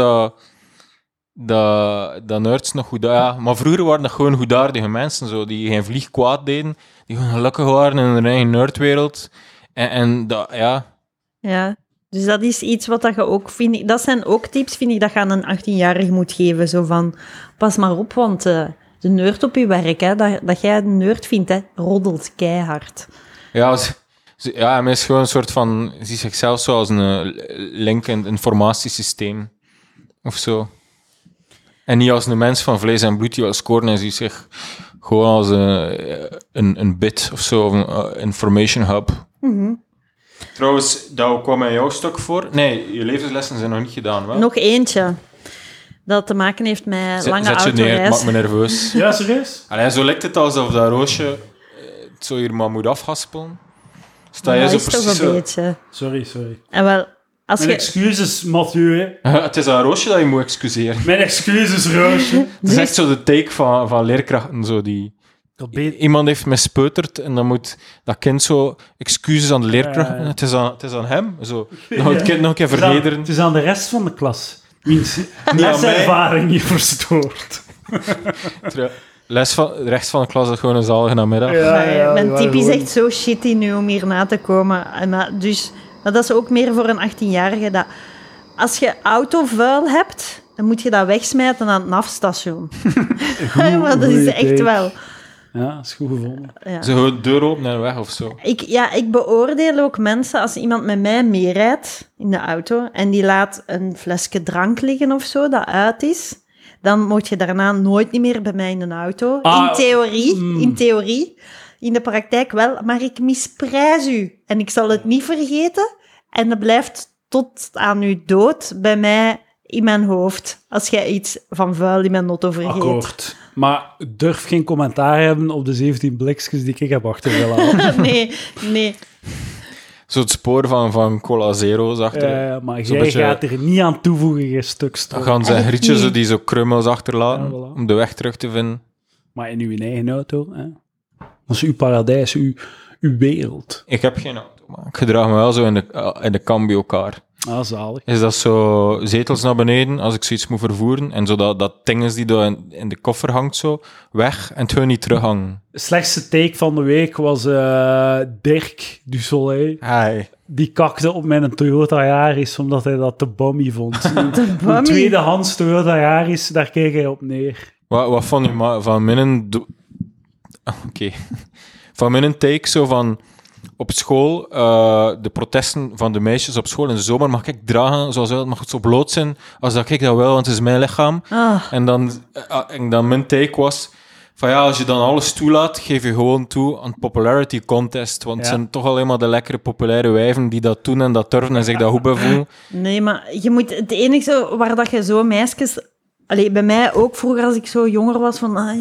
Speaker 2: dat nerds nog goed... Ja, maar vroeger waren dat gewoon goedaardige mensen, zo, die geen vlieg kwaad deden, die gewoon gelukkig waren in hun eigen nerdwereld. En dat, ja...
Speaker 3: Ja, dus dat is iets wat dat je ook, vind ik... Dat zijn ook tips, vind ik, dat je aan een 18-jarige moet geven. Zo van, pas maar op, want de nerd op je werk, hè, dat jij een nerd vindt, hè, roddelt keihard.
Speaker 2: Ja, hij is gewoon een soort van... Ziet zichzelf zo als een linkend informatiesysteem. Of zo. En niet als een mens van vlees en bloed die wil scoren en ziet zich gewoon als een bit of zo, of een information hub.
Speaker 3: Mm-hmm.
Speaker 2: Trouwens, dat kwam in jouw stuk voor. Nee, je levenslessen zijn nog niet gedaan, wel?
Speaker 3: Nog eentje. Dat te maken heeft met lange autoreis.
Speaker 2: Zet je neer, het maakt me nerveus.
Speaker 1: Ja, serieus?
Speaker 2: Allee, zo lijkt het alsof dat roosje het zo hier maar moet afhaspelen. Sta jij zo
Speaker 3: is
Speaker 2: precies
Speaker 3: toch een
Speaker 2: zo...
Speaker 3: beetje.
Speaker 1: Sorry.
Speaker 3: En wel...
Speaker 1: Mijn excuses, Mathieu.
Speaker 2: Het is aan Roosje dat je moet excuseren.
Speaker 1: Mijn excuses, Roosje.
Speaker 2: Het is echt zo de take van leerkrachten. Zo die... Iemand heeft mispeuterd en dan moet dat kind zo excuses aan de leerkracht. Het is aan hem. Zo. Dan moet het kind nog een keer vernederen.
Speaker 1: Het is aan de rest van de klas. Wiens leservaring je verstoort.
Speaker 2: Rechts van de klas is gewoon een zalige namiddag.
Speaker 3: Mijn type is echt zo shitty nu om hier na te komen. Maar dat is ook meer voor een 18-jarige. Dat als je autovuil hebt, dan moet je dat wegsmijten aan het NAF-station. Maar dat is echt wel...
Speaker 1: Ja, dat is goed gevonden.
Speaker 3: Ja.
Speaker 2: Ze gewoon de deur open en weg of zo.
Speaker 3: Ik beoordeel ook mensen als iemand met mij meerijdt in de auto en die laat een flesje drank liggen of zo, dat uit is, dan moet je daarna nooit niet meer bij mij in een auto. In theorie. In de praktijk wel, maar ik misprijs u. En ik zal het niet vergeten. En dat blijft tot aan uw dood bij mij in mijn hoofd. Als jij iets van vuil in mijn auto vergeet.
Speaker 1: Akkoord. Maar durf geen commentaar hebben op de 17 blikjes die ik heb achtergelaten.
Speaker 3: Nee.
Speaker 2: Zo het spoor van Cola Zero's achter.
Speaker 1: Maar
Speaker 2: Zo'n
Speaker 1: jij
Speaker 2: beetje-
Speaker 1: gaat er niet aan toevoegen, je stuk
Speaker 2: Dan
Speaker 1: stroom.
Speaker 2: gaan zijn
Speaker 3: Echt
Speaker 2: grietjes
Speaker 3: niet.
Speaker 2: zo die zo krummels achterlaten
Speaker 1: Ja, voilà.
Speaker 2: om de weg terug te vinden.
Speaker 1: Maar in uw eigen auto, hè? Dat is uw paradijs, uw wereld.
Speaker 2: Ik heb geen auto, maar ik gedraag me wel zo in de Cambio-car.
Speaker 1: Ah, zalig.
Speaker 2: Is dat zo zetels naar beneden als ik zoiets moet vervoeren en zo dat ding is die daar in de koffer hangt zo, weg en het gaat niet terughangen.
Speaker 1: De slechtste take van de week was Dirk du Soleil.
Speaker 2: Hi.
Speaker 1: Die kakte op mijn Toyota Yaris, omdat hij dat te bommy vond. Een
Speaker 3: bommy?
Speaker 1: tweedehands Toyota Yaris, daar keek hij op neer.
Speaker 2: Wat vond je van mijn... Oké. Van mijn take zo van... Op school, de protesten van de meisjes op school in de zomer mag ik dragen zoals wel, mag het zo bloot zijn als dat ik dat wil, want het is mijn lichaam. En dan mijn take was van ja, als je dan alles toelaat, geef je gewoon toe aan het popularity contest, want het zijn toch alleen maar de lekkere populaire wijven die dat doen en dat durven en zich dat goed bij voelen.
Speaker 3: Nee, maar je moet het enige waar dat je zo meisjes... Allee, bij mij ook vroeger als ik zo jonger was van...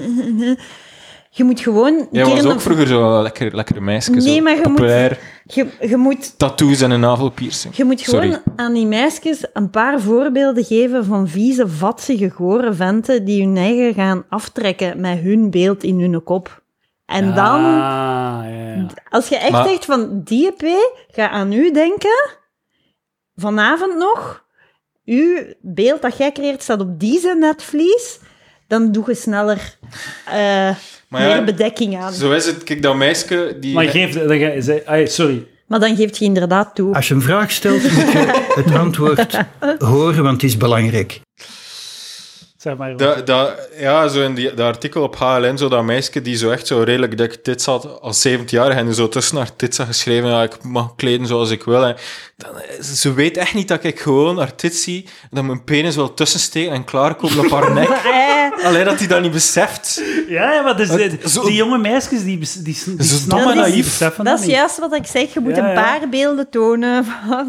Speaker 3: Je moet gewoon...
Speaker 2: Jij was ook vroeger zo lekkere meisje,
Speaker 3: Nee,
Speaker 2: zo
Speaker 3: maar je
Speaker 2: populair.
Speaker 3: Je moet...
Speaker 2: Tattoos en een navelpiercing.
Speaker 3: Je moet gewoon
Speaker 2: Sorry.
Speaker 3: aan die meisjes een paar voorbeelden geven van vieze, vatsige, gore venten die hun eigen gaan aftrekken met hun beeld in hun kop. En dan, als je echt
Speaker 2: Maar-
Speaker 3: zegt van die P, ga aan u denken, vanavond nog, uw beeld dat jij creëert staat op die netvlies, dan doe je sneller
Speaker 2: Maar ja,
Speaker 3: meer bedekking aan.
Speaker 2: Zo is het. Kijk, dat meisje die...
Speaker 1: Maar sorry.
Speaker 3: Maar dan geeft je inderdaad toe.
Speaker 4: Als je een vraag stelt, moet je het antwoord horen, want het is belangrijk.
Speaker 1: Zeg maar.
Speaker 2: Ja, zo in dat artikel op HLN, zo dat meisje die zo echt zo redelijk dik tits had als 17-jarige en die zo tussen haar tits had geschreven, ja, ik mag kleden zoals ik wil. En dan, ze weet echt niet dat ik gewoon haar tits zie en dat mijn penis wil tussensteken en klaarkomen op haar nek. Alleen dat hij dat niet beseft.
Speaker 1: Ja, maar dus,
Speaker 2: Zo-
Speaker 1: die jonge meisjes, die
Speaker 2: Zo
Speaker 1: snappen
Speaker 2: dom en
Speaker 1: dat
Speaker 2: naïef.
Speaker 1: niet, beseffen
Speaker 3: Dat is
Speaker 1: niet.
Speaker 3: juist wat ik zeg. Je moet
Speaker 1: Ja,
Speaker 3: een
Speaker 1: ja.
Speaker 3: paar beelden tonen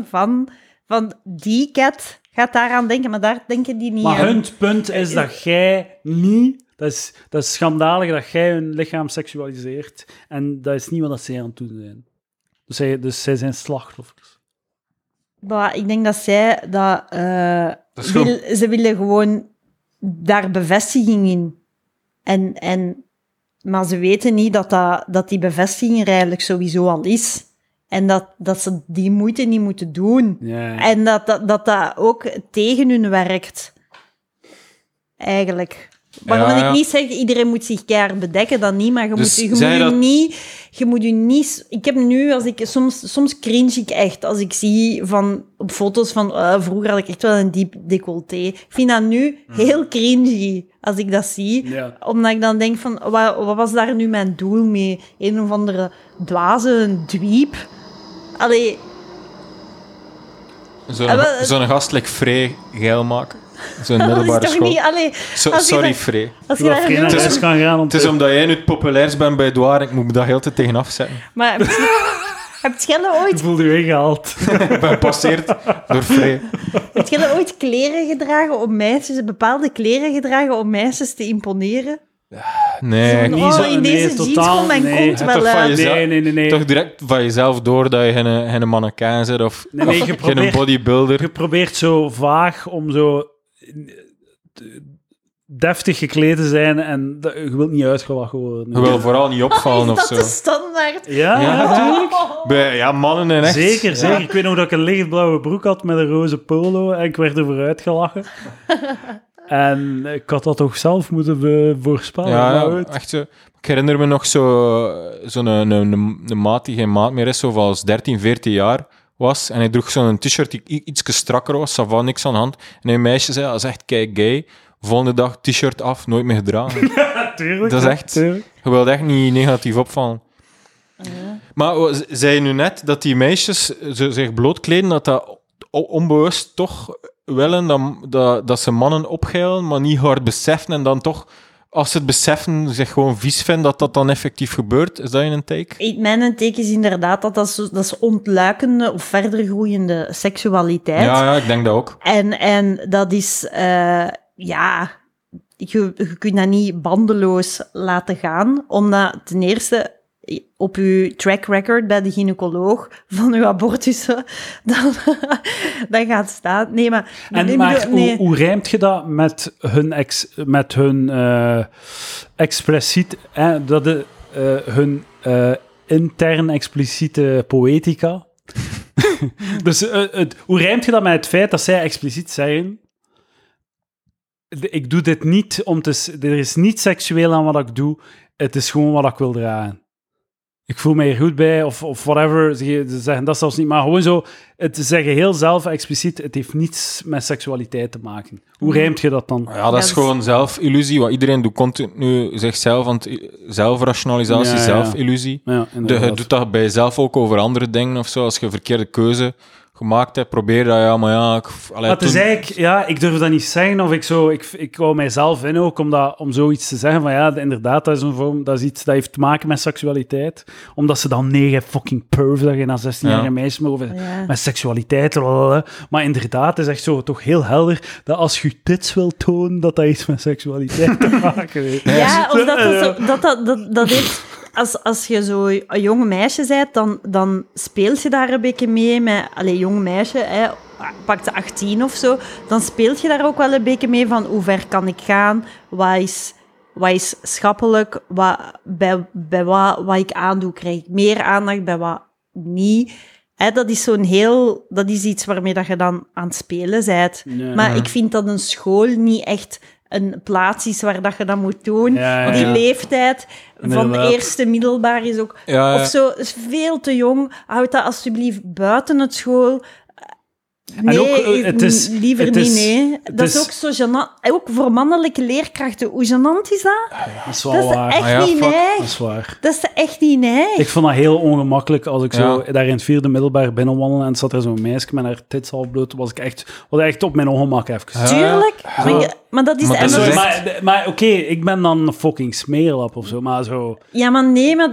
Speaker 3: van die cat. Gaat daaraan denken, maar daar denken die niet
Speaker 1: Maar
Speaker 3: aan.
Speaker 1: hun punt is dat jij niet... Dat is schandalig dat jij hun lichaam seksualiseert. En dat is niet wat zij aan het doen zijn. Dus zij zijn slachtoffers.
Speaker 3: Maar ik denk dat zij dat...
Speaker 2: Dat is gewoon-
Speaker 3: ze willen gewoon daar bevestiging in. Maar ze weten niet dat die bevestiging er eigenlijk sowieso al is. En dat ze die moeite niet moeten doen.
Speaker 1: Ja.
Speaker 3: En dat ook tegen hun werkt. Eigenlijk. Waarom
Speaker 2: Ja.
Speaker 3: ik niet zeg, iedereen moet zich keihard bedekken, dat niet, maar je
Speaker 2: Dus
Speaker 3: moet
Speaker 2: zei
Speaker 3: je
Speaker 2: dat-
Speaker 3: niet... Je moet je niet... Ik heb nu, als ik... Soms cringe ik echt, als ik zie op foto's van... vroeger had ik echt wel een diep decolleté. Ik vind dat nu heel cringy, als ik dat zie.
Speaker 1: Ja.
Speaker 3: Omdat ik dan denk van, wat was daar nu mijn doel mee? Een of andere dwaze dweep. Allee...
Speaker 2: Zo'n gastelijk vrij geil maken. Zo'n
Speaker 3: Dat is
Speaker 2: middelbare
Speaker 3: toch
Speaker 2: school.
Speaker 3: niet... Allee, als je
Speaker 2: Sorry,
Speaker 3: dat-
Speaker 2: vrij.
Speaker 3: Als je
Speaker 1: Dat
Speaker 3: daar
Speaker 1: geen
Speaker 3: nu-
Speaker 1: naar
Speaker 2: is-
Speaker 1: huis kan gaan.
Speaker 2: Het is omdat jij nu het populairst bent bij Edouard, ik moet me daar heel te tegen afzetten.
Speaker 3: Maar heb jij
Speaker 1: Ik
Speaker 3: ooit,
Speaker 1: voelde je ingehaald.
Speaker 2: Ik ben gepasseerd door vrij.
Speaker 3: heb jij ooit kleren gedragen om meisjes, bepaalde kleren gedragen om meisjes te imponeren?
Speaker 2: Nee,
Speaker 3: Zo,
Speaker 2: niet
Speaker 3: oh,
Speaker 2: zo.
Speaker 3: in deze jeans komt mijn kont
Speaker 2: Het
Speaker 3: wel
Speaker 2: toch van
Speaker 3: uit.
Speaker 2: jezelf-
Speaker 1: Nee.
Speaker 2: Toch direct van jezelf door dat je geen mannequin bent of,
Speaker 1: Nee,
Speaker 2: of
Speaker 1: je
Speaker 2: geen
Speaker 1: probeert-
Speaker 2: bodybuilder.
Speaker 1: Je probeert zo vaag om zo deftig gekleed te zijn en je wilt niet uitgelachen worden.
Speaker 2: Je wil vooral niet opvallen of
Speaker 3: Is
Speaker 2: zo.
Speaker 3: dat de standaard?
Speaker 1: Ja,
Speaker 2: Ja.
Speaker 1: natuurlijk.
Speaker 2: Ja, mannen en echt...
Speaker 1: Zeker. Ik weet nog dat ik een lichtblauwe broek had met een roze polo en ik werd ervoor uitgelachen. En ik had dat toch zelf moeten voorspellen.
Speaker 2: Ja,
Speaker 1: maar
Speaker 2: ja,
Speaker 1: goed.
Speaker 2: echt zo. Ik herinner me nog zo'n een maat die geen maat meer is, zo van als 13, 14 jaar was. En hij droeg zo'n t-shirt die iets strakker was, er was niks aan de hand. En een meisje zei, dat is echt kei gay. Volgende dag t-shirt af, nooit meer gedragen.
Speaker 1: Tuurlijk.
Speaker 2: Dat is echt...
Speaker 1: Tuurlijk.
Speaker 2: Je wilt echt niet negatief opvallen. Maar zei je nu net dat die meisjes zich blootkleden, dat onbewust toch willen dat ze mannen opgeilen, maar niet hard beseffen en dan toch, als ze het beseffen, zich gewoon vies vinden dat dan effectief gebeurt? Is dat een take?
Speaker 3: Mijn take is inderdaad dat is ontluikende of verder groeiende seksualiteit.
Speaker 2: Ja, ik denk dat ook.
Speaker 3: En dat is... Je kunt dat niet bandeloos laten gaan, omdat ten eerste op je track record bij de gynaecoloog van uw abortussen dan gaat staan. Nee, maar...
Speaker 1: Hoe rijmt je dat met hun expliciet... hun intern expliciete poëtica? Dus hoe rijmt je dat met het feit dat zij expliciet zeggen... Ik doe dit niet om te... Er is niet seksueel aan wat ik doe. Het is gewoon wat ik wil dragen. Ik voel me hier goed bij, of whatever. Ze zeggen dat zelfs niet, maar gewoon zo... Het zeggen heel zelf expliciet, het heeft niets met seksualiteit te maken. Hoe rijmt je dat dan?
Speaker 2: Ja, dat is gewoon zelfillusie. Wat iedereen doet continu zichzelf, zelfrationalisatie, zelfillusie.
Speaker 1: Ja,
Speaker 2: Je doet dat bij jezelf ook over andere dingen of zo. Als je een verkeerde keuze gemaakt hebt, probeer dat, ja, maar ja...
Speaker 1: Maar het is eigenlijk, ik durf dat niet zeggen, of ik hou mijzelf in ook om zoiets te zeggen, van ja, inderdaad, dat is een vorm, dat is iets dat heeft te maken met seksualiteit, omdat ze dan 9 fucking perv, dat je naar 16-jarige meisjes maar over met seksualiteit, blablabla. Maar inderdaad, het is echt zo toch heel helder, dat als je tits wil tonen, dat iets met seksualiteit te maken heeft.
Speaker 3: Ja, of dat heeft... Als je zo een jonge meisje bent, dan speelt je daar een beetje mee met... Jong meisje, pak de 18 of zo, dan speelt je daar ook wel een beetje mee van hoe ver kan ik gaan, wat is schappelijk, bij wat ik aandoe, krijg ik meer aandacht, bij wat niet. Dat is dat is iets waarmee dat je dan aan het spelen bent. Ja. Maar ik vind dat een school niet echt een plaats is waar dat je dat moet doen. Ja. Die leeftijd van de eerste middelbaar is ook...
Speaker 2: Ja.
Speaker 3: Of zo, is veel te jong. Houd dat alsjeblieft buiten het school. Nee, liever niet, nee. Dat is ook zo gênant. Ook voor mannelijke leerkrachten. Hoe gênant is dat?
Speaker 1: Ja, dat is wel waar.
Speaker 3: Echt niet neig.
Speaker 1: Dat is waar.
Speaker 3: Dat is echt niet neig.
Speaker 1: Ik vond dat heel ongemakkelijk als ik zo daar in het 4e middelbaar binnenwandelde en zat er zo'n meisje met haar tits half bloot, was ik echt op mijn ongemak even.
Speaker 3: Tuurlijk. Maar dat is...
Speaker 1: Maar oké, ik ben dan een fucking smeerlap of zo, maar zo...
Speaker 3: Ja, maar nee, maar...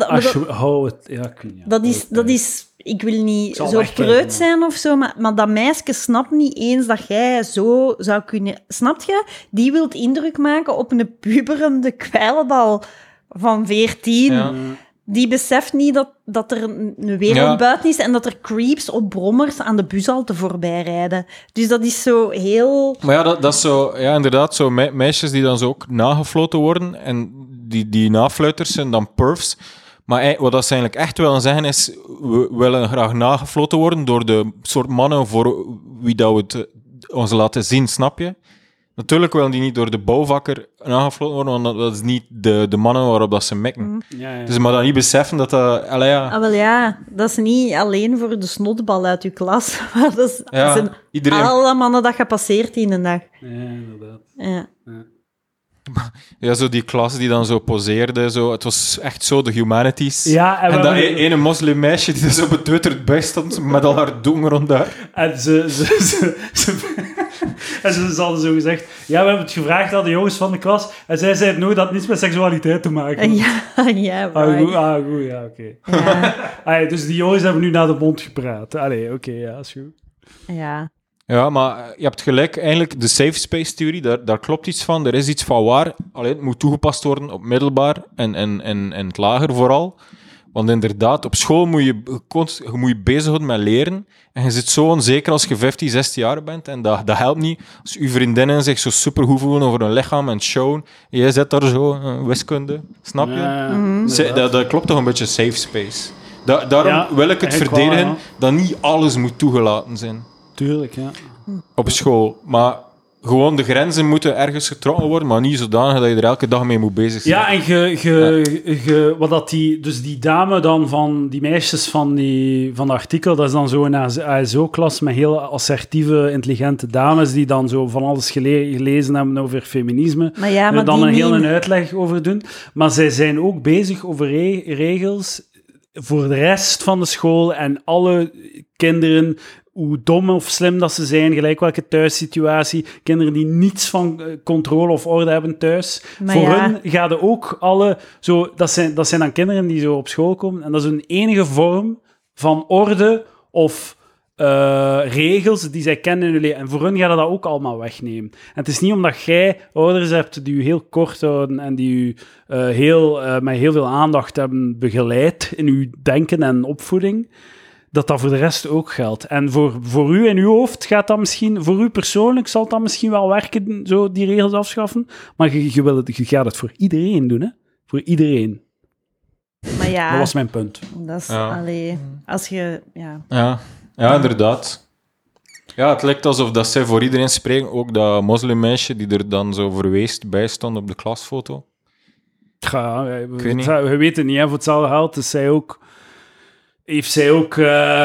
Speaker 1: Dat
Speaker 3: is... Ik wil niet zo preut zijn of zo, maar dat meisje snapt niet eens dat jij zo zou kunnen... Snap je? Die wil indruk maken op een puberende kwijlebal van 14. Ja. Die beseft niet dat er een wereld buiten is en dat er creeps op brommers aan de bushalte voorbij rijden. Dus dat is zo heel...
Speaker 2: Maar ja, dat is zo... Ja, inderdaad, zo meisjes die dan zo ook nagefloten worden en die nafluiters zijn dan perfs. Maar wat dat ze eigenlijk echt willen zeggen is, we willen graag nagefloten worden door de soort mannen voor wie dat we het ons laten zien, snap je? Natuurlijk willen die niet door de bouwvakker nagefloten worden, want dat is niet de mannen waarop dat ze mikken. Ja. Dus maar dan niet beseffen dat dat...
Speaker 3: dat is niet alleen voor de snotbal uit je klas, maar dat zijn
Speaker 2: iedereen...
Speaker 3: alle mannen dat gepasseerd in een dag.
Speaker 1: Ja, inderdaad.
Speaker 3: Ja.
Speaker 2: Ja, zo die klas die dan zo poseerde, zo. Het was echt zo de humanities.
Speaker 1: Ja,
Speaker 2: en dat ene moslimmeisje die er zo betwetterd bij stond met al haar doen rond daar.
Speaker 1: En ze hadden zo gezegd, we hebben het gevraagd aan de jongens van de klas en zij zeiden nooit dat het niets met seksualiteit te maken had.
Speaker 3: Ja,
Speaker 1: goed, oké. Ja. Dus die jongens hebben nu naar de mond gepraat. Oké, is goed.
Speaker 3: Ja.
Speaker 2: Ja, maar je hebt gelijk, eigenlijk de safe space theorie, daar klopt iets van. Er is iets van waar. Alleen het moet toegepast worden op middelbaar en het lager vooral. Want inderdaad, op school moet je bezighouden met leren. En je zit zo onzeker als je 15, 16 jaar bent. En dat helpt niet. Als uw vriendinnen zich zo supergoed voelen over hun lichaam en showen. En jij zit daar zo, wiskunde. Snap je?
Speaker 1: Ja.
Speaker 2: Dat klopt toch een beetje safe space. Daarom wil ik het verdedigen
Speaker 1: wel, ja.
Speaker 2: dat niet alles moet toegelaten zijn.
Speaker 1: Tuurlijk, ja.
Speaker 2: Op school. Maar gewoon de grenzen moeten ergens getrokken worden, maar niet zodanig dat je er elke dag mee moet bezig zijn.
Speaker 1: Ja, en wat dat die dame dan van die meisjes van het artikel, dat is dan zo een ASO-klas met heel assertieve, intelligente dames die dan zo van alles gelezen hebben over feminisme.
Speaker 3: Maar ja, maar
Speaker 1: dan
Speaker 3: die
Speaker 1: een uitleg over doen. Maar zij zijn ook bezig over regels voor de rest van de school en alle kinderen, hoe dom of slim dat ze zijn, gelijk welke thuissituatie, kinderen die niets van controle of orde hebben thuis.
Speaker 3: Maar
Speaker 1: voor
Speaker 3: ja.
Speaker 1: hun gaan er ook alle... dat zijn dan kinderen die zo op school komen, en dat is hun enige vorm van orde of regels die zij kennen in hun leven. En voor hun gaat dat ook allemaal wegnemen. En het is niet omdat jij ouders hebt die je heel kort houden en die je met heel veel aandacht hebben begeleid in uw denken en opvoeding, dat voor de rest ook geldt. En voor u in uw hoofd gaat dat misschien... Voor u persoonlijk zal dat misschien wel werken, zo die regels afschaffen. Maar je gaat het voor iedereen doen, hè? Voor iedereen.
Speaker 3: Maar ja,
Speaker 1: Dat was mijn punt.
Speaker 3: dat is...
Speaker 2: Ja.
Speaker 3: Allee, als je... Ja.
Speaker 2: Ja, inderdaad. Ja, het lijkt alsof dat zij voor iedereen spreken. Ook dat moslimmeisje die er dan zo verweest bij stond op de klasfoto.
Speaker 1: Ja,
Speaker 2: weet niet.
Speaker 1: we weten niet, hè, voor hetzelfde geld. Dus heeft zij ook...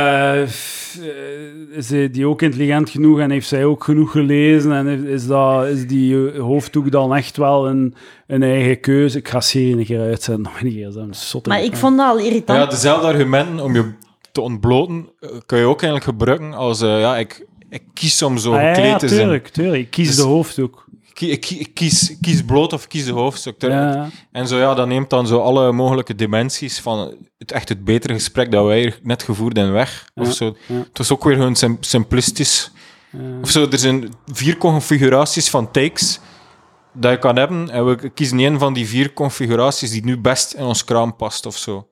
Speaker 1: is die ook intelligent genoeg en heeft zij ook genoeg gelezen? En is die hoofddoek dan echt wel een eigen keuze? Ik ga serie een keer uitzetten. Nog een keer.
Speaker 3: Maar ik vond dat al irritant.
Speaker 2: Ja, dezelfde argumenten om je te ontbloten kun je ook eigenlijk gebruiken als... ik kies om zo gekleed te zijn.
Speaker 1: Tuurlijk. Ik kies
Speaker 2: Dus-
Speaker 1: de hoofddoek.
Speaker 2: Ik kies bloot of kies de hoofdstuk.
Speaker 1: Ja.
Speaker 2: En zo, ja, dat neemt dan zo alle mogelijke dimensies van het betere gesprek dat wij hier net gevoerd hebben weg.
Speaker 1: Ja,
Speaker 2: Of zo.
Speaker 1: ja.
Speaker 2: Het was ook weer gewoon simplistisch. Of zo, er zijn 4 configuraties van takes dat je kan hebben. En we kiezen een van die 4 configuraties die nu best in ons kraam past, of zo.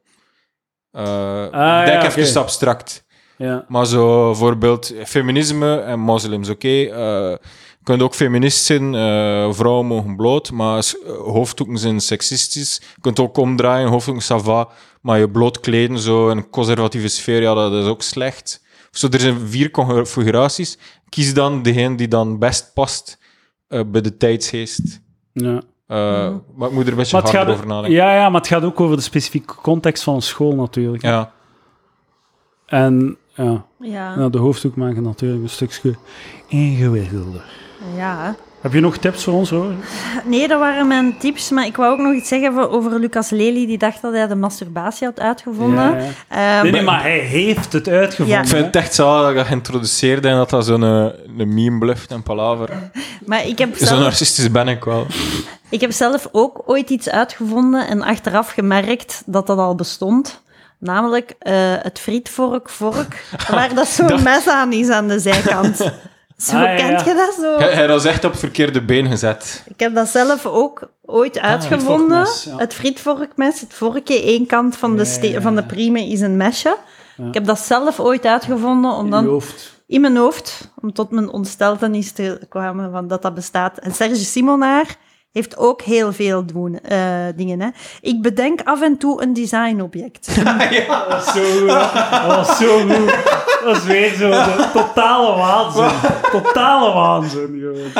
Speaker 2: Denk even abstract.
Speaker 1: Ja.
Speaker 2: Maar zo, bijvoorbeeld, feminisme en moslims, oké. Je kunt ook feminist zijn, vrouwen mogen bloot, maar hoofddoeken zijn seksistisch. Je kunt ook omdraaien, hoofddoeken ça va, maar je bloot kleden, zo in een conservatieve sfeer, ja, dat is ook slecht. Zo, er zijn 4 configuraties. Kies dan degene die dan best past bij de tijdsgeest.
Speaker 1: Ja.
Speaker 2: Maar ik moet er een beetje harder over nadenken.
Speaker 1: Ja, maar het gaat ook over de specifieke context van een school natuurlijk.
Speaker 2: Ja.
Speaker 1: En
Speaker 3: Ja.
Speaker 1: de hoofddoek maken natuurlijk een stukje ingewikkelder.
Speaker 3: Ja.
Speaker 1: Heb je nog tips voor ons, hoor?
Speaker 3: Nee, dat waren mijn tips, maar ik wou ook nog iets zeggen over Lucas Lely, die dacht dat hij de masturbatie had uitgevonden.
Speaker 1: Ja. Nee, maar hij heeft het uitgevonden.
Speaker 3: Ja.
Speaker 2: Ik vind het echt zo dat je geïntroduceerd en dat zo'n een meme bluft en palaver.
Speaker 3: Maar ik heb
Speaker 2: Zo
Speaker 3: zelf...
Speaker 2: narcistisch ben ik wel.
Speaker 3: Ik heb zelf ook ooit iets uitgevonden en achteraf gemerkt dat dat al bestond. Namelijk het frietvork, waar dat zo'n mes aan is aan de zijkant. Zo, kent je dat zo?
Speaker 2: Hij was echt op het verkeerde been gezet.
Speaker 3: Ik heb dat zelf ook ooit uitgevonden.
Speaker 1: Het
Speaker 3: frietvorkmes. Het vorkje, één kant van van de prime is een mesje.
Speaker 1: Ja.
Speaker 3: Ik heb dat zelf ooit uitgevonden om dan...
Speaker 1: In je hoofd.
Speaker 3: In mijn hoofd, om tot mijn ontsteltenis te komen van dat bestaat. En Serge Simonaar heeft ook heel veel dingen. Hè. Ik bedenk af en toe een designobject.
Speaker 1: Dat was zo goed. Dat was zo goed. Dat is weer zo de totale waanzin. Totale waanzin, joh.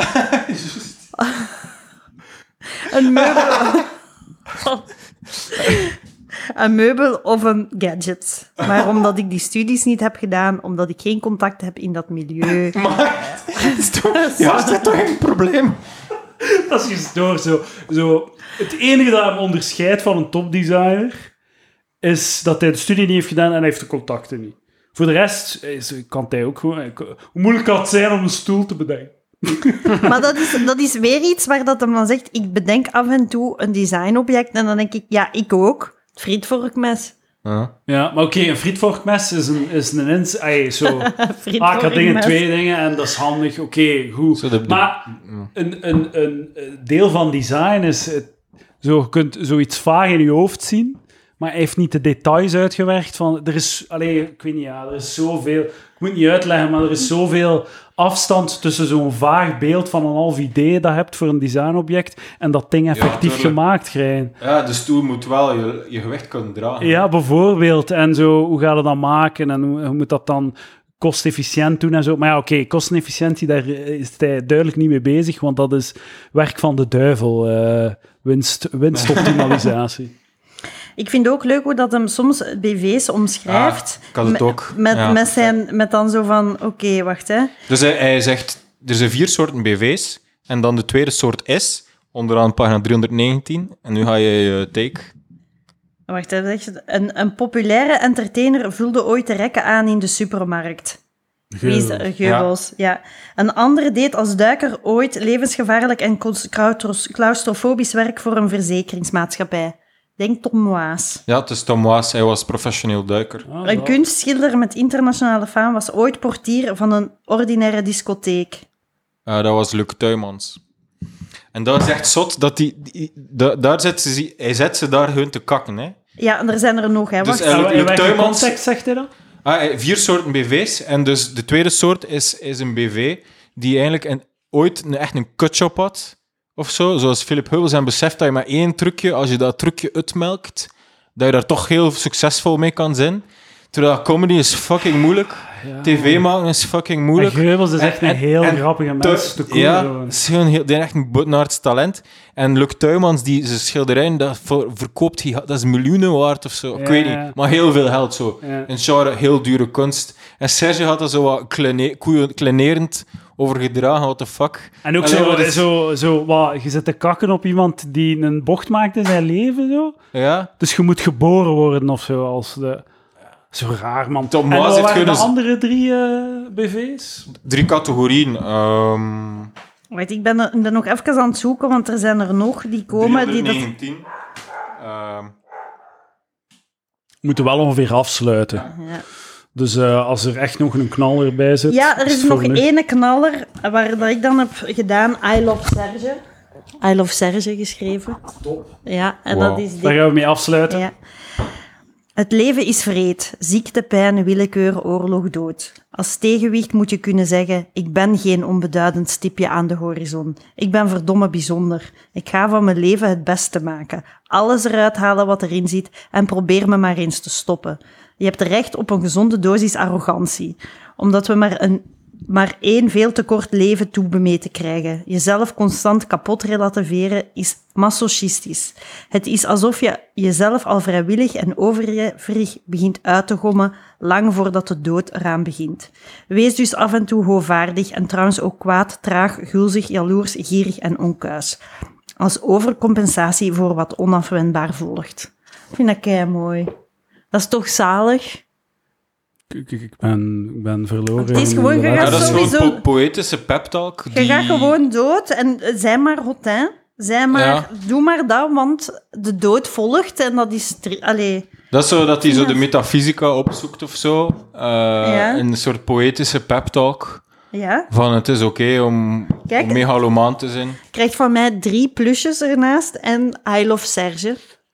Speaker 3: Een meubel... Een meubel of een gadget. Maar omdat ik die studies niet heb gedaan, omdat ik geen contact heb in dat milieu...
Speaker 2: Maar, is dat toch een probleem?
Speaker 1: Dat is gestoord, zo. Het enige dat hem onderscheidt van een topdesigner is dat hij de studie niet heeft gedaan en hij heeft de contacten niet. Voor de rest kan hij ook gewoon... Hoe moeilijk kan het zijn om een stoel te bedenken?
Speaker 3: Maar dat is weer iets waar dat hem dan zegt, ik bedenk af en toe een designobject en dan denk ik, ja, ik ook. Het frietvorkmes.
Speaker 1: Ja, maar oké, een frietvorkmes is een zo. Ik had
Speaker 3: Frietvorkmes.
Speaker 1: 2 dingen en dat is handig. Oké, goed.
Speaker 2: Zo
Speaker 1: Maar een deel van design is... je kunt zoiets vaag in je hoofd zien, maar hij heeft niet de details uitgewerkt van... Er is... ik weet niet, er is zoveel... Ik moet niet uitleggen, maar er is zoveel afstand tussen zo'n vaag beeld van een half idee dat je hebt voor een designobject en dat ding effectief gemaakt krijgen.
Speaker 2: Ja, de stoel moet wel je gewicht kunnen dragen.
Speaker 1: Ja, bijvoorbeeld. En zo, hoe ga je dat maken? En hoe moet dat dan kostefficiënt doen en zo? Maar ja, oké, kostenefficiëntie, daar is hij duidelijk niet mee bezig, want dat is werk van de duivel. Winstoptimalisatie.
Speaker 3: Ik vind ook leuk hoe dat hem soms BV's omschrijft.
Speaker 2: Ik had het ook.
Speaker 3: Met dan zo van, oké, wacht, hè.
Speaker 2: Dus hij zegt, er zijn 4 soorten BV's, en dan de tweede soort is, onderaan pagina 319, en nu ga je je take...
Speaker 3: Wacht, hè, een populaire entertainer vulde ooit de rekken aan in de supermarkt. Geubels, ja. Een andere deed als duiker ooit levensgevaarlijk en claustrofobisch werk voor een verzekeringsmaatschappij. Denk Tom Moise.
Speaker 2: Ja, het is Tom Moise. Hij was professioneel duiker.
Speaker 3: Een kunstschilder met internationale faam was ooit portier van een ordinaire discotheek.
Speaker 2: Dat was Luc Tuymans. En dat is echt zot, dat hij zet ze daar gewoon te kakken, hè.
Speaker 3: Ja, en er zijn er nog, hè.
Speaker 2: Dus,
Speaker 1: In welke context zegt hij dat?
Speaker 2: 4 soorten BV's. En dus de tweede soort is een BV die eigenlijk ooit echt een kutjob had. Of zo, zoals Philip Heubels, en beseft dat je met 1 trucje, als je dat trucje uitmelkt, dat je daar toch heel succesvol mee kan zijn. Terwijl comedy is fucking moeilijk. Ja. TV maken is fucking moeilijk.
Speaker 1: En Heubels is echt een heel grappige mens.
Speaker 2: Ja, is die is echt een botenaards talent. En Luc Tuymans, die zijn schilderijen, dat verkoopt hij, dat is miljoenen waard of zo. Ik weet niet, maar heel veel geld zo. Ja. In genre heel dure kunst. En Serge had er zo wat kleinerend over gedragen, what the fuck.
Speaker 1: En ook je zit te kakken op iemand die een bocht maakt in zijn leven, zo.
Speaker 2: Ja.
Speaker 1: Dus je moet geboren worden of zo, als de... Zo raar, man.
Speaker 2: Tom
Speaker 1: en wat waren de
Speaker 2: dus
Speaker 1: andere 3 BV's?
Speaker 2: 3 categorieën.
Speaker 3: Wacht, ik ben nog even aan het zoeken, want er zijn er nog die komen...
Speaker 2: 319.
Speaker 1: We moeten wel ongeveer afsluiten. Ja. Dus als er echt nog een knaller bij zit...
Speaker 3: Ja, er is nog 1 knaller, waar dat ik dan heb gedaan, I Love Serge. I Love Serge geschreven.
Speaker 1: Top.
Speaker 3: Ja, en dat is...
Speaker 1: Daar gaan we mee afsluiten.
Speaker 3: Ja. Het leven is wreed. Ziekte, pijn, willekeur, oorlog, dood. Als tegenwicht moet je kunnen zeggen, ik ben geen onbeduidend stipje aan de horizon. Ik ben verdomme bijzonder. Ik ga van mijn leven het beste maken. Alles eruit halen wat erin zit en probeer me maar eens te stoppen. Je hebt recht op een gezonde dosis arrogantie. Omdat we maar 1 veel te kort leven toebemeten krijgen. Jezelf constant kapot relativeren is masochistisch. Het is alsof je jezelf al vrijwillig en overijverig begint uit te gommen, lang voordat de dood eraan begint. Wees dus af en toe hoogvaardig en trouwens ook kwaad, traag, gulzig, jaloers, gierig en onkuis. Als overcompensatie voor wat onafwendbaar volgt. Ik vind dat keimooi. Dat is toch zalig?
Speaker 1: Ik ben verloren.
Speaker 3: Het is gewoon,
Speaker 2: dat is gewoon poëtische peptalk.
Speaker 3: Je gaat gewoon dood en zij maar Hotin. Doe maar dat, want de dood volgt en dat is...
Speaker 2: Dat is zo dat hij zo de metafysica opzoekt of zo. Een soort poëtische peptalk.
Speaker 3: Ja.
Speaker 2: Van het is oké om megalomaan te zijn.
Speaker 3: Krijgt van mij 3 plusjes ernaast en I Love Serge.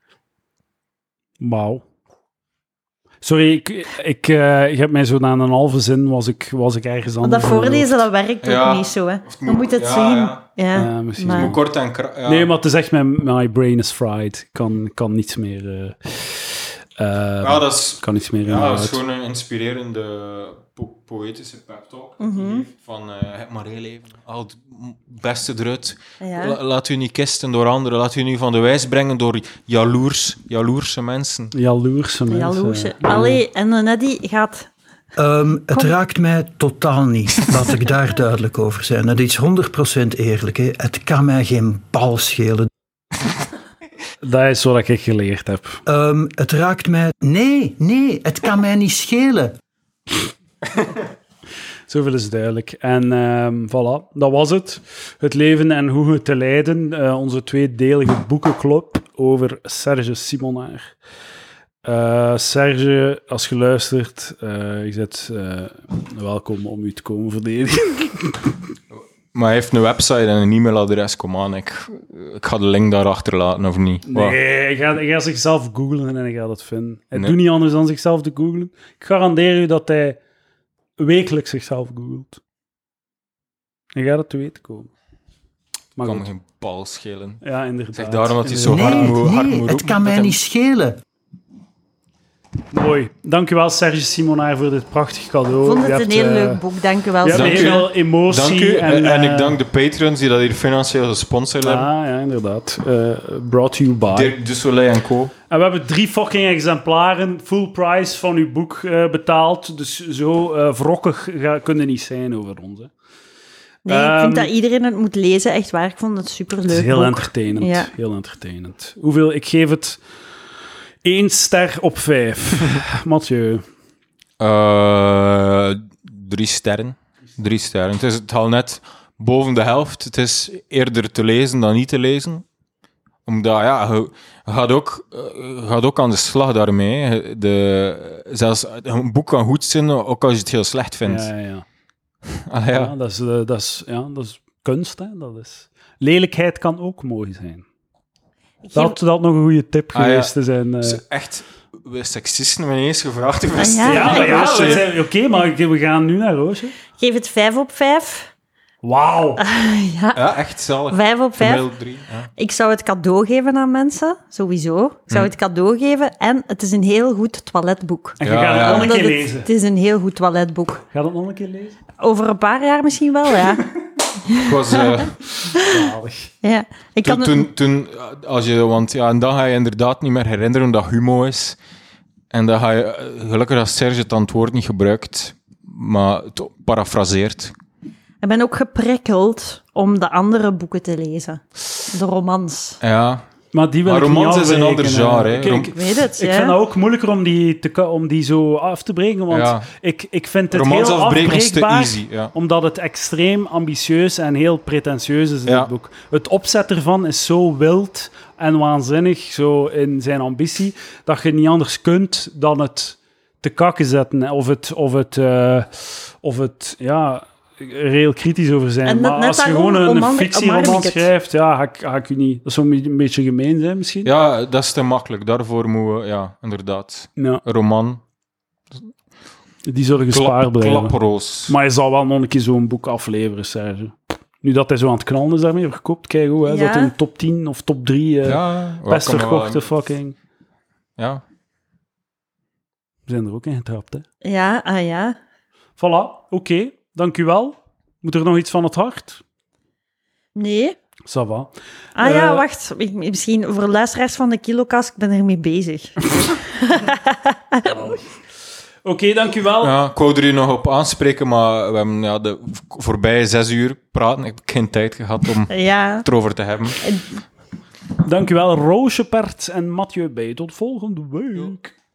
Speaker 1: Wauw. Sorry, ik heb mij zo na een halve zin was ik ergens anders.
Speaker 3: Dat voorlezen, dat werkt ook niet zo, hè. Je moet het zien. Ja.
Speaker 1: Misschien.
Speaker 2: Maar... kort en
Speaker 1: Nee, maar het is echt, my brain is fried. Ik kan niets meer...
Speaker 2: dat is...
Speaker 1: kan niets meer
Speaker 2: dat is gewoon een inspirerende poëtische pep-talk. Van, heb maar heel leven. Al het beste eruit. Ja. Laat u niet kisten door anderen. Laat u niet van de wijs brengen door jaloerse mensen.
Speaker 1: Jaloerse mensen.
Speaker 3: Allee, en Neddy gaat...
Speaker 4: Het raakt mij totaal niet. Laat ik daar duidelijk over zijn. Dat is 100% eerlijk. Hè. Het kan mij geen bal schelen.
Speaker 1: Dat is wat ik geleerd heb.
Speaker 4: Het raakt mij... Nee, het kan mij niet schelen.
Speaker 1: Zoveel is duidelijk. En voilà, dat was het. Het leven en hoe het te leiden. Onze 2-delige boekenclub over Serge Simonard. Serge, als je luistert, je bent welkom om u te komen verdedigen.
Speaker 2: Maar hij heeft een website en een e-mailadres. Kom aan, ik ga de link daar achterlaten, of niet? Wat?
Speaker 1: Nee, hij gaat zichzelf googlen en hij gaat het vinden. Hij doet niet anders dan zichzelf te googlen. Ik garandeer u dat hij wekelijks zichzelf googelt. Hij gaat het te weten komen. Maar
Speaker 2: kan me
Speaker 1: goed.
Speaker 2: geen bal schelen.
Speaker 1: Ja, inderdaad.
Speaker 2: Zeg daarom dat hij zo
Speaker 4: Nee,
Speaker 2: hard moet
Speaker 4: het
Speaker 2: roepen.
Speaker 4: kan mij niet schelen.
Speaker 1: Mooi. Dankjewel, Serge Simonaar, voor dit prachtig cadeau.
Speaker 3: Ik vond
Speaker 1: Je
Speaker 3: het
Speaker 1: hebt,
Speaker 3: een heel leuk boek, dank u wel.
Speaker 1: Je hebt
Speaker 2: Dank
Speaker 1: heel
Speaker 2: u.
Speaker 1: veel emotie.
Speaker 2: Dank u. En ik
Speaker 1: eh,
Speaker 2: dank de patrons die dat hier financieel gesponsord hebben.
Speaker 1: ja, inderdaad. Brought to you by.
Speaker 2: Dirk Dussoleil en co.
Speaker 1: En we hebben 3 fucking exemplaren, full price, van uw boek betaald. Dus zo wrokkig kunnen niet zijn over ons. Hè.
Speaker 3: Nee, ik vind dat iedereen het moet lezen, echt waar. Ik vond het superleuk.
Speaker 1: Het is heel
Speaker 3: boek.
Speaker 1: entertainend.
Speaker 3: Ja.
Speaker 1: Heel entertainend. Hoeveel? Ik geef het 1 ster op 5. Mathieu.
Speaker 2: 3 sterren. 3 sterren. Het haalt net boven de helft. Het is eerder te lezen dan niet te lezen. Omdat, ja, je gaat ook aan de slag daarmee. Zelfs een boek kan goed zijn, ook als je het heel slecht vindt.
Speaker 1: Ja.
Speaker 2: Allee, ja.
Speaker 1: Ja, dat is kunst. Hè? Lelijkheid kan ook mooi zijn. Dat nog een goede tip geweest te zijn.
Speaker 2: Het is echt... We seksisten me niet eens gevraagd over
Speaker 3: ja.
Speaker 2: sterren.
Speaker 1: Oké, maar we gaan nu naar Roosje.
Speaker 3: Geef het 5 op 5.
Speaker 1: Wauw.
Speaker 2: Ja, echt zelf.
Speaker 3: 5 op 5.
Speaker 2: Gemiddeld 3. Ja.
Speaker 3: Ik zou het cadeau geven aan mensen, sowieso. Ik zou het cadeau geven en het is een heel goed toiletboek.
Speaker 1: En je
Speaker 2: Ja,
Speaker 1: gaat het
Speaker 2: ja.
Speaker 1: nog een
Speaker 3: Omdat
Speaker 1: keer lezen.
Speaker 3: het is een heel goed toiletboek.
Speaker 1: Ga het nog een keer lezen?
Speaker 3: Over een paar jaar misschien wel, ja.
Speaker 2: Ik was...
Speaker 1: Zalig.
Speaker 3: Ja. Ik kan het-
Speaker 2: Toen, als je, want ja, en dan ga je inderdaad niet meer herinneren dat Humo is. En dan ga je, gelukkig dat Serge het antwoord niet gebruikt, maar het parafraseert.
Speaker 3: Ik ben ook geprikkeld om de andere boeken te lezen. De romans.
Speaker 2: Ja,
Speaker 1: Maar die wil
Speaker 2: maar
Speaker 1: ik niet
Speaker 2: romans is een ander
Speaker 1: afbreken,
Speaker 2: genre. Hè.
Speaker 1: Kijk,
Speaker 3: Ik weet het,
Speaker 1: ik
Speaker 3: ja.
Speaker 1: vind het ook moeilijker om die zo af te breken, want
Speaker 2: Ja.
Speaker 1: ik vind het
Speaker 2: Romans
Speaker 1: heel
Speaker 2: afbreken is te
Speaker 1: afbreekbaar,
Speaker 2: easy. Ja.
Speaker 1: omdat het extreem ambitieus en heel pretentieus is in
Speaker 2: Ja.
Speaker 1: het boek. Het opzet ervan is zo wild en waanzinnig, zo in zijn ambitie, dat je niet anders kunt dan het te kakken zetten, of het reëel kritisch over zijn.
Speaker 3: En
Speaker 1: Maar
Speaker 3: net
Speaker 1: als je
Speaker 3: daarom
Speaker 1: gewoon een
Speaker 3: omarm ik
Speaker 1: fictieroman
Speaker 3: het.
Speaker 1: schrijft, ga ik u niet... Dat zou een beetje gemeen zijn, misschien.
Speaker 2: Ja, dat is te makkelijk. Daarvoor moeten we, ja, inderdaad.
Speaker 1: Ja,
Speaker 2: Een roman.
Speaker 1: die zullen gespaard blijven.
Speaker 2: Klaproos.
Speaker 1: Maar je zal wel nog een keer zo'n boek afleveren, Serge. Nu dat hij zo aan het knallen is daarmee verkoopt, kijk hoe, hè,
Speaker 3: Ja.
Speaker 1: dat in top 10 of top 3
Speaker 2: Ja,
Speaker 1: best
Speaker 2: welkom,
Speaker 1: verkochte fucking...
Speaker 2: Ja.
Speaker 1: We zijn er ook in getrapt, hè.
Speaker 3: Ja, ja.
Speaker 1: Voilà, oké. Dank u wel. Moet er nog iets van het hart?
Speaker 3: Nee.
Speaker 1: Ça va.
Speaker 3: Ja, wacht. Misschien voor luisteraars van de Kilokast, ik ben ermee bezig.
Speaker 1: Oké, dank u wel.
Speaker 2: Ja, ik wou er hier nog op aanspreken, maar we hebben de voorbije 6 uur praten. Ik heb geen tijd gehad om
Speaker 3: Ja.
Speaker 2: het erover te hebben.
Speaker 1: Dank u wel, Roosje Pert en Mathieu B. Tot volgende week.